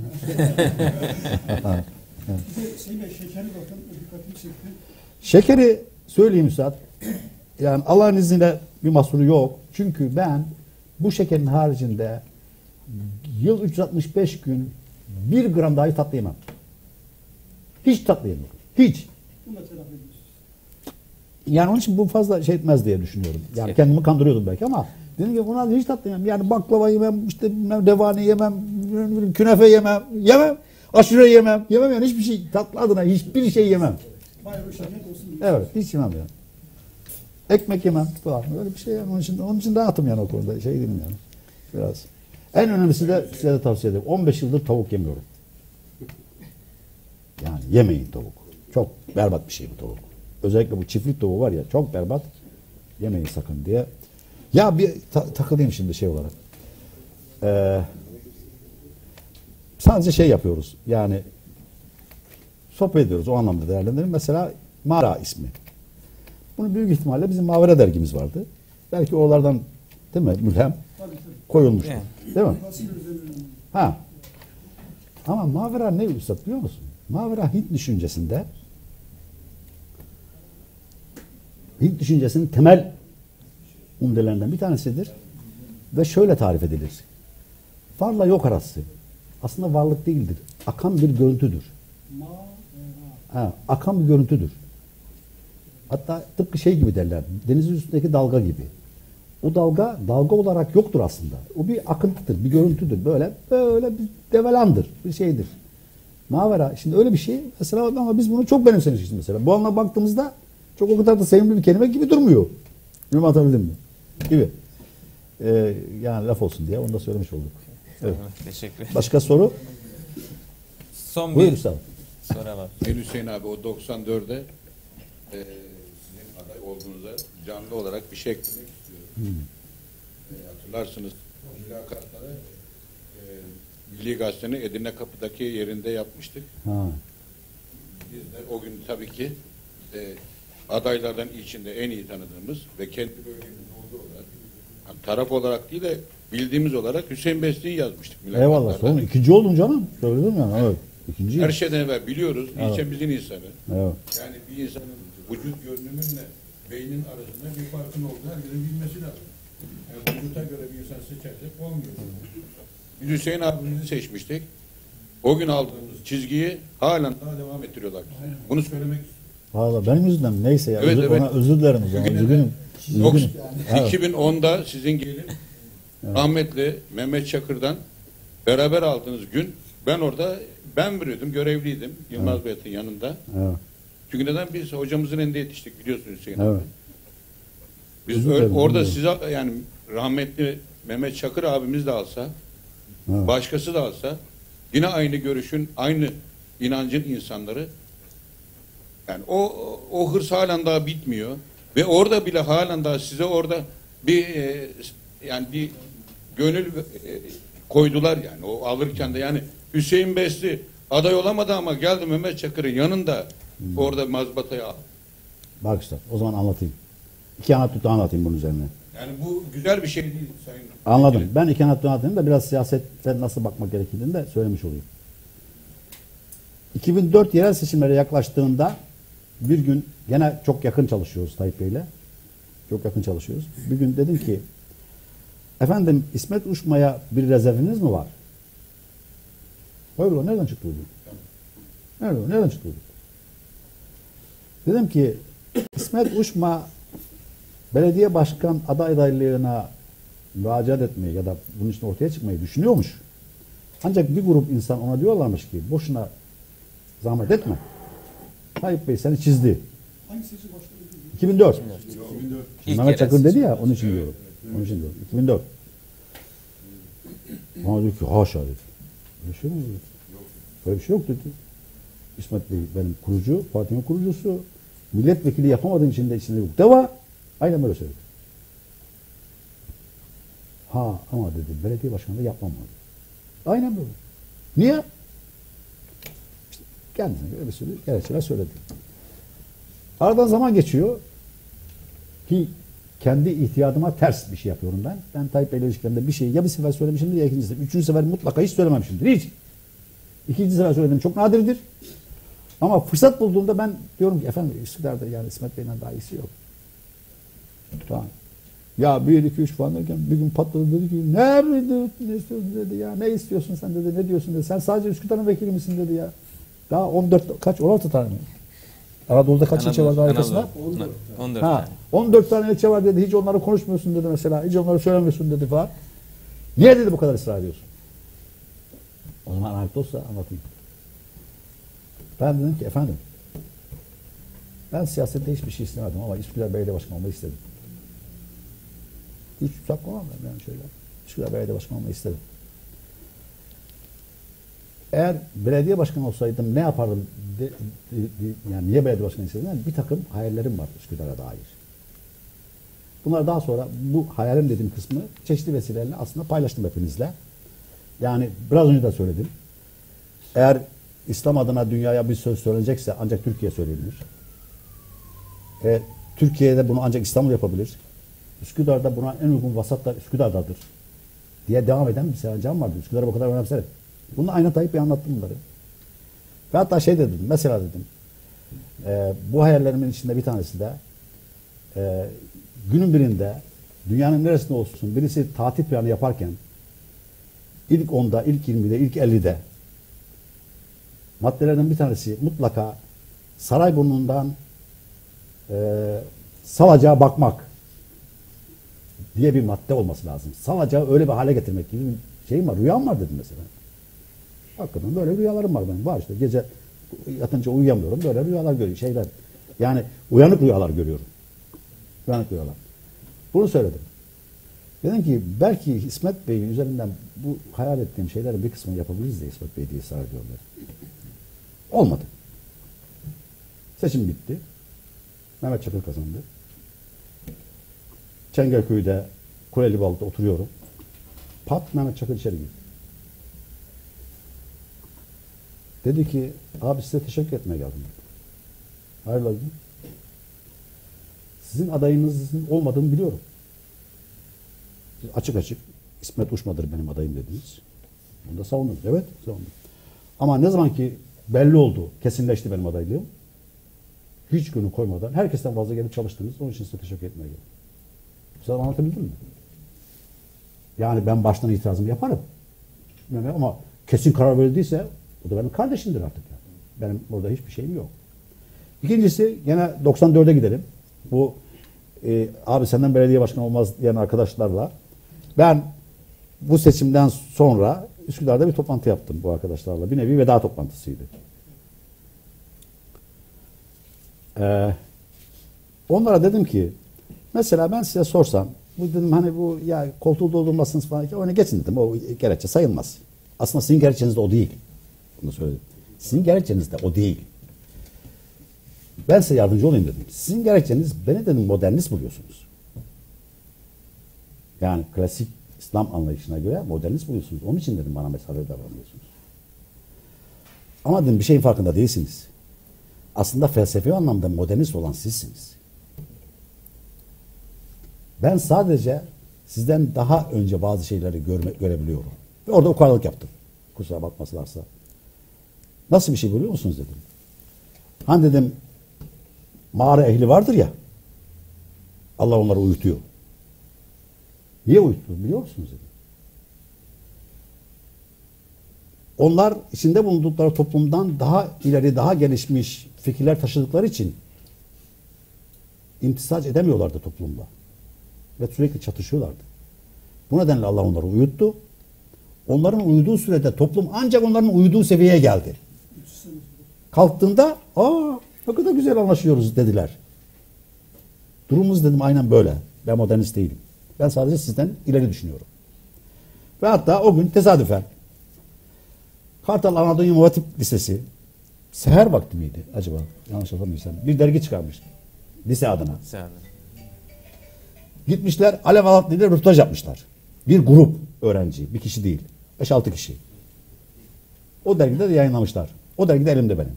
Bir de Sayın Bey şekeri bakın dikkatimi çekti. Şekeri söyleyeyim Üstad. Yani Allah'ın izniyle bir mahsuru yok. Çünkü ben bu şekerin haricinde yıl 365 gün 1 gram dahi tatlı yemem. Hiç tatlı yemiyorum. Hiç. Yani onun için bu fazla şey etmez diye düşünüyorum. Yani kendimi kandırıyordum belki ama dedim ki buna hiç tatlı yemem. Yani baklava yemem, işte bilmem revani yemem, künefe yemem, aşure yemem. Yemem yani hiçbir şey, tatlı adına hiçbir şey yemem. Evet, hiç yemem yani. Ekmek yemem falan. Öyle bir şey yani. Onun için rahatım yani o konuda. Şey diyeyim yani. Biraz. En önemlisi de size de tavsiye ederim. 15 yıldır tavuk yemiyorum. Yani yemeyin tavuk. Çok berbat bir şey bu tavuk. Özellikle bu çiftlik tavuğu var ya çok berbat. Yemeyin sakın diye. Ya bir takılayım şimdi şey olarak. Sadece şey yapıyoruz. Yani sohbet ediyoruz. O anlamda değerlendirelim. Mesela Mağara ismi. Bunu büyük ihtimalle bizim Mavera dergimiz vardı. Belki oralardan değil mi mülhem koyulmuştu. Değil mi? Ha. Ama Mavera ne üstad biliyor musun? Mavera Hint düşüncesinin temel umdelerinden bir tanesidir. Ve şöyle tarif edilir. Varla yok arası. Aslında varlık değildir. Akan bir görüntüdür. Ha, akan bir görüntüdür. Hatta tıpkı şey gibi derler. Denizin üstündeki dalga gibi. O dalga olarak yoktur aslında. O bir akıntıdır, bir görüntüdür. Böyle bir develandır, bir şeydir. Mavera. Şimdi öyle bir şey. Mesela ama biz bunu çok benimsemişiz mesela. Bu anlamda baktığımızda çok o kadar da sevimli bir kelime gibi durmuyor. Bilmem atabildim mi? Gibi. Yani laf olsun diye onu da söylemiş olduk. Evet. Teşekkür ederim. Başka soru? Son Buyur bir Üstad. soru var. Hüseyin abi o 94'e sizin aday olduğunuza canlı olarak bir şey eklemek istiyorum. Hatırlarsınız mülakatları Milli Gazete'nin Edirne Kapı'daki yerinde yapmıştık. Ha. Biz de o gün tabii ki adaylardan içinde en iyi tanıdığımız ve kendi bölgemizde olduğu olarak yani taraf olarak değil de bildiğimiz olarak Hüseyin Besli'yi yazmıştık mülakatlarda. Eyvallah. Sonra ikinci oldum canım. Söyledim yani. Evet. İkinci. Her şeyden evvel biliyoruz ilçemizin insanı. Evet. Yani bir insanın vücut görünümünle beynin arasında bir farkın olduğunu herkesin bilmesi lazım. Yani vücuta göre bir insan seçersek olmuyor. Biz Hüseyin abimizi seçmiştik. O gün aldığımız çizgiyi halen daha devam ettiriyorlar bize. Bunu söylemek istiyorum. Valla benim yüzümden neyse ya. Evet, evet. Ona özür dilerim. O zaman. Üzgünüm. Evet. 2010'da sizin gelin rahmetli Mehmet Çakır'dan beraber aldığınız gün ben veriyordum, görevliydim Yılmaz Beyat'ın yanında. Evet. Çünkü neden biz hocamızın elinde yetiştik biliyorsunuz Hüseyin Evet. abi. Biz Özür dilerim, orada özür size yani rahmetli Mehmet Çakır abimiz de alsa, Evet. başkası da alsa yine aynı görüşün, aynı inancın insanları yani o hırs halen daha bitmiyor ve orada bile halen daha size orada bir yani bir gönül koydular yani o alırken de yani Hüseyin Besli aday olamadı ama geldi Mehmet Çakır'ın yanında orada mazbatayı aldı. Bak işte o zaman anlatayım. İki anekdot anlatayım bunun üzerine. Yani bu güzel bir şey değil sayın. Anladım. Ben iki anekdot anlatayım da biraz siyasete nasıl bakmak gerektiğini de söylemiş olayım. 2004 yerel seçimlere yaklaştığında bir gün gene çok yakın çalışıyoruz Tayyip Bey'le. Çok yakın çalışıyoruz. Bir gün dedim ki efendim İsmet Uşma'ya bir rezerviniz mi var? Hayır, nereden çıktı bu? Nereden çıktı bu? Dedim ki İsmet Uşma belediye başkan adaylığına müracaat etmeyi ya da bunun için ortaya çıkmayı düşünüyormuş. Ancak bir grup insan ona diyorlarmış ki boşuna zahmet etme. Tayyip Bey seni çizdi. Hangi seçim başladı? 2004. İlk Mehmet Çakır yerel dedi ya onun için diyorum. Onun için diyorum. 2004. Bana diyor ki haşa dedi. Öyle şey mi dedi? Böyle bir şey yok dedi. İsmet Bey benim kurucu, partimin kurucusu. Milletvekili yapamadığım için de içinde yok. Deva. Aynen böyle söyledi. Ha ama dedi belediye başkanı da yapmam dedi. Aynen böyle. Niye? İşte kendisine göre bir sürü gerekçeler söyledi. Aradan zaman geçiyor ki kendi ihtiyadıma ters bir şey yapıyorum ben. Ben Tayyip Bey'le ilişkilerimde bir şeyi ya bir sefer söylemişimdir ya ikinci sefer. Üçüncü sefer mutlaka hiç söylememişimdir. Hiç. İkinci sefer söylediğim çok nadirdir. Ama fırsat bulduğumda ben diyorum ki efendim Üsküdar'da yani İsmet Bey'den daha iyisi yok. Tamam. Ya 1, 2, 3 falan derken bir gün patladı, dedi ki ne istiyorsun dedi ya, ne istiyorsun sen dedi, ne diyorsun dedi, sen sadece Üsküdar'ın vekili misin dedi ya. Daha 16 tane mi? Anadolu'da kaç ilçe var harikasında? 14 Ha, tane. 14 tane ilçe var dedi, hiç onları konuşmuyorsun dedi mesela, hiç onları söylemiyorsun dedi falan. Niye dedi bu kadar ısrar ediyorsun? O zaman anekdotsa anlatayım. Ben dedim ki efendim, ben siyasette hiçbir şey istemedim ama Üsküdar Belediye Başkanı olmayı istedim. Hiç saklamam ben şöyle. Üsküdar Belediye Başkanı olmayı istedim. Eğer belediye başkanı olsaydım ne yapardım? Yani niye belediye başkanı istedim? Yani bir takım hayallerim var Üsküdar'a dair. Bunlar daha sonra bu hayalim dediğim kısmı çeşitli vesilelerle aslında paylaştım hepinizle. Yani biraz önce de söyledim. Eğer İslam adına dünyaya bir söz söylenecekse ancak Türkiye söyleyebilir. Türkiye'de bunu ancak İstanbul yapabilir. Üsküdar'da buna en uygun vasatlar Üsküdar'dadır diye devam eden bir seyancam vardı. Üsküdar'ı bu kadar önemserim. Bunu ayna Tayyip anlattım bunları. Ve hatta şey dedim, mesela dedim, bu hayallerimin içinde bir tanesi de günün birinde dünyanın neresinde olsun birisi tatil planı yaparken ilk 10'da, ilk 20'de, ilk 50'de maddelerden bir tanesi mutlaka Sarayburnu'ndan Salacak'a bakmak diye bir madde olması lazım. Salacak'ı öyle bir hale getirmek gibi bir şeyim var, rüyam var dedim mesela. Hakikaten böyle rüyalarım var benim. Var işte gece yatınca uyuyamıyorum. Böyle rüyalar görüyorum. Şeyler. Yani uyanık rüyalar görüyorum. Uyanık rüyalar. Bunu söyledim. Dedim ki belki İsmet Bey'in üzerinden bu hayal ettiğim şeylerin bir kısmını yapabiliriz de İsmet Bey diye ısrar ediyorlar. Olmadı. Seçim bitti. Mehmet Çakır kazandı. Çengelköy'de Kulelibalı'da oturuyorum. Pat Mehmet Çakır içeri girdi. Dedi ki abi size teşekkür etmeye geldim. Hayırlı olsun. Sizin adayınızın olmadığını biliyorum. Siz açık açık İsmet Uçmadır benim adayım dediniz. Bunu da savundunuz. Evet savundum. Ama ne zaman ki belli oldu, kesinleşti benim adaylığım. Hiç günü koymadan herkesten fazla gelip çalıştınız. Onun için size teşekkür etmeye geldim. Bu sefer anlatabildim mi? Yani ben baştan itirazımı yaparım. Yani ama kesin karar verildiyse o da benim kardeşimdir artık. Yani. Benim burada hiçbir şeyim yok. İkincisi gene 94'e gidelim. Bu abi senden belediye başkanı olmaz diyen arkadaşlarla ben bu seçimden sonra Üsküdar'da bir toplantı yaptım bu arkadaşlarla. Bir nevi veda toplantısıydı. Onlara dedim ki mesela ben size sorsam bu dedim hani bu ya koltuğu doldurmasınız falan onu geçin dedim. O gerekçe sayılmaz. Aslında sizin gerekçeniz de o değil. Bunu söyledim. Sizin gerekçeniz de o değil. Ben size yardımcı olayım dedim. Sizin gerekçeniz beni dedim modernist buluyorsunuz. Yani klasik İslam anlayışına göre modernist buluyorsunuz. Onun için dedim bana mesafe davranıyorsunuz. Ama dedim bir şeyin farkında değilsiniz. Aslında felsefi anlamda modernist olan sizsiniz. Ben sadece sizden daha önce bazı şeyleri görebiliyorum. Ve orada ukalalık yaptım. Kusura bakmasınlarsa. Nasıl bir şey biliyor musunuz dedim. Hani dedim mağara ehli vardır ya. Allah onları uyutuyor. Niye uyutuyor biliyor musunuz dedim. Onlar içinde bulundukları toplumdan daha ileri, daha gelişmiş fikirler taşıdıkları için imtisac edemiyorlardı toplumda. Ve sürekli çatışıyorlardı. Bu nedenle Allah onları uyuttu. Onların uyuduğu sürede toplum ancak onların uyuduğu seviyeye geldi. Kalktığında ne kadar güzel anlaşıyoruz dediler. Durumumuz dedim aynen böyle. Ben modernist değilim. Ben sadece sizden ileri düşünüyorum. Ve hatta o gün tesadüfen Kartal Anadolu İmam Hatip Lisesi seher vakti miydi acaba? Yanlış hatırlamıyorsam. Bir dergi çıkarmış. Lise adına. Gitmişler Alev Alatlı ile röportaj yapmışlar. Bir grup öğrenci. Bir kişi değil. 5-6 kişi. O dergide de yayınlamışlar. O dergide elimde benim.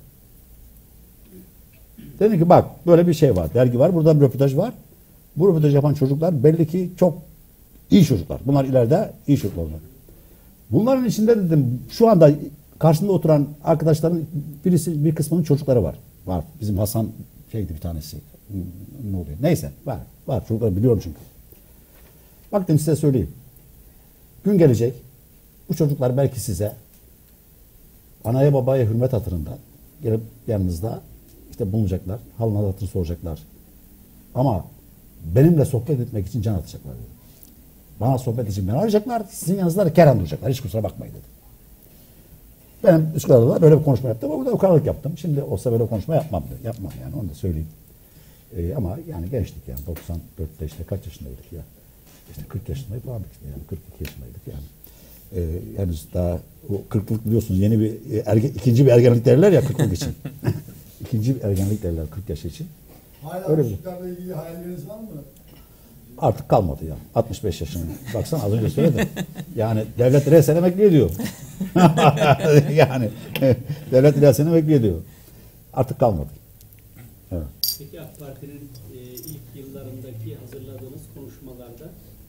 Dedim ki bak böyle bir şey var. Dergi var. Burada bir röportaj var. Bu röportaj yapan çocuklar belli ki çok iyi çocuklar. Bunlar ileride iyi çocuklar olacak. Bunların içinde dedim şu anda karşımda oturan arkadaşların bir kısmının çocukları var. Var. Bizim Hasan şeydi bir tanesi. Ne oluyor? Neyse. Var. Çocukları biliyorum çünkü. Bakın size söyleyeyim. Gün gelecek. Bu çocuklar belki size anaya babaya hürmet hatırından gelip yanınızda işte bulunacaklar. Halına hatırını soracaklar. Ama benimle sohbet etmek için can atacaklar dedi. Bana sohbet için beni arayacaklar. Sizin yanınızda Kerem duracaklar. Hiç kusura bakmayın dedi. Benim Üsküdar'da böyle bir konuşma yaptım. Orada ukalalık yaptım. Şimdi olsa böyle konuşma yapmam. Yapmam yani onu da söyleyeyim. Ama yani gençtik yani. 94'te işte kaç yaşındaydık ya. İşte 40 yaşındaydık falan işte yani. 42 yaşındaydık yani. Henüz daha o 40'lık biliyorsunuz yeni bir ikinci bir ergenlik derler ya 40'lık için. İkinci bir ergenlik derler 40 yaş için. Hala Öyle çocuklarla ilgili hayalleriniz var mı? Artık kalmadı ya. 65 yaşında. Baksana az önce söyledim. Yani devlet resmen emekli ediyor. Yani devlet resmen emekli ediyor. Artık kalmadı. Evet. Peki AK Parti'nin ilk yıllarındaki hazırladığınız konuşmalarda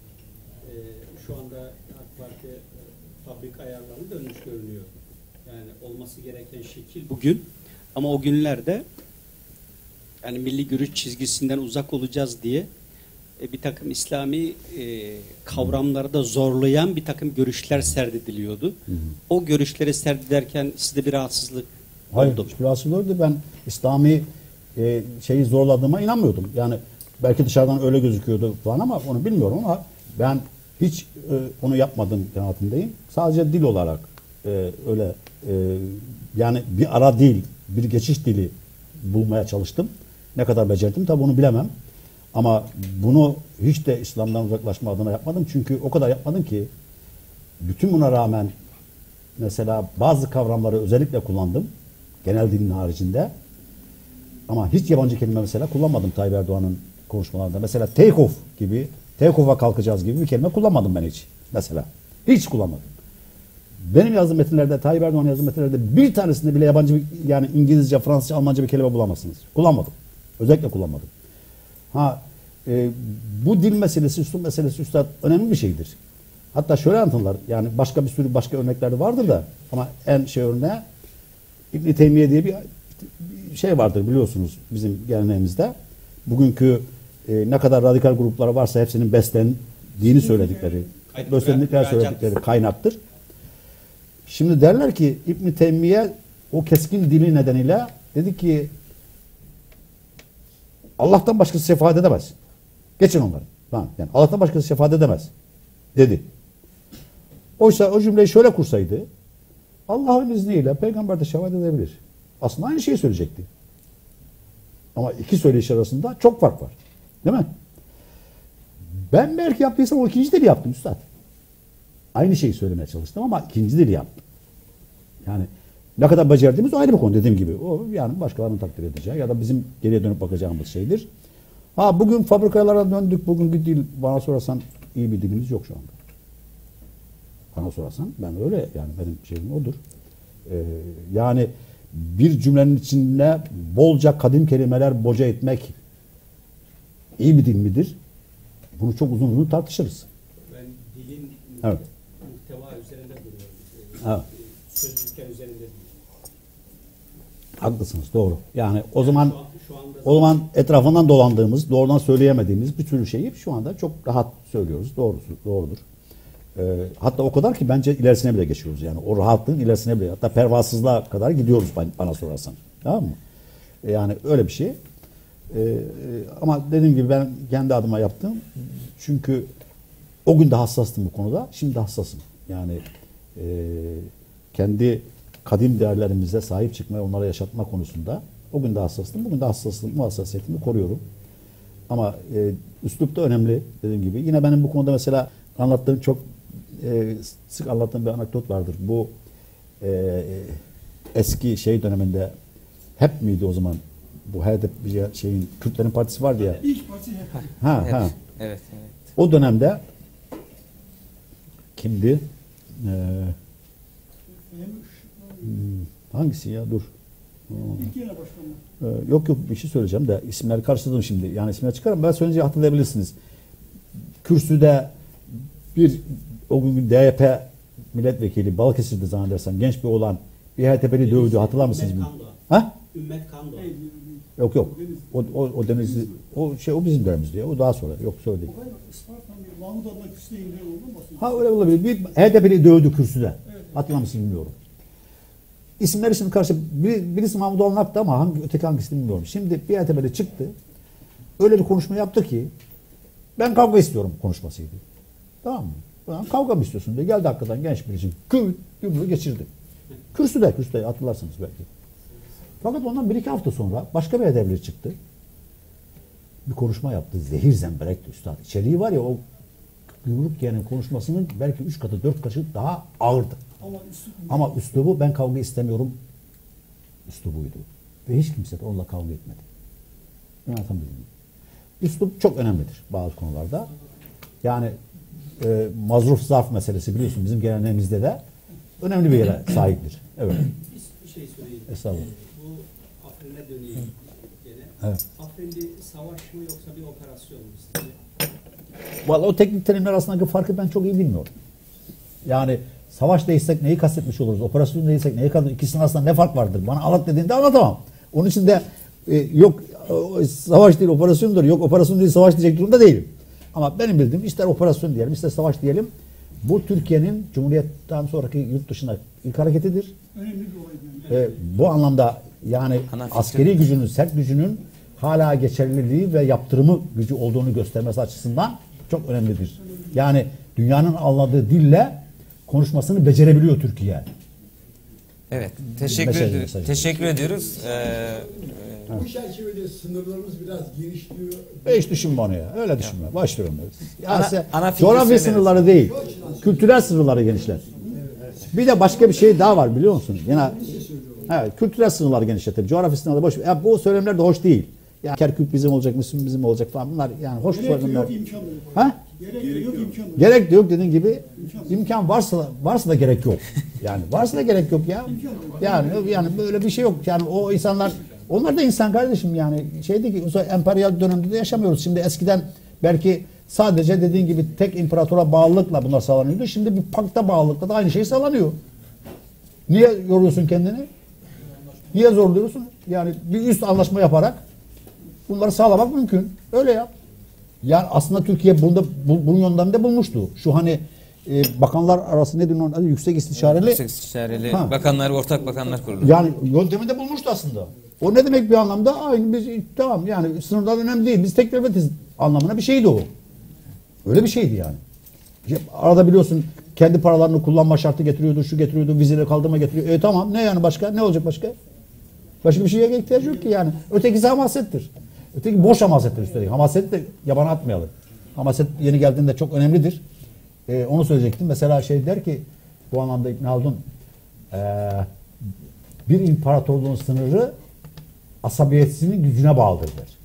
şu anda AK Parti fabrika ayarlarına dönmüş görünüyor. Yani olması gereken şekil bugün. Ama o günlerde yani milli görüş çizgisinden uzak olacağız diye bir takım İslami kavramları da zorlayan bir takım görüşler serdediliyordu. O görüşleri serdederken sizde bir rahatsızlık Hayır, oldu. hiçbir rahatsızlık oldu. Ben İslami şeyi zorladığıma inanmıyordum. Yani belki dışarıdan öyle gözüküyordu falan ama onu bilmiyorum ama ben hiç onu yapmadım kanaatindeyim. Sadece dil olarak öyle yani bir ara dil, bir geçiş dili bulmaya çalıştım. Ne kadar becerdim tabi onu bilemem. Ama bunu hiç de İslam'dan uzaklaşma adına yapmadım. Çünkü o kadar yapmadım ki bütün buna rağmen mesela bazı kavramları özellikle kullandım. Genel dilin haricinde. Ama hiç yabancı kelime mesela kullanmadım Tayyip Erdoğan'ın konuşmalarında. Mesela take off gibi, take off'a kalkacağız gibi bir kelime kullanmadım ben hiç. Mesela. Hiç kullanmadım. Benim yazdığım metinlerde, Tayyip Erdoğan'ın yazdığı metinlerde bir tanesinde bile yabancı yani İngilizce, Fransızca, Almanca bir kelime bulamazsınız. Kullanmadım. Özellikle kullanmadım. Bu dil meselesi, üslup meselesi üstad önemli bir şeydir. Hatta şöyle anlatırlar. Yani başka bir sürü başka örnekler de vardır da ama en örneği İbn-i Teymiye diye bir şey vardır biliyorsunuz bizim geleneğimizde. Bugünkü ne kadar radikal gruplar varsa hepsinin beslendiğini söyledikleri, söyledikleri kaynaktır. Şimdi derler ki İbn-i Teymiye o keskin dili nedeniyle dedi ki Allah'tan başkası şefaat edemez. Geçin onları. Tamam. Yani Allah'tan başkası şefaat edemez dedi. Oysa o cümleyi şöyle kursaydı Allah'ın izniyle peygamber de şefaat edebilir. Aslında aynı şeyi söyleyecekti. Ama iki söyleyiş arasında çok fark var. Değil mi? Ben belki yaptıysam o ikinci dili yaptım üstad. Aynı şeyi söylemeye çalıştım ama ikinci dili yaptım. Yani ne kadar becerdiğimiz ayrı bir konu dediğim gibi. O yani başkalarının takdir edeceği ya da bizim geriye dönüp bakacağımız şeydir. Bugün fabrikalara döndük. Bugünkü dil bana sorarsan iyi bir dilimiz yok şu anda. Bana sorarsan ben öyle yani benim şeyim odur. Yani bir cümlenin içinde bolca kadim kelimeler boca etmek iyi bir dil midir? Bunu çok uzun uzun tartışırız. Ben dilin evet. muhteva üzerinde duruyorum. Evet. Sözlükler üzerinde değil. Haklısınız doğru. Yani o zaman Şu anda etrafından dolandığımız, doğrudan söyleyemediğimiz bir sürü şeyi şu anda çok rahat söylüyoruz. Doğrudur. Hatta o kadar ki bence ilerisine bile geçiyoruz yani. O rahatlığın ilerisine bile. Hatta pervasızlığa kadar gidiyoruz bana sorarsan. Tamam mı? Yani öyle bir şey. Ama dediğim gibi ben kendi adıma yaptım. Çünkü o gün de hassastım bu konuda. Şimdi de hassasım. Yani kendi kadim değerlerimize sahip çıkmaya, onlara yaşatma konusunda o gün de hassastım. Bugün de hassasiyetimi koruyorum. Ama üslup da önemli dediğim gibi. Yine benim bu konuda mesela anlattığım çok sık anlattığım bir anekdot vardır. Bu eski şey döneminde hep miydi o zaman bu HDP şeyin Kürtlerin partisi vardı ya. İlk parti hep. Evet. O dönemde kimdi? Hangisi ya? Dur. İlk yine başkanlar. Yok bir şey söyleyeceğim de isimleri karıştırdım şimdi. Yani isimleri çıkarım. Ben söyleyince hatırlayabilirsiniz. Kürsüde bir o gün DYP milletvekili Balıkesir'de zannedersem genç bir olan bir HDP'li dövdü. Hatırlar mısınız? Ümmet Kandoğan. Ha? Ümmet Kandoğan. Yok. O Denizli. O bizim dönemimizdi ya. O daha sonra. Yok söyle değil. Isparta'nın bir Mahmut abla kürsüde indiren oldu mu? Ha öyle olabilir. Bir HDP'li dövdü kürsüde. Hatırlamışsın bilmiyorum. İsimleri şimdi karşı birisi Mahmut Alnak'tı ama öteki hangisini bilmiyorum. Şimdi bir HDP'li çıktı. Öyle bir konuşma yaptı ki ben kavga istiyorum konuşmasıydı. Tamam mı? Ben kavga mı istiyorsun diye geldi hakikaten genç birisi. Yumruğu geçirdi. Kürsüde hatırlarsınız belki. Fakat ondan 1-2 hafta sonra başka bir HDP'li çıktı. Bir konuşma yaptı. Zehir zemberekti üstad. İçeriği var ya o yumruk yiyenin konuşmasının belki 3 katı 4 katı daha ağırdı. Ama üslubu ben kavga istemiyorum üslubuydu. Ve hiç kimse de onunla kavga etmedi. Anlatabildim mi? Üslup çok önemlidir bazı konularda. Yani mazruf zarf meselesi biliyorsun bizim geleneğimizde de önemli bir yere sahiptir. Evet. Bir şey söyleyeyim. Estağfurullah. Bu Afrin'e döneyim gene. Evet. Afrin bir savaş mı yoksa bir operasyon mu sizce? Vallahi o teknik terimler arasındaki farkı ben çok iyi bilmiyorum. Yani savaş değilsek neyi kastetmiş oluruz? Operasyon değilsek neyi kastetmiş? İkisinin arasında ne fark vardır? Bana anlat dediğinde anlatamam. Onun için de yok savaş değil operasyondur. Yok operasyon değil savaş diyecek durumda değilim. Ama benim bildiğim ister operasyon diyelim ister savaş diyelim. Bu Türkiye'nin Cumhuriyet'ten sonraki yurt dışına ilk hareketidir. Önemli bir olay yani. Bu anlamda yani askeri gücünün, sert gücünün hala geçerliliği ve yaptırımı gücü olduğunu göstermesi açısından çok önemlidir. Yani dünyanın anladığı dille konuşmasını becerebiliyor Türkiye. Evet. Mesajı. Teşekkür ediyoruz. Bu çerçevede sınırlarımız biraz genişliyor. Hiç düşünme onu ya. Öyle düşünme. Başlıyorum. Ana fikri Coğrafya söyleriz. sınırları değil. Kültürel sınırları genişler. Bir de başka bir şey daha var biliyor musun? Yine evet, kültürel sınırları genişletir. Coğrafya sınırları boş. Ya bu söylemler de hoş değil. Yani Kerkük bizim olacak, Müslüm bizim olacak falan. Bunlar yani hoş söylemler. Yok imkan yok. Ha? Gerek yok imkan yok. Gerek de yok dediğin gibi imkan varsa da gerek yok. Yani varsa da gerek yok ya. Yani böyle bir şey yok. Yani o insanlar onlar da insan kardeşim yani şeydi ki emperyal dönemde de yaşamıyoruz. Şimdi eskiden belki sadece dediğin gibi tek imparatora bağlılıkla bunlar sağlanıyordu. Şimdi bir pakta bağlılıkla da aynı şey sağlanıyor. Niye yoruyorsun kendini? Niye zorluyorsun? Yani bir üst anlaşma yaparak bunları sağlamak mümkün. Öyle yap. Yani aslında Türkiye bunun yönteminde bulmuştu. Şu hani bakanlar arası nedir onun adı? Yüksek istişareli. Yüksek istişareli bakanlar, ortak bakanlar kurulu. Yani yönteminde bulmuştu aslında. O ne demek bir anlamda? Aynı biz tamam yani sınırlar önemli değil. Biz tek devletiz anlamına bir şeydi o. Öyle bir şeydi yani. Arada biliyorsun kendi paralarını kullanma şartı getiriyordu, şu getiriyordu, vizeleri kaldırma getiriyor. Tamam ne yani başka? Ne olacak başka? Başka bir şeye ihtiyacı yok ki yani. Ötekisi hamasettir. Öteki boş hamasettir üstelik. Hamaset de yabana atmayalım. Hamaset yeni geldiğinde çok önemlidir. Onu söyleyecektim. Mesela şey der ki bu anlamda İbn Haldun bir imparatorluğun sınırı asabiyetinin gücüne bağlıdır der.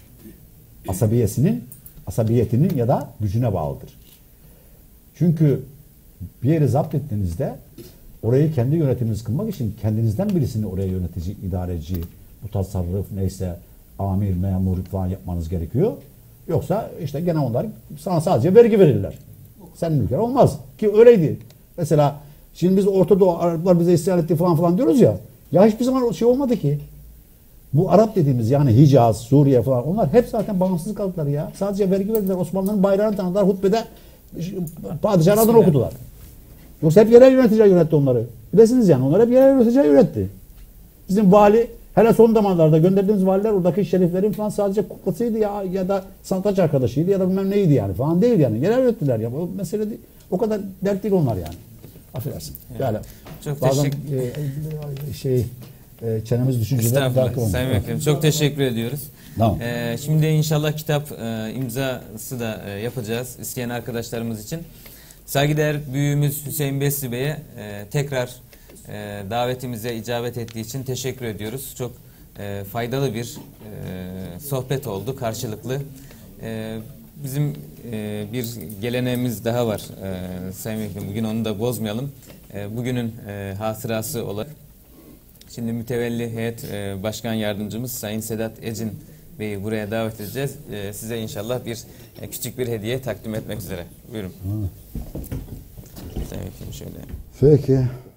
Asabiyetinin ya da gücüne bağlıdır. Çünkü bir yeri zapt ettiğinizde orayı kendi yönetiminiz kılmak için kendinizden birisini oraya yönetici, idareci, mutasarrıf neyse amir, memur falan yapmanız gerekiyor. Yoksa işte gene onlar sana sadece vergi verirler. Senin ülken olmaz. Ki öyleydi. Mesela şimdi biz Orta Doğu Araplar bize isyan etti falan diyoruz ya. Ya hiçbir zaman şey olmadı ki. Bu Arap dediğimiz yani Hicaz, Suriye falan onlar hep zaten bağımsız kaldılar ya. Sadece vergi verdiler. Osmanlı'nın bayrağını tanıdılar. Hutbede padişahın adını okudular. Yoksa hep yerel yöneticiler yönetti onları. Bilesiniz yani. Onlar hep yerel yöneticiler yönetti. Bizim vali hele son zamanlarda gönderdiğimiz valiler oradaki şeriflerin falan sadece kuklasıydı ya da sanatçı arkadaşıydı ya da bilmem neydi yani falan değil yani. Yerel yönettiler ya. O mesele değil. O kadar dert değil onlar yani. Affedersin. Yani Çok bazen teşekkür çenemiz düşünce Estağfurullah. Sayın Vekilim çok teşekkür ediyoruz. Tamam. Şimdi inşallah kitap imzası da yapacağız isteyen arkadaşlarımız için. Saygıdeğer büyüğümüz Hüseyin Besri Bey'e tekrar davetimize icabet ettiği için teşekkür ediyoruz. Çok faydalı bir sohbet oldu karşılıklı. Bizim bir geleneğimiz daha var Sayın Vekilim. Bugün onu da bozmayalım. Bugünün hatırası olarak şimdi mütevelli heyet başkan yardımcımız Sayın Sedat Ecin Bey'i buraya davet edeceğiz. Size inşallah küçük bir hediye takdim etmek üzere. Buyurun. Sayın Vekilim şöyle. Peki.